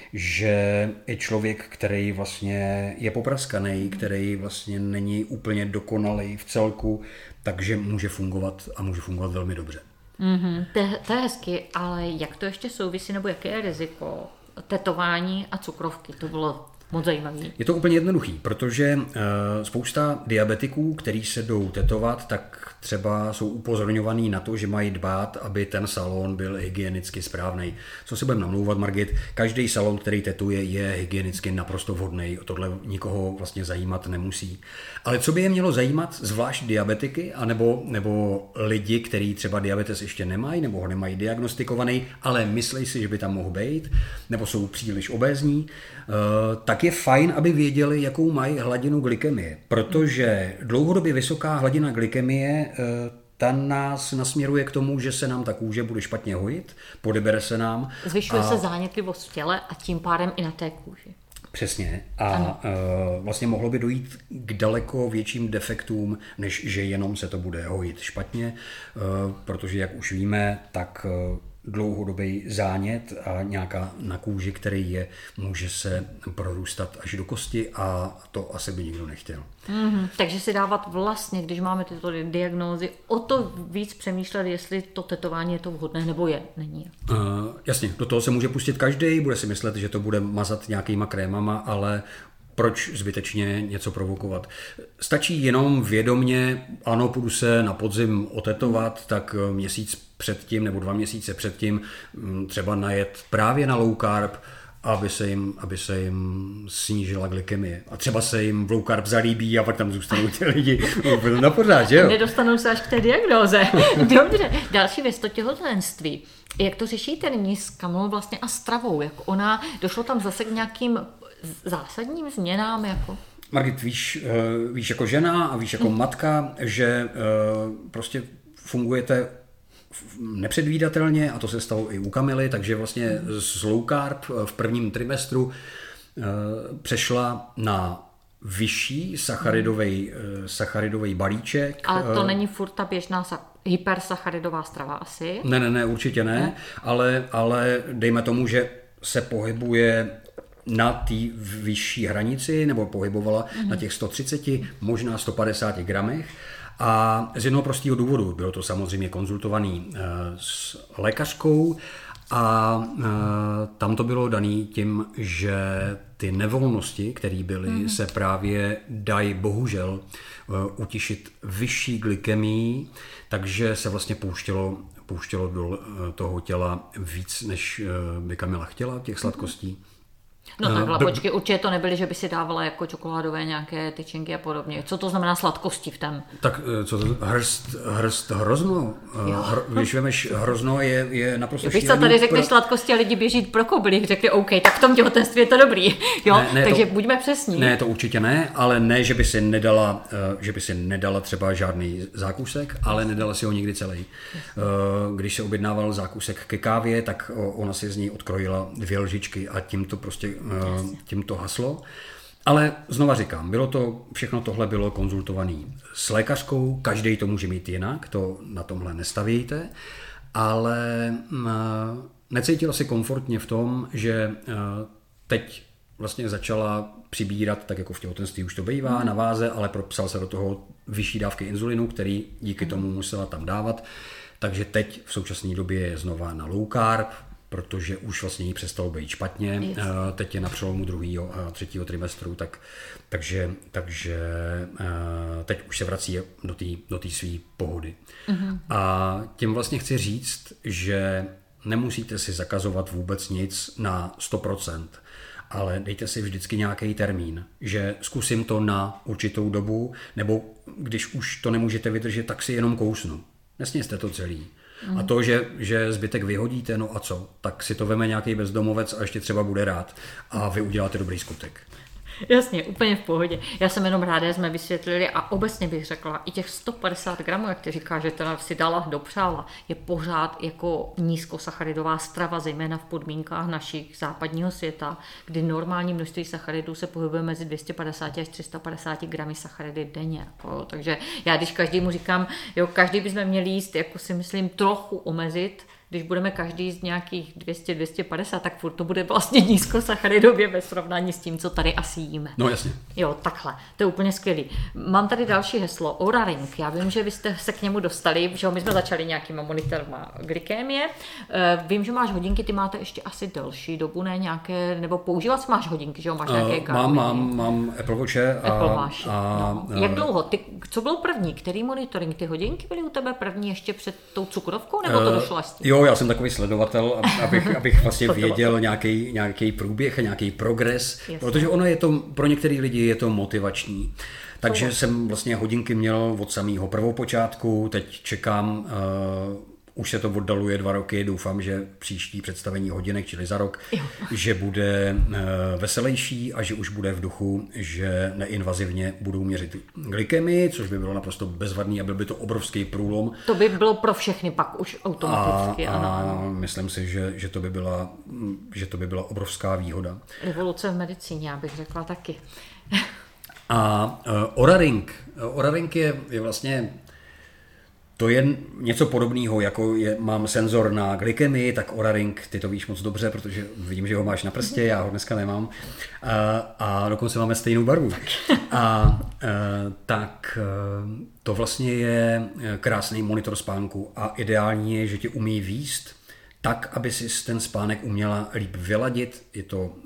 že je člověk, který vlastně je popraskaný, který vlastně není úplně dokonalý v celku, takže může fungovat a může fungovat velmi dobře. Mm-hmm. To, to je hezky, ale jak to ještě souvisí, nebo jaké je riziko tetování a cukrovky? To bylo moc zajímavý. Je to úplně jednoduchý, protože uh, spousta diabetiků, kteří se jdou tetovat, tak třeba jsou upozorňovaní na to, že mají dbát, aby ten salon byl hygienicky správný. Co si budeme namlouvat, Margit, každý salon, který tetuje, je hygienicky naprosto vhodný. Tohle nikoho vlastně zajímat nemusí. Ale co by je mělo zajímat, zvlášť diabetiky, anebo, nebo lidi, kteří třeba diabetes ještě nemají, nebo ho nemají diagnostikovaný, ale myslí si, že by tam mohl být, nebo jsou příliš obézní, uh, tak je fajn, aby věděli, jakou mají hladinu glykemie. Protože dlouhodobě vysoká hladina glykemie ta nás nasměruje k tomu, že se nám ta kůže bude špatně hojit, podebere se nám. Zvyšuje a... se zánětlivost v těle a tím pádem i na té kůži. Přesně. A uh, vlastně mohlo by dojít k daleko větším defektům, než že jenom se to bude hojit špatně, uh, protože jak už víme, tak uh, dlouhodobý zánět a nějaká na kůži, který je, může se prorůstat až do kosti a to asi by nikdo nechtěl. Mm-hmm. Takže si dávat vlastně, když máme tyto diagnózy, o to víc přemýšlet, jestli to tetování je to vhodné nebo je, není. Uh, jasně, do toho se může pustit každý, bude si myslet, že to bude mazat nějakýma krémama, ale proč zbytečně něco provokovat? Stačí jenom vědomně, ano, půjdu se na podzim otetovat, tak měsíc předtím nebo dva měsíce předtím třeba najet právě na low carb aby se jim, aby se jim snížila glykemie. A třeba se jim low carb zalíbí a pak tam zůstanou ty lidi na pořád, že jo? Nedostanou se až k té diagnóze. Dobře, další věc, to těhotenství. Jak to řešíte nyní s Kamilou vlastně a stravou? Jak ona, došlo tam zase k nějakým zásadním změnám? Jako? Margit, víš, víš jako žena a víš jako matka, že prostě fungujete nepředvídatelně a to se stalo i u Kamily, takže vlastně z low carb v prvním trimestru přešla na vyšší sacharidový, sacharidový balíček. Ale to není furt ta běžná hypersacharidová strava asi? Ne, ne, ne, určitě ne, ne? Ale, ale dejme tomu, že se pohybuje na té vyšší hranici, nebo pohybovala mm. na těch sto třicet, možná sto padesát gramech. A z jednoho prostého důvodu, bylo to samozřejmě konzultovaný s lékařkou a tam to bylo daný tím, že ty nevolnosti, které byly, mm. se právě dají bohužel utišit vyšší glykemii, takže se vlastně pouštělo, pouštělo do toho těla víc, než by Kamila chtěla, těch sladkostí. No takhle, počkej, určitě to nebyly, že by si dávala jako čokoládové nějaké tyčinky a podobně. Co to znamená sladkosti v tom? Tak co to, hrst, hrst hrozno. Hr, když vemeš hrozno, je, je naprosto šílený. Víš co, tady řekneš pro... sladkosti a lidi běží pro koblích, řekli OK, tak v tom těhotenství je to dobrý. Jo, ne, ne, takže to, buďme přesní. Ne, to určitě ne, ale ne, že by si nedala, že by si nedala třeba žádný zákusek, ale nedala si ho nikdy celý. Když se objednával zákusek ke kávě, tak ona si z ní odkrojila dvě lžičky a tím to prostě tím to haslo. Ale znova říkám, bylo to, všechno tohle bylo konzultované s lékařkou, každý to může mít jinak, to na tomhle nestavějte, ale necítila si komfortně v tom, že teď vlastně začala přibírat, tak jako v těhotenství už to bývá, na váze, ale propsal se do toho vyšší dávky inzulinu, který díky tomu musela tam dávat, takže teď v současné době je znova na low carb, protože už vlastně jí přestalo být špatně. Yes. Teď je na přelomu druhého a třetího trimestru, tak, takže, takže teď už se vrací do té do té své pohody. Mm-hmm. A tím vlastně chci říct, že nemusíte si zakazovat vůbec nic na sto procent, ale dejte si vždycky nějaký termín, že zkusím to na určitou dobu, nebo když už to nemůžete vydržet, tak si jenom kousnu. Nesněste to celý. A to, že, že zbytek vyhodíte, no a co? Tak si to veme nějaký bezdomovec a ještě třeba bude rád a vy uděláte dobrý skutek. Jasně, úplně v pohodě. Já jsem jenom ráda, že jsme vysvětlili a obecně bych řekla, i těch sto padesát gramů, jak ty říkáš, že teda si dala, dopřála, je pořád jako nízkosacharidová strava, zejména v podmínkách našich západního světa, kdy normální množství sacharidů se pohybuje mezi dvě stě padesát až tři sta padesát gramy sacharidy denně. Jako. Takže já když každému říkám, jo, každý bychom měli jíst, jako si myslím, trochu omezit. Když budeme každý z nějakých dvě stě až dvě stě padesát, tak furt to bude vlastně nízkosacharidově ve srovnání s tím, co tady asi jíme. No jasně. Jo, takhle. To je úplně skvělý. Mám tady další heslo, Oura Ring. Já vím, že vy jste se k němu dostali, že my jsme začali nějakýma monitorama glykémie. Vím, že máš hodinky, ty máte ještě asi delší dobu, ne nějaké, nebo používat máš hodinky, že jo, máš nějaké uh, Mám, mám, mám Apple Watche. A, Apple máš. A, no. Jak dlouho? Ty, co bylo první? Který monitoring? Ty hodinky byly u tebe první ještě před tou cukrovkou, nebo to došlo až s tím? Jo, já jsem takový sledovatel, abych, abych vlastně věděl nějaký, nějaký průběh a nějaký progres, Jasně. protože ono je to, pro některé lidi je to motivační. Takže to jsem vlastně hodinky měl od samého prvopočátku, teď čekám, uh, už se to oddaluje dva roky, doufám, že příští představení hodinek, čili za rok, jo. že bude uh, veselější a že už bude v duchu, že neinvazivně budou měřit glykemii, což by bylo naprosto bezvadný a byl by to obrovský průlom. To by bylo pro všechny pak už automaticky. A, ano, a ano. myslím si, že, že, to by byla, že to by byla obrovská výhoda. Revoluce v medicíně, já bych řekla taky. A uh, Oura Ring. Oura Ring je, je vlastně to je něco podobného, jako je, mám senzor na glykemii, tak Oura Ring, ty to víš moc dobře, protože vidím, že ho máš na prstě, já ho dneska nemám. A, a dokonce máme stejnou barvu. A, a tak to vlastně je krásný monitor spánku a ideální je, že tě umí vést tak, aby si ten spánek uměla líp vyladit. Je to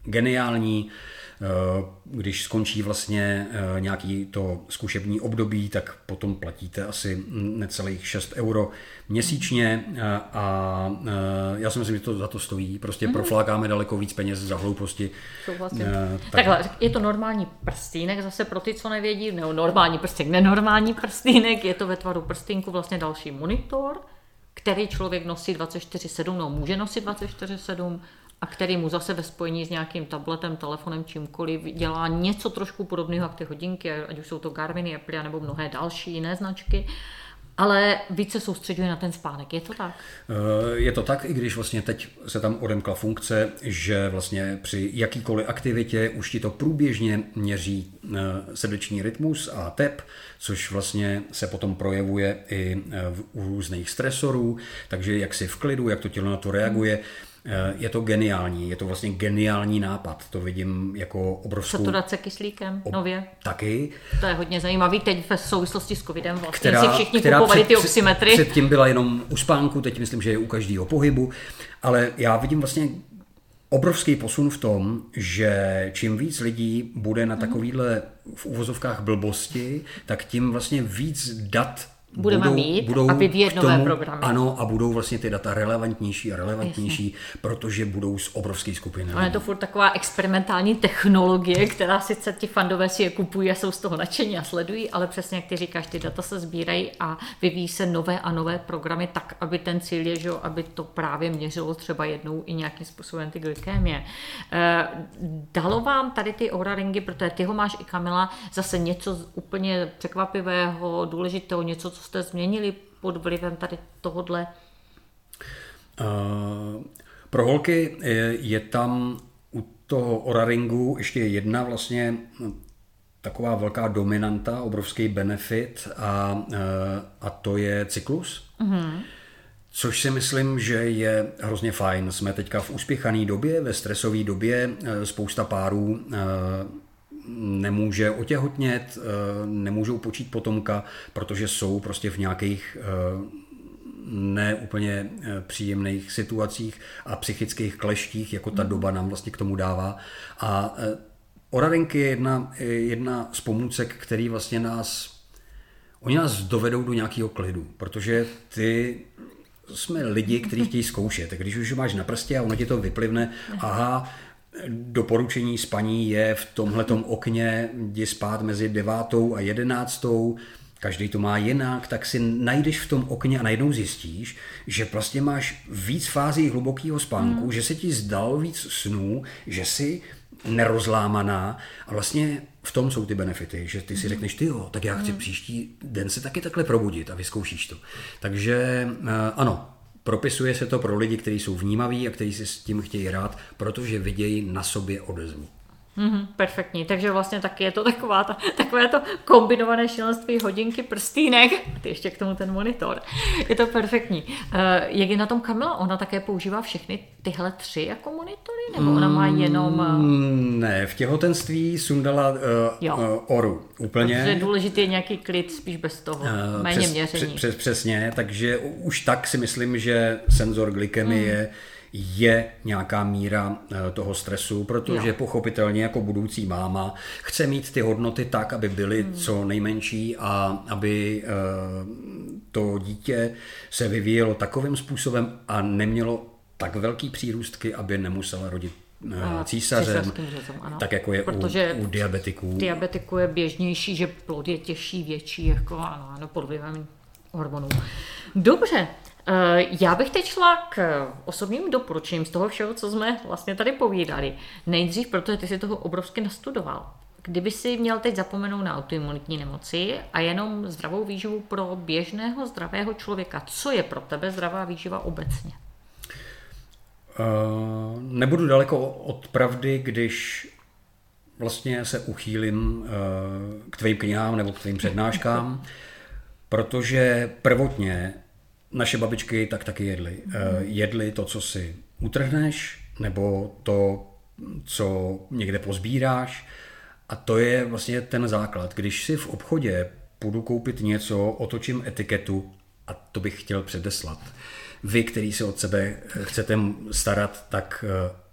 geniální. Když skončí vlastně nějaký to zkušební období, tak potom platíte asi necelých šest euro měsíčně a já si myslím, že to za to stojí. Prostě mm. proflákáme daleko víc peněz za hlouposti. Tak... Takhle, je to normální prstýnek, zase pro ty, co nevědí, nebo normální prstýnek, nenormální prstýnek, je to ve tvaru prstýnku vlastně další monitor, který člověk nosí dvacet čtyři sedm, no může nosit dvacet čtyři sedm, a který mu zase ve spojení s nějakým tabletem, telefonem, čímkoliv dělá něco trošku podobného jak ty hodinky, ať už jsou to Garminy, Apple nebo mnohé další jiné značky, ale více soustředuje na ten spánek. Je to tak? Je to tak, i když vlastně teď se tam odemkla funkce, že vlastně při jakýkoliv aktivitě už ti to průběžně měří srdeční rytmus a tep, což vlastně se potom projevuje i u různých stresorů, takže jak si v klidu, jak to tělo na to reaguje. Hmm. Je to geniální, je to vlastně geniální nápad, to vidím jako obrovskou... Saturace kyslíkem ob... nově. Taky. To je hodně zajímavý, teď v souvislosti s covidem vlastně která, si všichni kupovali ty oximetry. Předtím byla jenom u spánku, teď myslím, že je u každého pohybu, ale já vidím vlastně obrovský posun v tom, že čím víc lidí bude na takovýhle v uvozovkách blbosti, tak tím vlastně víc dat budeme budou, mít budou a vyvíjet nové programy. Ano, a budou vlastně ty data relevantnější a relevantnější, jasně, protože budou z obrovské skupiny. Ono je to furt taková experimentální technologie, která sice ti fandové si je kupují a jsou z toho nadšení a sledují, ale přesně jak ty říkáš, ty data se sbírají a vyvíjí se nové a nové programy tak, aby ten cíl je, že, aby to právě měřilo třeba jednou i nějakým způsobem ty glykémie. E, dalo vám tady ty Oura ringy, protože ty ho máš i Kamila, zase něco úplně překvapivého, důležitého, něco, co jste změnili pod vlivem tady tohodle? Uh, pro holky je, je tam u toho Oura ringu ještě jedna vlastně taková velká dominanta, obrovský benefit a, a to je cyklus. Mm-hmm. Což si myslím, že je hrozně fajn. Jsme teďka v uspěchané době, ve stresové době, spousta párů nemůže otěhotnět, nemůžou počít potomka, protože jsou prostě v nějakých neúplně příjemných situacích a psychických kleštích, jako ta doba nám vlastně k tomu dává. A Oura ring je jedna, jedna z pomůcek, který vlastně nás, oni nás dovedou do nějakého klidu, protože ty jsme lidi, kteří chtějí zkoušet. Tak když už máš na prstě a ono ti to vyplivne, aha, doporučení spaní je v tomhletom okně, jdi spát mezi devátou a jedenáctou, každý to má jinak, tak si najdeš v tom okně a najednou zjistíš, že vlastně máš víc fází hlubokého spánku, mm. že se ti zdalo víc snů, že jsi nerozlámaná a vlastně v tom jsou ty benefity, že ty si řekneš, ty jo, tak já chci příští den se taky takhle probudit a vyzkoušíš to. Takže ano, propisuje se to pro lidi, kteří jsou vnímaví a kteří si s tím chtějí hrát, protože vidějí na sobě odezvu. Mm-hmm, perfektní, takže vlastně taky je to taková ta, takové to kombinované šílenství hodinky, prstýnek a ty ještě k tomu ten monitor. Je to perfektní. Uh, jak je na tom Kamila? Ona také používá všechny tyhle tři jako monitory? Nebo ona má jenom... Uh... Ne, v těhotenství sundala uh, uh, Ouru úplně. Protože je důležitý nějaký klid, spíš bez toho, uh, méně přes, měření. Přes, přesně, takže už tak si myslím, že senzor glykemie mm. je nějaká míra toho stresu, protože jo. pochopitelně jako budoucí máma chce mít ty hodnoty tak, aby byly hmm. co nejmenší a aby to dítě se vyvíjelo takovým způsobem a nemělo tak velký přírůstky, aby nemusela rodit císařem, řezem, tak jako je u, u diabetiků. Diabetiku je běžnější, že plod je těžší, větší, jako ano, ano, pod vlivem hormonů. Dobře. Já bych teď šla k osobním doporučením z toho všeho, co jsme vlastně tady povídali. Nejdřív, protože ty si toho obrovsky nastudoval. Kdyby si měl teď zapomenout na autoimunitní nemoci a jenom zdravou výživu pro běžného zdravého člověka, co je pro tebe zdravá výživa obecně? Uh, nebudu daleko od pravdy, když vlastně se uchýlím uh, k tvým knihám nebo k tvým přednáškám, protože prvotně naše babičky tak taky jedly. Mm. Jedly to, co si utrhneš, nebo to, co někde pozbíráš. A to je vlastně ten základ. Když si v obchodě půjdu koupit něco, otočím etiketu, a to bych chtěl předeslat. Vy, který se od sebe chcete starat, tak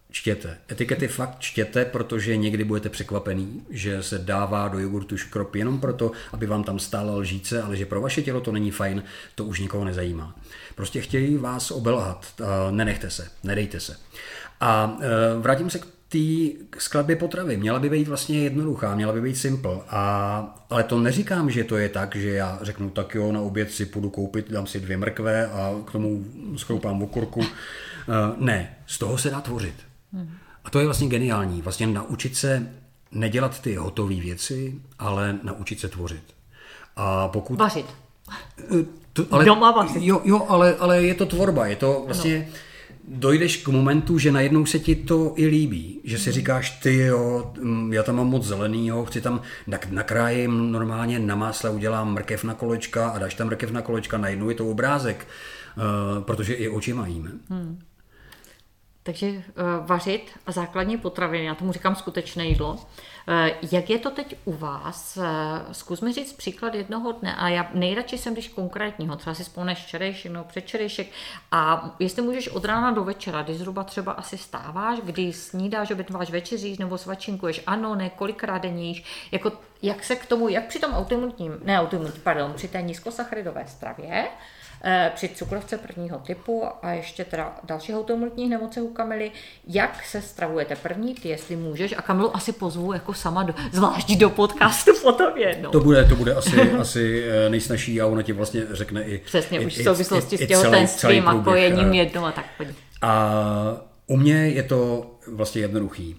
čtěte. Etikety fakt čtěte, protože někdy budete překvapený, že se dává do jogurtu škrob jenom proto, aby vám tam stála lžíce, ale že pro vaše tělo to není fajn, to už nikoho nezajímá. Prostě chtějí vás obelhat, nenechte se, nedejte se. A vrátím se k té skladbě potravy. Měla by být vlastně jednoduchá, měla by být simple. A, ale to neříkám, že to je tak, že já řeknu, tak jo, na oběd si půjdu koupit, dám si dvě mrkve a k tomu schroupám okurku. Ne, z toho se dá tvořit. A to je vlastně geniální. Vlastně naučit se nedělat ty hotové věci, ale naučit se tvořit. A pokud... Vařit. To, ale, Doma vařit. Jo, jo ale, ale je to tvorba. Je to vlastně... No. Dojdeš k momentu, že najednou se ti to i líbí. Že si říkáš, ty jo, já tam mám moc zelenýho, chci tam nakrájím normálně na másle, udělám mrkev na kolečka a dáš tam mrkev na kolečka, najednou je to obrázek. Uh, protože i oči majíme. Hmm. Takže uh, vařit a základní potraviny, já tomu říkám skutečné jídlo. Uh, jak je to teď u vás? Uh, zkus mi říct příklad jednoho dne a já nejradši jsem, když konkrétního, třeba si vzpomeneš včerejšek nebo předvčerejšek a jestli můžeš od rána do večera, kdy zhruba třeba asi stáváš, kdy snídáš, obědváš, večeříš nebo svačinkuješ, ano, ne, kolikrát denně jíš, jako jak se k tomu, jak při tom autoimunitním, ne autoimunitním, pardon, při té nízkosacharidové stravě, při cukrovce prvního typu a ještě teda dalších autoimunitních nemocech u Kamily. Jak se stravujete první, ty jestli můžeš, a Kamilu asi pozvu jako sama do, zvlášť do podcastu potom jednou. To bude, to bude asi, asi nejsnažší a ona ti vlastně řekne i... Přesně, i, už v souvislosti i, s těhotenstvím a kojením jednou a tak. A u mě je to vlastně jednoduchý.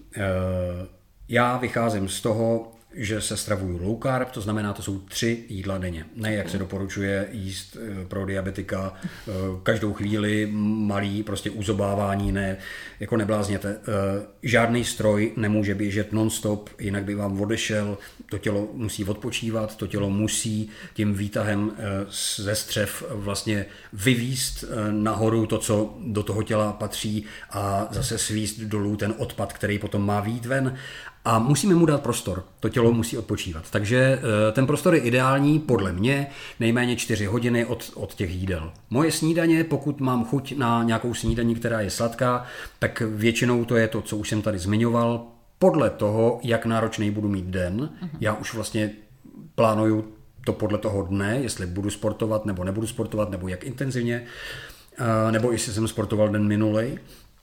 Já vycházím z toho, že se stravuju low carb, to znamená, to jsou tři jídla denně. Ne, jak se doporučuje jíst pro diabetika každou chvíli, malý, prostě uzobávání, ne, jako neblázněte. Žádný stroj nemůže běžet non-stop, jinak by vám odešel, to tělo musí odpočívat, to tělo musí tím výtahem ze střev vlastně vyvízt nahoru to, co do toho těla patří a zase svízt dolů ten odpad, který potom má vyjít ven. A musíme mu dát prostor, to tělo musí odpočívat. Takže ten prostor je ideální, podle mě, nejméně čtyři hodiny od, od těch jídel. Moje snídaně, pokud mám chuť na nějakou snídaní, která je sladká, tak většinou to je to, co už jsem tady zmiňoval, podle toho, jak náročný budu mít den. Uh-huh. Já už vlastně plánuju to podle toho dne, jestli budu sportovat nebo nebudu sportovat, nebo jak intenzivně, nebo jestli jsem sportoval den minulej.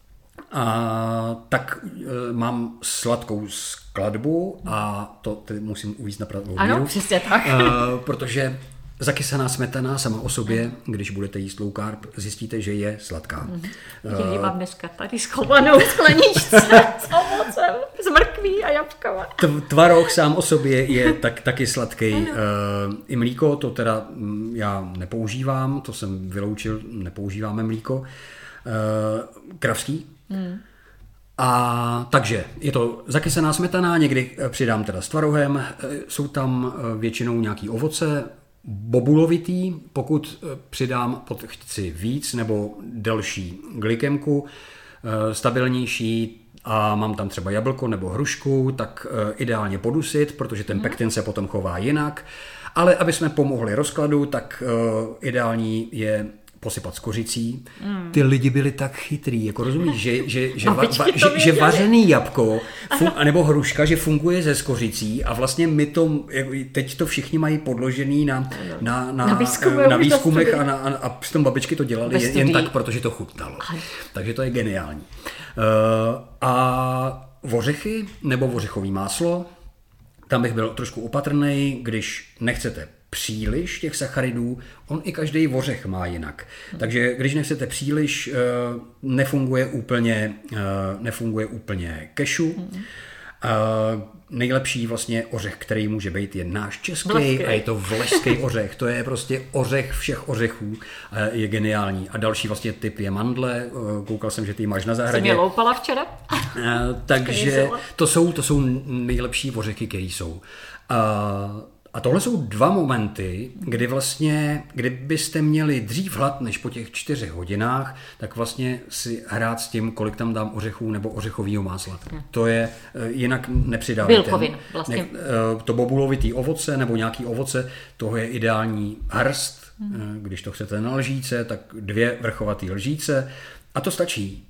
A tak e, mám sladkou skladbu a to tedy musím uvíct na pravou míru. Ano, přesně tak. E, protože zakysaná smetana sama o sobě, když budete jíst low carb, zjistíte, že je sladká. Já ji mám dneska tady schovanou skleničce s ovocem, s mrkví a jabkama. Tvaroh sám o sobě je tak, taky sladký. E, I mlíko, to teda já nepoužívám, to jsem vyloučil, nepoužíváme mlíko. E, kravský. Hmm. A takže je to zakysená smetana, někdy přidám teda s tvarohem, jsou tam většinou nějaký ovoce, bobulovitý, pokud přidám, chci víc nebo delší glykemku, stabilnější a mám tam třeba jablko nebo hrušku, tak ideálně podusit, protože ten pektin se potom chová jinak, ale aby jsme pomohli rozkladu, tak ideální je posypat s kořicí. Mm. Ty lidi byli tak chytrý, jako rozumíš, že, že, že, va, va, že, že vařený jabko fun, nebo hruška, že funguje ze skořicí a vlastně my to, teď to všichni mají podložený na, na, na, na, výzkumy, na výzkumech a, na, a s tom babičky to dělali jen, jen tak, protože to chutnalo. Takže to je geniální. Uh, a ořechy nebo ořechový máslo, tam bych byl trošku opatrný, když nechcete příliš těch sacharidů, on i každý ořech má jinak. Takže když nechcete příliš, nefunguje úplně, nefunguje úplně kešu. Nejlepší vlastně ořech, který může být, je náš český Vleský. A je to vleský ořech. To je prostě ořech všech ořechů. Je geniální. A další vlastně typ je mandle. Koukal jsem, že ty máš na zahradě. Jsem je loupala včera. Takže to jsou, to jsou nejlepší ořechy, které jsou. A tohle jsou dva momenty, kdy vlastně, kdybyste měli dřív hlad než po těch čtyřech hodinách, tak vlastně si hrát s tím, kolik tam dám ořechů nebo ořechového másla. Hmm. To je, jinak nepřidávajte. Bílkovin vlastně. Ne, to bobulovitý ovoce nebo nějaký ovoce, toho je ideální hrst. Hmm. Když to chcete na lžíce, tak dvě vrchovaté lžíce a to stačí.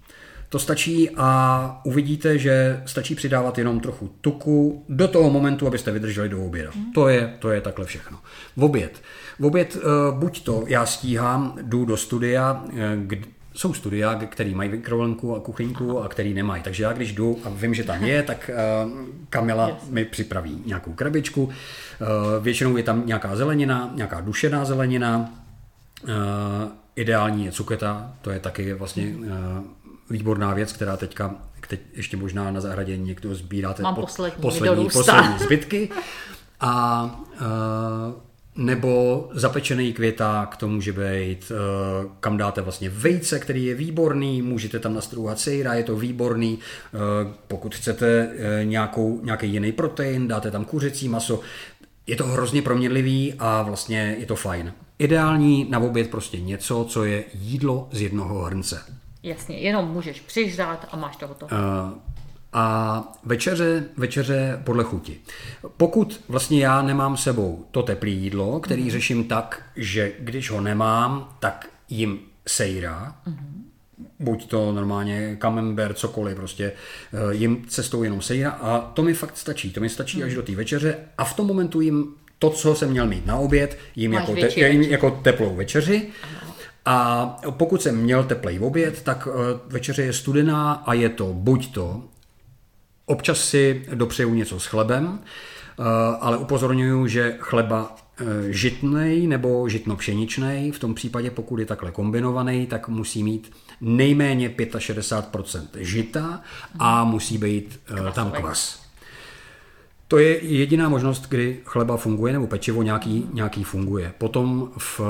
To stačí a uvidíte, že stačí přidávat jenom trochu tuku do toho momentu, abyste vydrželi do oběda. Mm. To je, to je takhle všechno. V oběd. V oběd buď to já stíhám, jdu do studia, kde jsou studia, který mají mikrovlnku a kuchyňku a který nemají. Takže já když jdu a vím, že tam je, tak uh, Kamila yes. mi připraví nějakou krabičku. Uh, většinou je tam nějaká zelenina, nějaká dušená zelenina. Uh, ideální je cuketa, to je taky vlastně uh, výborná věc, která teďka, teď ještě možná na zahradě někdo sbíráte Mám pod, poslední, poslední, poslední zbytky. A uh, nebo zapečený květák, to může být, kam dáte vlastně vejce, který je výborný, můžete tam nastrouhat sejra, je to výborný, pokud chcete nějakou, nějaký jiný protein, dáte tam kuřecí maso, je to hrozně proměnlivý a vlastně je to fajn. Ideální na oběd prostě něco, co je jídlo z jednoho hrnce. Jasně, jenom můžeš přižrát a máš to hotovo. Uh, A večeře, večeře podle chuti. Pokud vlastně já nemám sebou to teplé jídlo, který mm. řeším tak, že když ho nemám, tak jim sejra, mm. buď to normálně camembert, cokoliv, prostě jim cestou jenom sejra a to mi fakt stačí. To mi stačí mm. až do té večeře a v tom momentu jim to, co jsem měl mít na oběd, jim, jako, te, jim jako teplou večeři. Aha. A pokud jsem měl teplej oběd, tak večeře je studená a je to buď to občas si dopřeju něco s chlebem, ale upozorňuju, že chleba žitnej nebo žitno-pšeničnej, v tom případě pokud je takhle kombinovaný, tak musí mít nejméně šedesát pět procent žita a musí být tam kvas. To je jediná možnost, kdy chleba funguje nebo pečivo nějaký, nějaký funguje. Potom v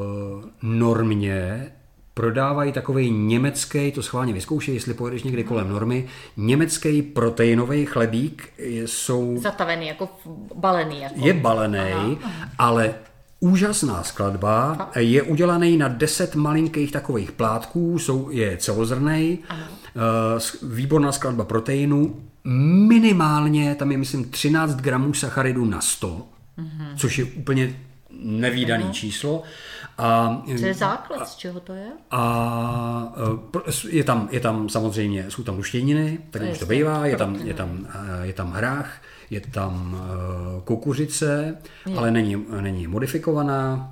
normě prodávají takovej německý, to schválně vyzkoušej, jestli pojedeš někdy kolem normy, německý proteinový chlebík jsou... Zatavený, jako balený. Jako... Je balený, ale úžasná skladba, je udělaný na deset malinkých takových plátků, jsou, je celozrnnej, výborná skladba proteinu, minimálně, tam je myslím třináct gramů sacharidů na sto, mm-hmm. což je úplně nevídaný mm-hmm. číslo. A, co je základ, z čeho to je? A je tam, je tam samozřejmě, jsou tam luštěniny, tak už to bývá, je tam, je tam, je tam hrách, je tam kukuřice, je. ale není, není modifikovaná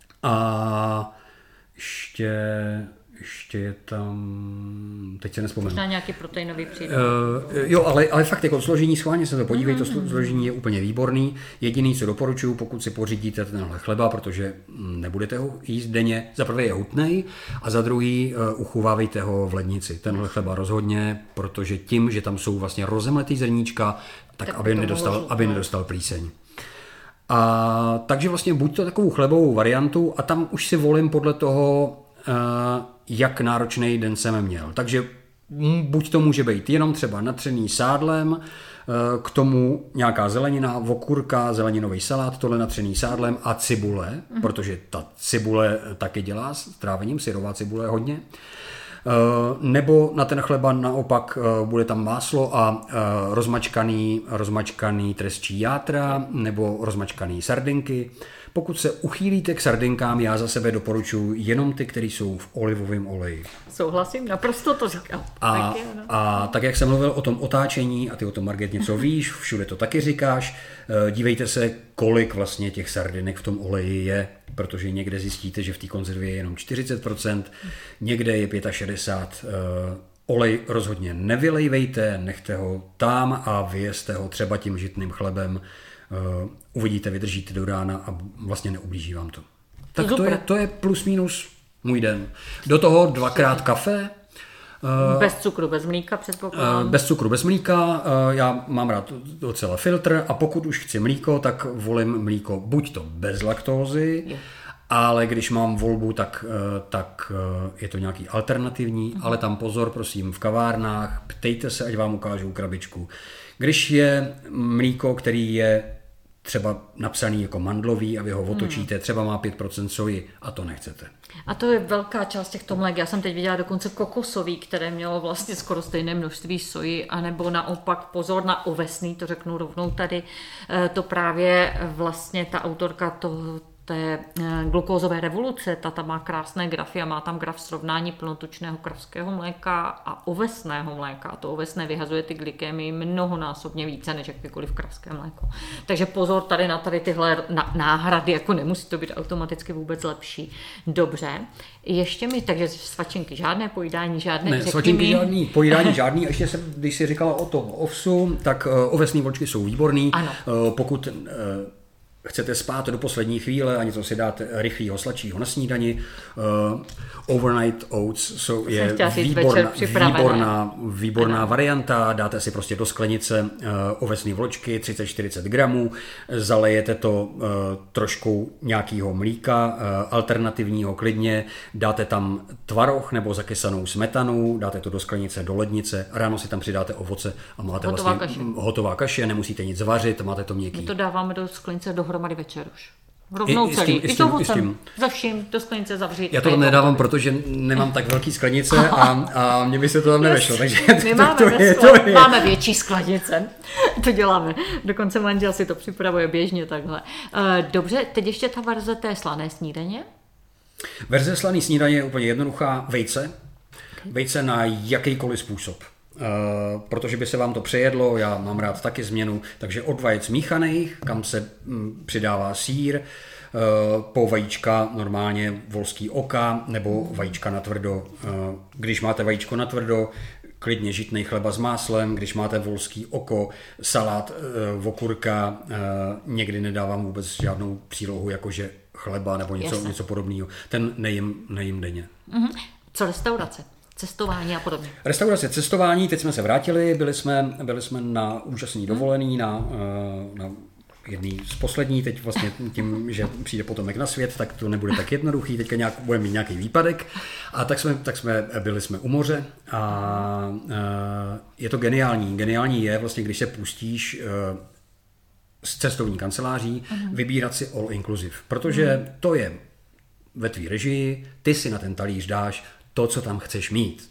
a ještě... Ještě je tam, teď se nespomenu. Možná nějaký proteinový přídavek. Uh, jo, ale, ale fakt jako složení, schválně se to podívej, to složení je úplně výborný. Jediný, co doporučuju, pokud si pořídíte tenhle chleba, protože nebudete ho jíst denně, za prvé je hutnej a za druhý uh, uchovávejte ho v lednici. Tenhle chleba rozhodně, protože tím, že tam jsou vlastně rozemletý zrníčka, tak, tak aby, nedostal, můžu, aby nedostal plíseň. A takže vlastně buď to takovou chlebovou variantu a tam už si volím podle toho, jak náročný den jsem měl. Takže buď to může být jenom třeba natřený sádlem, k tomu nějaká zelenina, okurka, zeleninový salát, tohle natřený sádlem a cibule, mm. protože ta cibule taky dělá s trávením, syrová cibule hodně. Nebo na ten chleba naopak bude tam máslo a rozmačkaný, rozmačkaný trestčí játra nebo rozmačkaný sardinky. Pokud se uchýlíte k sardinkám, já za sebe doporučuji jenom ty, které jsou v olivovém oleji. Souhlasím, naprosto to říkám. A, tak, je, no. a tak, jak jsem mluvil o tom otáčení, a ty o tom, Margit, něco víš, všude to taky říkáš, dívejte se, kolik vlastně těch sardinek v tom oleji je, protože někde zjistíte, že v té konzervě je jenom čtyřicet procent, někde je šedesát pět procent. Olej rozhodně nevylejvejte, nechte ho tam a vyjezte ho třeba tím žitným chlebem. Uh, uvidíte, vydržíte do rána a vlastně neublíží vám to. Tak to je, to je plus minus můj den. Do toho dvakrát kafe. Uh, bez cukru, bez mlíka předpokládám. Uh, bez cukru, bez mlíka. Uh, já mám rád docela filtr a pokud už chci mlíko, tak volím mlíko buď to bez laktózy, je. ale když mám volbu, tak, uh, tak uh, je to nějaký alternativní, uh-huh. ale tam pozor, prosím, v kavárnách, ptejte se, ať vám ukážou krabičku. Když je mlíko, který je třeba napsaný jako mandlový a vy ho otočíte, hmm. třeba má pět procent soji a to nechcete. A to je velká část těchto mlék. Já jsem teď viděla dokonce kokosový, které mělo vlastně skoro stejné množství soji, anebo naopak pozor na ovesný, to řeknu rovnou tady, to právě vlastně ta autorka toho té glukózové revoluce, ta tam má krásné grafy a má tam graf srovnání plnotučného kravského mléka a ovesného mléka. A to ovesné vyhazuje ty glykémii mnohonásobně více než jakékoliv kravské mléko. Takže pozor tady na tady tyhle náhrady, jako nemusí to být automaticky vůbec lepší. Dobře, ještě mi, takže svačinky žádné, pojídání žádné. Ne, svačinky žádný, pojídání žádný. Ještě jsem, když jsi říkala o tom ovsu, tak uh, ovesné vločky jsou výborný. Ano. Uh, pokud uh, chcete spát do poslední chvíle a něco si dáte rychlého sladšího na snídani, uh, overnight oats jsou, je výborná, výborná, výborná varianta. Dáte si prostě do sklenice uh, ovesné vločky, třicet čtyřicet gramů, zalejete to uh, trošku nějakého mlíka, uh, alternativního klidně, dáte tam tvaroh nebo zakysanou smetanu, dáte to do sklenice, do lednice, ráno si tam přidáte ovoce a máte hotová vlastně kaše. hotová kaše, nemusíte nic vařit, máte to měkký. My to dáváme do sklenice dohromady večer už. Rovnou I, celý. I, i, s tím, i, s tím. Za vším do sklenice zavřít. Já to tam nedávám, protože nemám tak velký sklenice a, a mně by se to tam nevešlo. Takže my máme, to, to je, to je. máme větší sklenice. To děláme. Dokonce manžel si to připravuje běžně takhle. Dobře, teď ještě ta verze té slané snídaně. Verze slané snídaně je úplně jednoduchá. Vejce. Vejce na jakýkoliv způsob. Uh, protože by se vám to přejedlo, já mám rád taky změnu, takže od vajec míchaných, kam se mm, přidává sýr, uh, po vajíčka normálně volský oka nebo vajíčka natvrdo. Uh, když máte vajíčko natvrdo, klidně žitnej chleba s máslem, když máte volský oko, salát, uh, okurka, uh, někdy nedávám vůbec žádnou přílohu, jakože chleba nebo něco, něco podobného. Ten nejím, nejím denně. Mm-hmm. Co restaurace? Cestování a podobně. Restaurace, cestování, teď jsme se vrátili, byli jsme, byli jsme na úžasný dovolený, na, na jedný z poslední, teď vlastně tím, že přijde potomek na svět, tak to nebude tak jednoduchý, teďka nějak, budeme mít nějaký výpadek. A tak jsme, tak jsme byli jsme u moře a je to geniální. Geniální je vlastně, když se pustíš z cestovní kanceláří, uh-huh. vybírat si all inclusive, protože uh-huh. to je ve tvý režii, ty si na ten talíř dáš to, co tam chceš mít.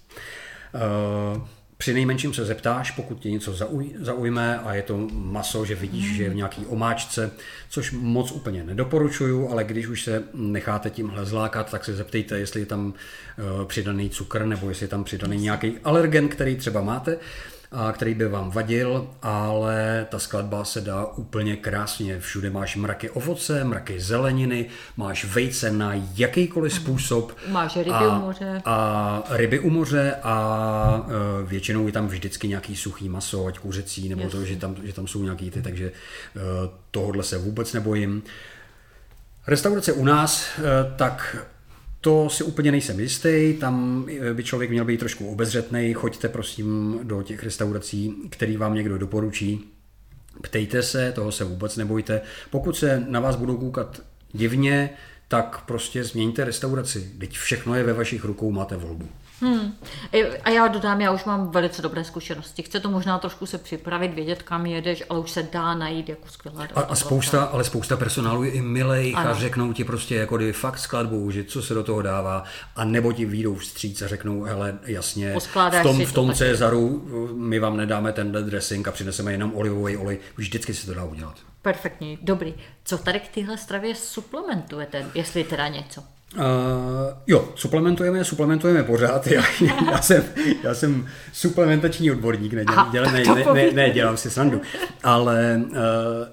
Uh, při nejmenším se zeptáš, pokud tě něco zauj, zaujme a je to maso, že vidíš, mm. že je v nějaký omáčce, což moc úplně nedoporučuju, ale když už se necháte tímhle zlákat, tak se zeptejte, jestli je tam uh, přidaný cukr nebo jestli je tam přidaný nějaký alergen, který třeba máte, a který by vám vadil, ale ta skladba se dá úplně krásně. Všude máš mraky ovoce, mraky zeleniny, máš vejce na jakýkoliv způsob. Máš ryby a, u moře. A ryby u moře a uh, většinou je tam vždycky nějaký suchý maso, ať kuřecí, nebo yes. to, že tam, že tam jsou nějaký ty, takže uh, tohodle se vůbec nebojím. Restaurace u nás, uh, tak to si úplně nejsem jistý, tam by člověk měl být trošku obezřetnej, choďte prosím do těch restaurací, který vám někdo doporučí, ptejte se, toho se vůbec nebojte, pokud se na vás budou koukat divně, tak prostě změňte restauraci, teď všechno je ve vašich rukou, máte volbu. Hmm. A já dodám, já už mám velice dobré zkušenosti. Chce to možná trošku se připravit, vědět, kam jedeš, ale už se dá najít jako skvělá. A, a spousta, ale spousta personálu je i milejch a řeknou ti prostě jako kdy fakt skladbou, že co se do toho dává, a nebo ti výjdou vstříc a řeknou, hele, jasně, v tom, v tom Cezaru my vám nedáme tenhle dressing a přineseme jenom olivový olej, vždycky si to dá udělat. Perfektní, dobrý. Co tady k téhle stravě suplementujete, jestli teda něco? Uh, jo, suplementujeme, suplementujeme pořád. Já, já, jsem, já jsem suplementační odborník, nedělám, dělám, ne, ne, ne, ne, dělám si srandu. Ale uh,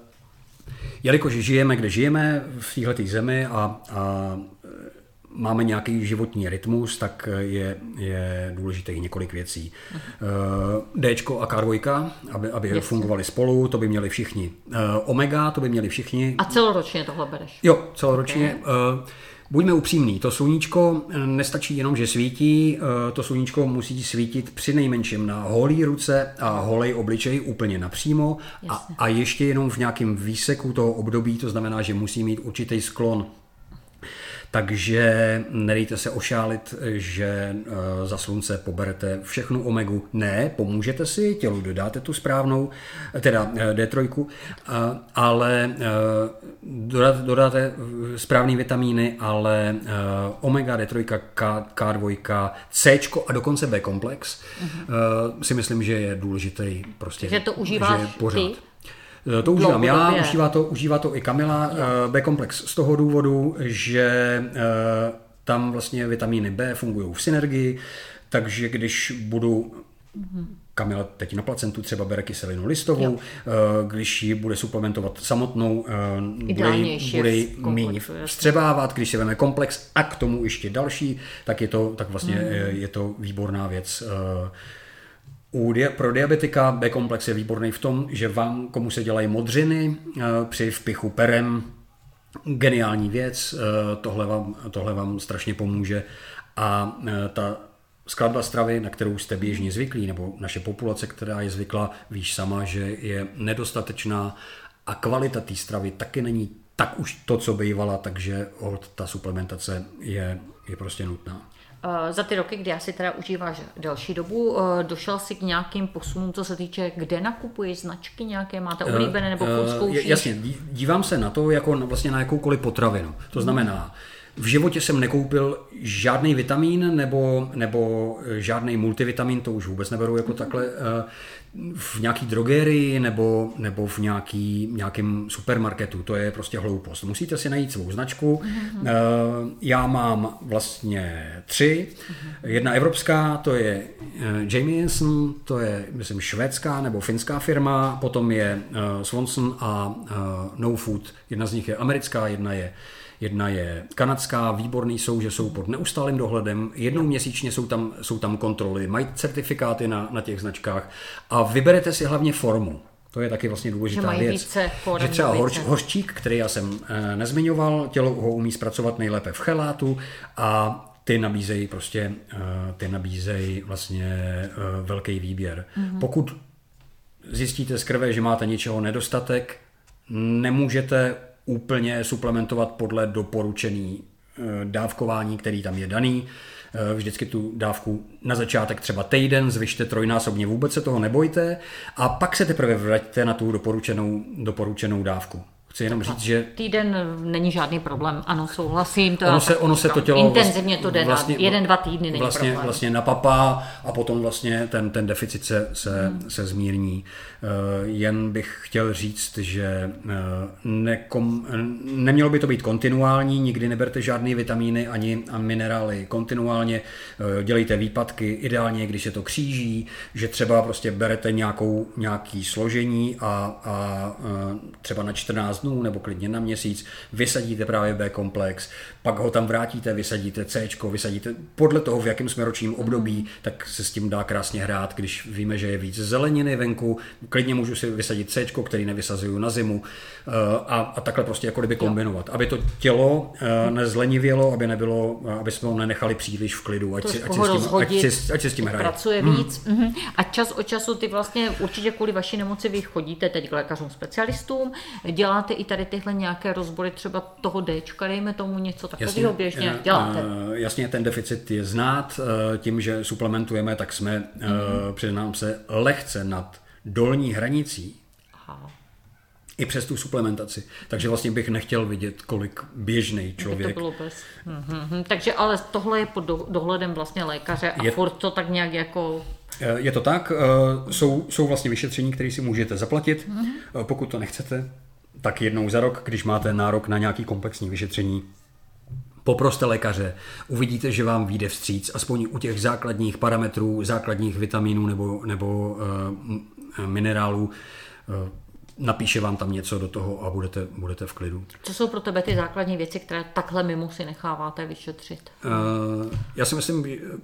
jelikož žijeme, kde žijeme, v téhleté zemi a, a máme nějaký životní rytmus, tak je, je důležité několik věcí. Uh, Dčko a K dva, aby, aby fungovaly spolu, to by měli všichni. Uh, omega, to by měli všichni. A celoročně tohle bereš? Jo, celoročně. Okay. Uh, Buďme upřímní, to sluníčko nestačí jenom, že svítí, to sluníčko musí svítit přinejmenším na holý ruce a holej obličej úplně napřímo a, a ještě jenom v nějakém výseku toho období, to znamená, že musí mít určitý sklon. Takže nedejte se ošálit, že za slunce poberete všechnu omegu. Ne, pomůžete si, tělu dodáte tu správnou, teda D tři, ale dodáte správný vitamíny, ale omega, D tři, K dva, C a dokonce B komplex uh-huh. si myslím, že je důležitý prostě. Že to užíváš že pořád. ty? To užívám já, užívá to, užívá to i Kamila. B-komplex z toho důvodu, že tam vlastně vitamíny B fungují v synergii, takže když budu... Kamila teď na placentu třeba bere kyselinu listovou, jo. Když ji bude suplementovat samotnou, bude ji méně vstřebávat, když si veme komplex a k tomu ještě další, tak je to, tak vlastně mm. je to výborná věc. U, pro diabetika B-komplex je výborný v tom, že vám, komu se dělají modřiny při vpichu perem, geniální věc, tohle vám, tohle vám strašně pomůže a ta skladba stravy, na kterou jste běžně zvyklí, nebo naše populace, která je zvyklá, víš sama, že je nedostatečná a kvalita té stravy taky není tak už to, co bývala, takže ta suplementace je, je prostě nutná. Za ty roky, kdy asi teda užíváš delší dobu, došel jsi k nějakým posunům, co se týče, kde nakupuješ značky nějaké, máte oblíbené nebo uh, zkoušíš? Jasně, dívám se na to jako vlastně na jakoukoliv potravinu. To znamená, v životě jsem nekoupil žádný vitamín nebo, nebo žádný multivitamin, to už vůbec neberu jako takhle, v nějaký drogerii nebo, nebo v nějaký, nějakém supermarketu. To je prostě hloupost. Musíte si najít svou značku. Mm-hmm. Já mám vlastně tři. Jedna evropská, to je Jamieson, to je, myslím, švédská nebo finská firma. Potom je Swanson a No Food. Jedna z nich je americká, jedna je Jedna je kanadská, výborný jsou, že jsou pod neustálým dohledem, jednou měsíčně jsou tam, jsou tam kontroly, mají certifikáty na, na těch značkách a vyberete si hlavně formu. To je taky vlastně důležitá že věc. Forem, že třeba horč, hořčík, který já jsem e, nezmiňoval, tělo ho umí zpracovat nejlépe v chelátu a ty nabízejí prostě, e, ty nabízejí vlastně e, velký výběr. Mm-hmm. Pokud zjistíte z krve, že máte něčeho nedostatek, nemůžete úplně suplementovat podle doporučený dávkování, který tam je daný. Vždycky tu dávku na začátek třeba týden, zvyšte trojnásobně, vůbec se toho nebojte a pak se teprve vraťte na tu doporučenou, doporučenou dávku. Chci jenom říct, že... Týden není žádný problém, ano, souhlasím. To ono, se, ono se to tělo... Intenzivně to jde vlastně, na jeden, dva týdny není vlastně, problém. Vlastně napapá a potom vlastně ten, ten deficit se, se, hmm. se zmírní. Uh, jen bych chtěl říct, že uh, nekom, nemělo by to být kontinuální, nikdy neberte žádný vitamíny ani a minerály kontinuálně, uh, dělejte výpadky, ideálně, když se to kříží, že třeba prostě berete nějakou, nějaký složení a, a uh, třeba na čtrnáct dnů nebo klidně na měsíc, vysadíte právě B-komplex, pak ho tam vrátíte, vysadíte Cčko, vysadíte podle toho, v jakém jsme ročním období, tak se s tím dá krásně hrát, když víme, že je víc zeleniny venku, klidně můžu si vysadit Cčko, který nevysazuju na zimu a, a takhle prostě jako kdyby kombinovat, aby to tělo nezlenivělo, aby nebylo, aby jsme ho nenechali příliš v klidu, ať si, ať si, s tím, ať si, ať si s tím hraje. Pracuje víc. Hmm. A čas od času ty vlastně určitě kvůli vaší nemoci vy chodíte teď k lékařům specialistům, děláte i tady tyhle nějaké rozbory třeba toho Dčka, dejme tomu něco takového běžně děláte. Jasně, ten deficit je znát, tím, že suplementujeme, tak jsme, mm-hmm. přiznám se, lehce nad dolní hranicí. Aha. I přes tu suplementaci. Takže vlastně bych nechtěl vidět, kolik běžný člověk. To bylo bez. Mm-hmm. Takže ale tohle je pod dohledem vlastně lékaře a je, furt to tak nějak jako... Je to tak, jsou, jsou vlastně vyšetření, které si můžete zaplatit, mm-hmm. pokud to nechcete. Tak jednou za rok, když máte nárok na nějaký komplexní vyšetření, poproste lékaře, uvidíte, že vám vyjde vstříc, aspoň u těch základních parametrů, základních vitamínů nebo, nebo uh, minerálů, uh, napíše vám tam něco do toho a budete, budete v klidu. Co jsou pro tebe ty základní věci, které takhle mimo si necháváte vyšetřit? Uh, já si myslím,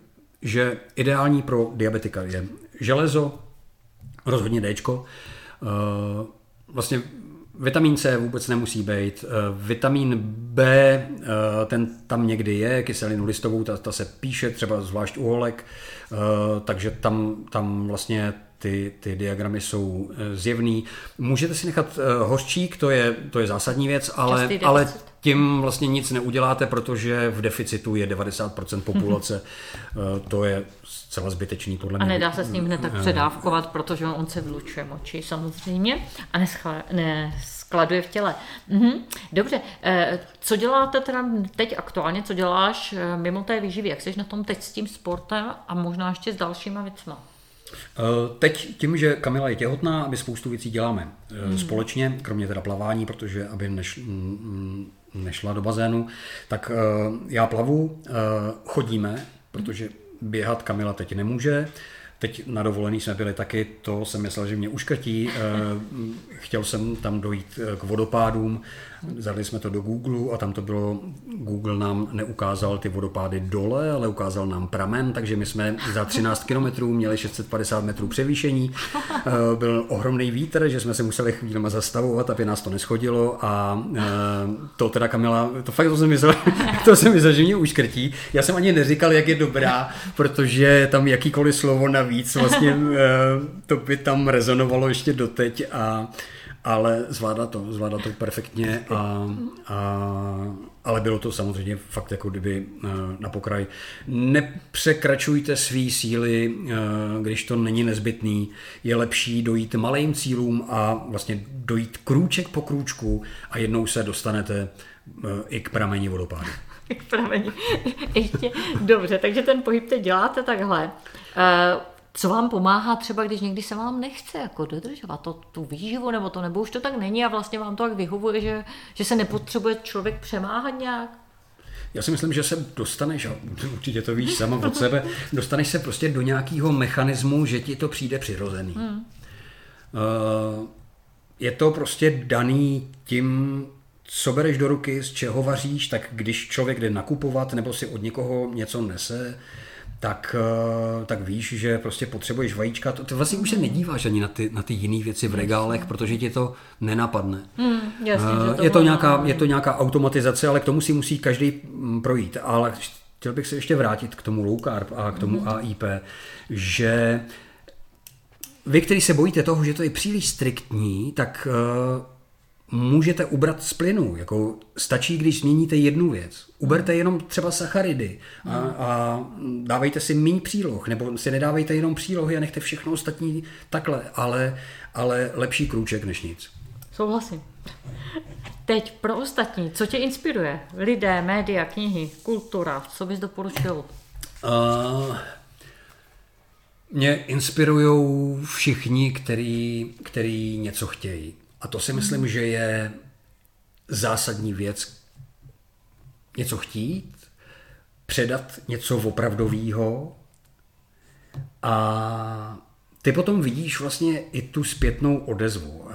že ideální pro diabetika je železo, rozhodně Dčko, uh, vlastně vitamin C vůbec nemusí být. Vitamin B, ten tam někdy je, kyselinu listovou, ta, ta se píše třeba zvlášť u holek, takže tam, tam vlastně ty, ty diagramy jsou zjevný. Můžete si nechat hořčík, to je, to je zásadní věc, ale, ale tím vlastně nic neuděláte, protože v deficitu je devadesát procent populace. Mm-hmm. To je zcela zbytečný podle mě. A nedá se s ním hned tak předávkovat, protože on se vlučuje moči samozřejmě a neschla, neskladuje v těle. Mhm. Dobře, co děláte teda teď aktuálně, co děláš mimo té výživy? Jak jsi na tom teď s tím sportem a možná ještě s dalšíma věcma? Teď tím, že Kamila je těhotná, aby spoustu věcí děláme hmm. společně, kromě teda plavání, protože aby neš, nešla do bazénu, tak já plavu, chodíme, protože běhat Kamila teď nemůže. Teď na dovolený jsme byli taky, to jsem myslel, že mě uškrtí. Chtěl jsem tam dojít k vodopádům, zadali jsme to do Google a tam to bylo, Google nám neukázal ty vodopády dole, ale ukázal nám pramen, takže my jsme za třináct kilometrů měli šest set padesát metrů převýšení. Byl ohromný vítr, že jsme se museli chvílema zastavovat, aby nás to neschodilo a to teda Kamila, to fakt to jsem myslel, to jsem myslel, že mě uškrtí. Já jsem ani neříkal, jak je dobrá, protože tam jakýkoliv slovo navíc, vlastně to by tam rezonovalo ještě doteď, a, ale zvládá to, zvládá to perfektně, a, a, ale bylo to samozřejmě fakt jako kdyby na pokraj. Nepřekračujte svý síly, když to není nezbytný. Je lepší dojít malým cílům a vlastně dojít krůček po krůčku a jednou se dostanete i k prameni vodopádu. K prameni. Ještě dobře, takže ten pohyb teď děláte takhle. Co vám pomáhá třeba, když někdy se vám nechce jako dodržovat to, tu výživu, nebo to, nebo už to tak není a vlastně vám to tak vyhovuje, že, že se nepotřebuje člověk přemáhat nějak? Já si myslím, že se dostaneš, a určitě to víš sama od sebe, dostaneš se prostě do nějakého mechanismu, že ti to přijde přirozený. Hmm. Uh, je to prostě daný tím, co bereš do ruky, z čeho vaříš, tak když člověk jde nakupovat nebo si od někoho něco nese, tak, tak víš, že prostě potřebuješ vajíčka. To, to vlastně už se nedíváš ani na ty, na ty jiné věci v regálech, protože ti to nenapadne. Hmm, jasně, že to je, to nějaká, je to nějaká automatizace, ale k tomu si musí každý projít. Ale chtěl bych se ještě vrátit k tomu low carb a k tomu hmm. A I P, že vy, kteří se bojíte toho, že to je příliš striktní, tak můžete ubrat z plynu. Jako stačí, když změníte jednu věc. Uberte jenom třeba sacharidy a, a dávejte si míň příloh, nebo si nedávejte jenom přílohy a nechte všechno ostatní takhle, ale, ale lepší krůček než nic. Souhlasím. Teď pro ostatní, co tě inspiruje? Lidé, média, knihy, kultura, co bys doporučil? Uh, mě inspirujou všichni, který, který něco chtějí. A to si myslím, hmm. že je zásadní věc. Něco chtít, předat něco opravdového a ty potom vidíš vlastně i tu zpětnou odezvu.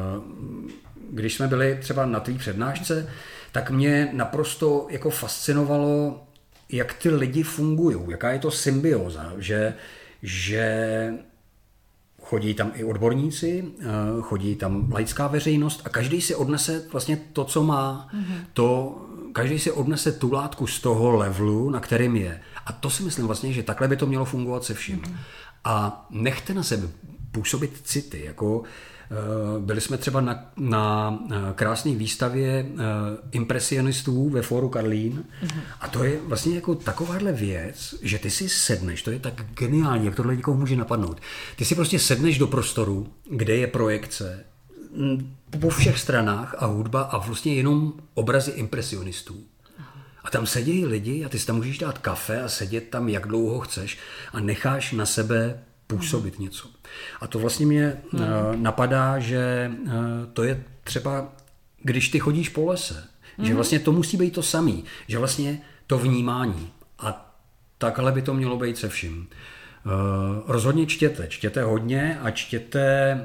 Když jsme byli třeba na tvý přednášce, tak mě naprosto jako fascinovalo, jak ty lidi fungují, jaká je to symbioza, že, že chodí tam i odborníci, chodí tam laická veřejnost a každý si odnese vlastně to, co má. Mm-hmm. To, každý si odnese tu látku z toho levelu, na kterým je. A to si myslím vlastně, že takhle by to mělo fungovat se vším. Mm-hmm. A nechte na sebe působit city. Jako, byli jsme třeba na, na krásné výstavě impresionistů ve Fóru Karlín mm-hmm. a to je vlastně jako takováhle věc, že ty si sedneš, to je tak geniální, jak tohle někoho může napadnout. Ty si prostě sedneš do prostoru, kde je projekce po všech stranách a hudba a vlastně jenom obrazy impresionistů. A tam sedějí lidi a ty si tam můžeš dát kafe a sedět tam, jak dlouho chceš a necháš na sebe působit mm. něco. A to vlastně mě mm. napadá, že to je třeba, když ty chodíš po lese, mm. že vlastně to musí být to samý, že vlastně to vnímání. A takhle by to mělo být se vším. Rozhodně čtěte, čtěte hodně a čtěte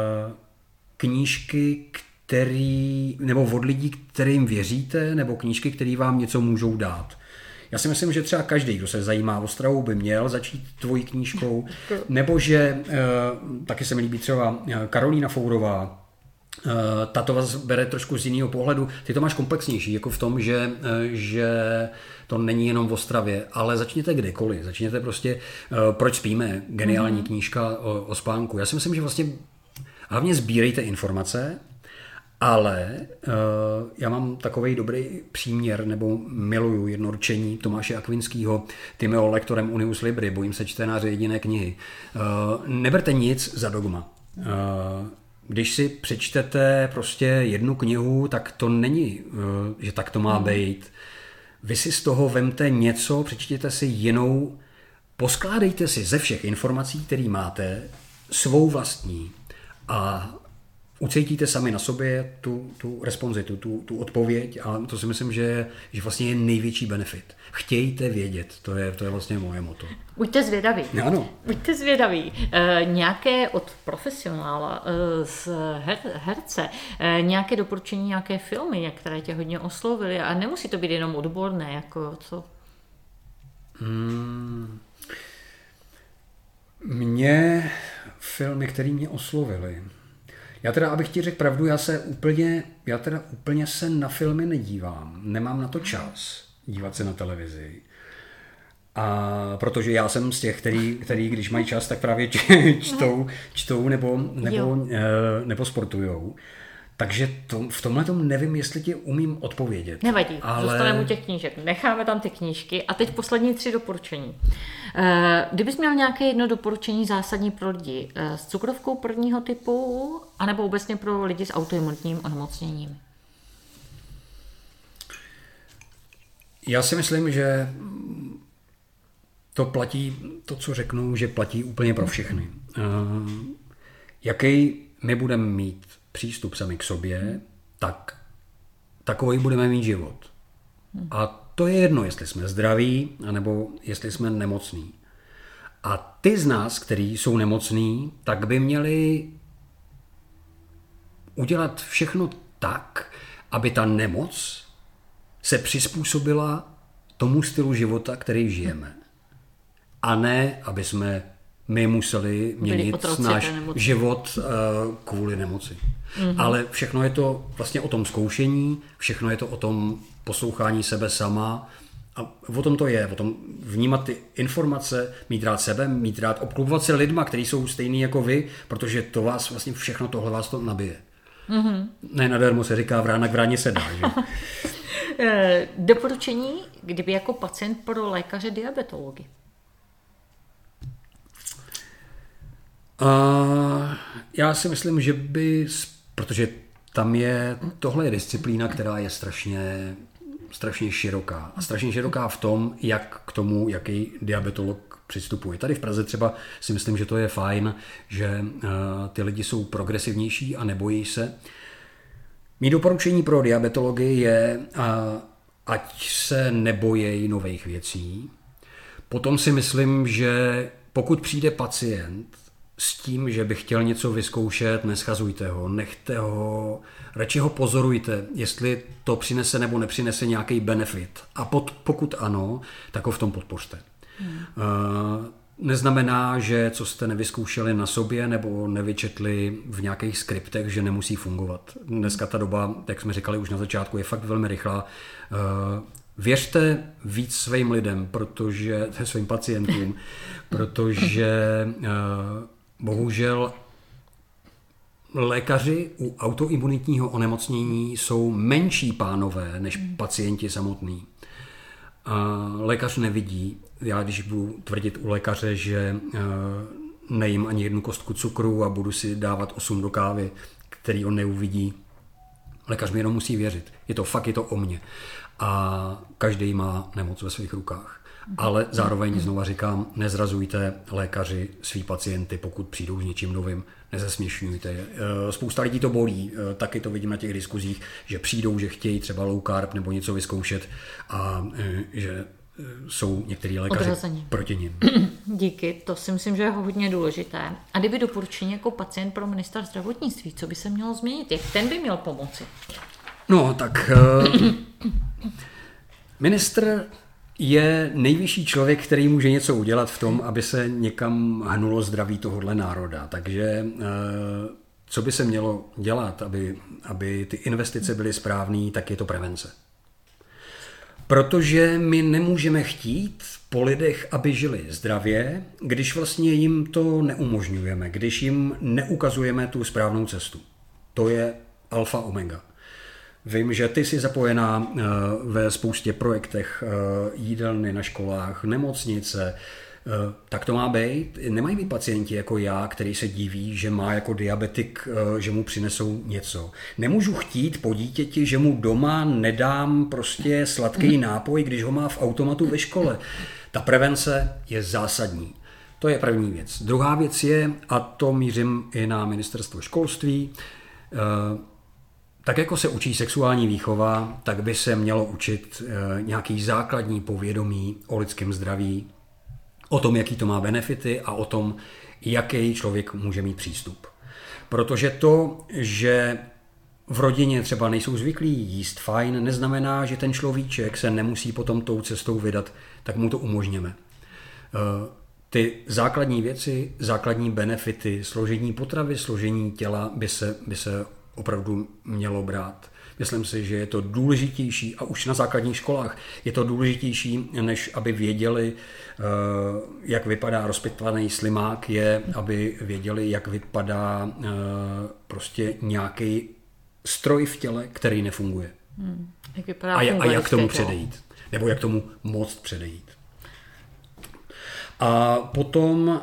knížky, který, nebo od lidí, kterým věříte, nebo knížky, které vám něco můžou dát. Já si myslím, že třeba každý, kdo se zajímá o stravu, by měl začít tvojí knížkou, nebo že taky se mi líbí třeba Karolína Fourová, ta to vás bere trošku z jiného pohledu. Ty to máš komplexnější, jako v tom, že, že to není jenom o stravě, ale začněte kdekoliv. Začněte prostě Proč spíme, geniální mm-hmm. knížka o, o spánku. Já si myslím, že vlastně hlavně sbírejte informace, ale uh, já mám takovej dobrý příměr, nebo miluju jedno rčení Tomáše Akvinského, Timeo Lectorem Unius Libri, bojím se čtenáře jediné knihy. Uh, neberte nic za dogma. Uh, když si přečtete prostě jednu knihu, tak to není, uh, že tak to má být. Vy si z toho vemte něco, přečtěte si jinou poskládejte si ze všech informací, které máte, svou vlastní a ucítíte sami na sobě tu, tu responzitu, tu, tu odpověď a to si myslím, že je, že vlastně je největší benefit. Chtějte vědět, to je, to je vlastně moje motto. Buďte zvědaví. Ano. Buďte zvědaví. E, nějaké od profesionála, e, z her, herce, e, nějaké doporučení, nějaké filmy, které tě hodně oslovily a nemusí to být jenom odborné, jako co? Hmm. Mě filmy, které mě oslovily. Já teda, abych ti řekl pravdu, já se úplně, já teda úplně se na filmy nedívám. Nemám na to čas dívat se na televizi. A protože já jsem z těch, který, který když mají čas, tak právě čtou, čtou nebo, nebo, nebo sportujou. Takže to, v tomhle tom nevím, jestli ti umím odpovědět. Nevadí, ale... zůstaneme u těch knížek. Necháme tam ty knížky. A teď poslední tři doporučení. Kdybys měl nějaké jedno doporučení zásadní pro lidi s cukrovkou prvního typu, anebo obecně pro lidi s autoimunitním onemocněním? Já si myslím, že to platí, to, co řeknu, že platí úplně pro všechny. Jaký my budeme mít přístup sami k sobě, tak takový budeme mít život. A to je jedno, jestli jsme zdraví, anebo jestli jsme nemocní. A ty z nás, kteří jsou nemocní, tak by měli udělat všechno tak, aby ta nemoc se přizpůsobila tomu stylu života, který žijeme. A ne, aby jsme my museli měnit náš život uh, kvůli nemoci. Mm-hmm. Ale všechno je to vlastně o tom zkoušení, všechno je to o tom poslouchání sebe sama a o tom to je, o tom vnímat ty informace, mít rád sebe, mít rád obklubovat se lidma, kteří jsou stejný jako vy, protože to vás vlastně všechno tohle vás to nabije. Mm-hmm. Ne nadarmo se říká vrána k vráně se dá, že? Doporučení, kdyby jako pacient pro lékaře diabetology? Uh, já si myslím, že by, protože tam je, tohle je disciplína, která je strašně, strašně široká. A strašně široká v tom, jak k tomu, jaký diabetolog přistupuje. Tady v Praze třeba si myslím, že to je fajn, že uh, ty lidi jsou progresivnější a nebojí se. Mí doporučení pro diabetology je, uh, ať se nebojí nových věcí. Potom si myslím, že pokud přijde pacient s tím, že by chtěl něco vyzkoušet, neschazujte ho, nechte ho, radši ho pozorujte, jestli to přinese nebo nepřinese nějaký benefit. A pod, pokud ano, tak ho v tom podpořte. Hmm. Uh, neznamená, že co jste nevyzkoušeli na sobě nebo nevyčetli v nějakých skriptech, že nemusí fungovat. Dneska ta doba, jak jsme říkali už na začátku, je fakt velmi rychlá. Uh, Věřte víc svým lidem, protože, svým pacientům, protože uh, bohužel lékaři u autoimunitního onemocnění jsou menší pánové než pacienti samotní. A lékař nevidí. Já když budu tvrdit u lékaře, že uh, nejím ani jednu kostku cukru a budu si dávat osm do kávy, který on neuvidí, lékař mi jenom musí věřit. Je to fakt, je to o mně. A každý má nemoc ve svých rukách. Ale zároveň znova říkám, nezrazujte lékaři svý pacienty, pokud přijdou s něčím novým, nezesměšňujte je. Spousta lidí to bolí, taky to vidím na těch diskuzích, že přijdou, že chtějí třeba low carb nebo něco vyzkoušet a že jsou některý lékaři odrazení proti nim. Díky, to si myslím, že je hodně důležité. A kdyby doporučení jako pacient pro ministra zdravotnictví, co by se mělo změnit? Jak ten by měl pomoci? No, tak uh, ministr je nejvyšší člověk, který může něco udělat v tom, aby se někam hnulo zdraví tohohle národa. Takže uh, co by se mělo dělat, aby, aby ty investice byly správné, tak je to prevence. Protože my nemůžeme chtít po lidech, aby žili zdravě, když vlastně jim to neumožňujeme, když jim neukazujeme tu správnou cestu. To je alfa omega. Vím, že ty jsi zapojená ve spoustě projektech jídelny na školách, nemocnice, tak to má být. Nemají být pacienti jako já, který se diví, že má jako diabetik, že mu přinesou něco. Nemůžu chtít po dítěti, že mu doma nedám prostě sladký nápoj, když ho má v automatu ve škole. Ta prevence je zásadní. To je první věc. Druhá věc je, a to mířím i na ministerstvo školství, tak jako se učí sexuální výchova, tak by se mělo učit nějaký základní povědomí o lidském zdraví, o tom, jaký to má benefity a o tom, jaký člověk může mít přístup. Protože to, že v rodině třeba nejsou zvyklí jíst fajn, neznamená, že ten človíček se nemusí potom tou cestou vydat, tak mu to umožněme. Ty základní věci, základní benefity, složení potravy, složení těla by se, by se opravdu mělo brát. Myslím si, že je to důležitější a už na základních školách je to důležitější, než aby věděli, jak vypadá rozpitvaný slimák, je, aby věděli, jak vypadá prostě nějaký stroj v těle, který nefunguje. Hmm. Jak vypadá a, a jak tomu předejít. Nebo jak tomu moct předejít. A potom,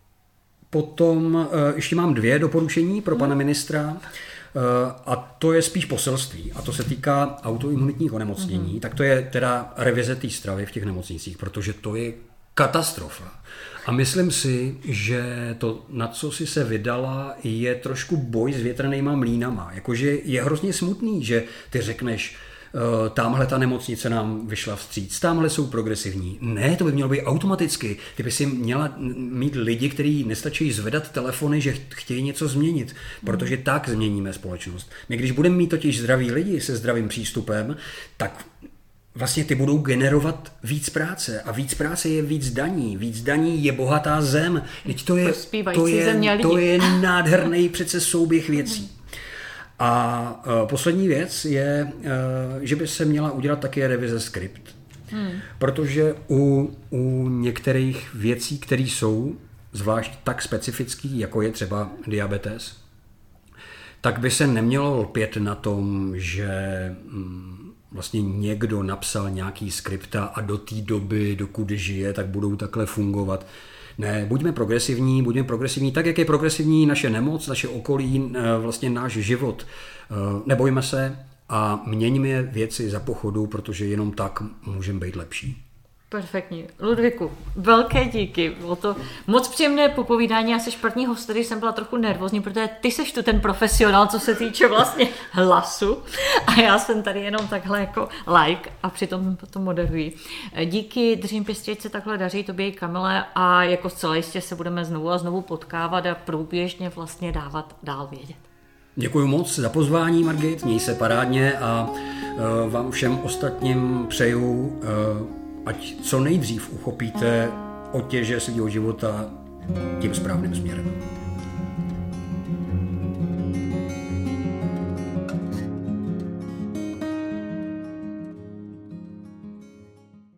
potom ještě mám dvě doporučení pro pana ministra. A to je spíš poselství. A to se týká autoimunitních onemocnění. Mm-hmm. Tak to je teda revize té stravy v těch nemocnicích, protože to je katastrofa. A myslím si, že to, na co si se vydala, je trošku boj s větrnýma mlýnama. Jakože je hrozně smutný, že ty řekneš, támhle ta nemocnice nám vyšla vstříc, támhle jsou progresivní. Ne, to by mělo být automaticky. Ty by si měla mít lidi, kteří nestačí zvedat telefony, že chtějí něco změnit, protože tak změníme společnost. My když budeme mít totiž zdraví lidi se zdravým přístupem, tak vlastně ty budou generovat víc práce a víc práce je víc daní. Víc daní je bohatá zem. Teď to je, to je, to je nádherný přece souběh věcí. A uh, poslední věc je, uh, že by se měla udělat také revize skript. Hmm. Protože u, u některých věcí, které jsou zvlášť tak specifický, jako je třeba diabetes, tak by se nemělo lpět na tom, že mm, vlastně někdo napsal nějaký skripta a do té doby, dokud žije, tak budou takhle fungovat. Ne, buďme progresivní, buďme progresivní tak, jak je progresivní naše nemoc, naše okolí, vlastně náš život. Nebojme se a měňme věci za pochodu, protože jenom tak můžeme být lepší. Perfektní. Ludvíku, velké díky. Bylo to moc příjemné popovídání. Já se špatný host, který jsem byla trochu nervózní, protože ty seš tu ten profesionál, co se týče vlastně hlasu. A já jsem tady jenom takhle jako like a přitom to moderuji. Díky, držím pěstě, ať se takhle daří tobě i Kamile a jako zcela jistě se budeme znovu a znovu potkávat a průběžně vlastně dávat dál vědět. Děkuji moc za pozvání, Margit, měj se parádně a uh, vám všem ostatním přeju uh, ať co nejdřív uchopíte otěže svého života tím správným směrem.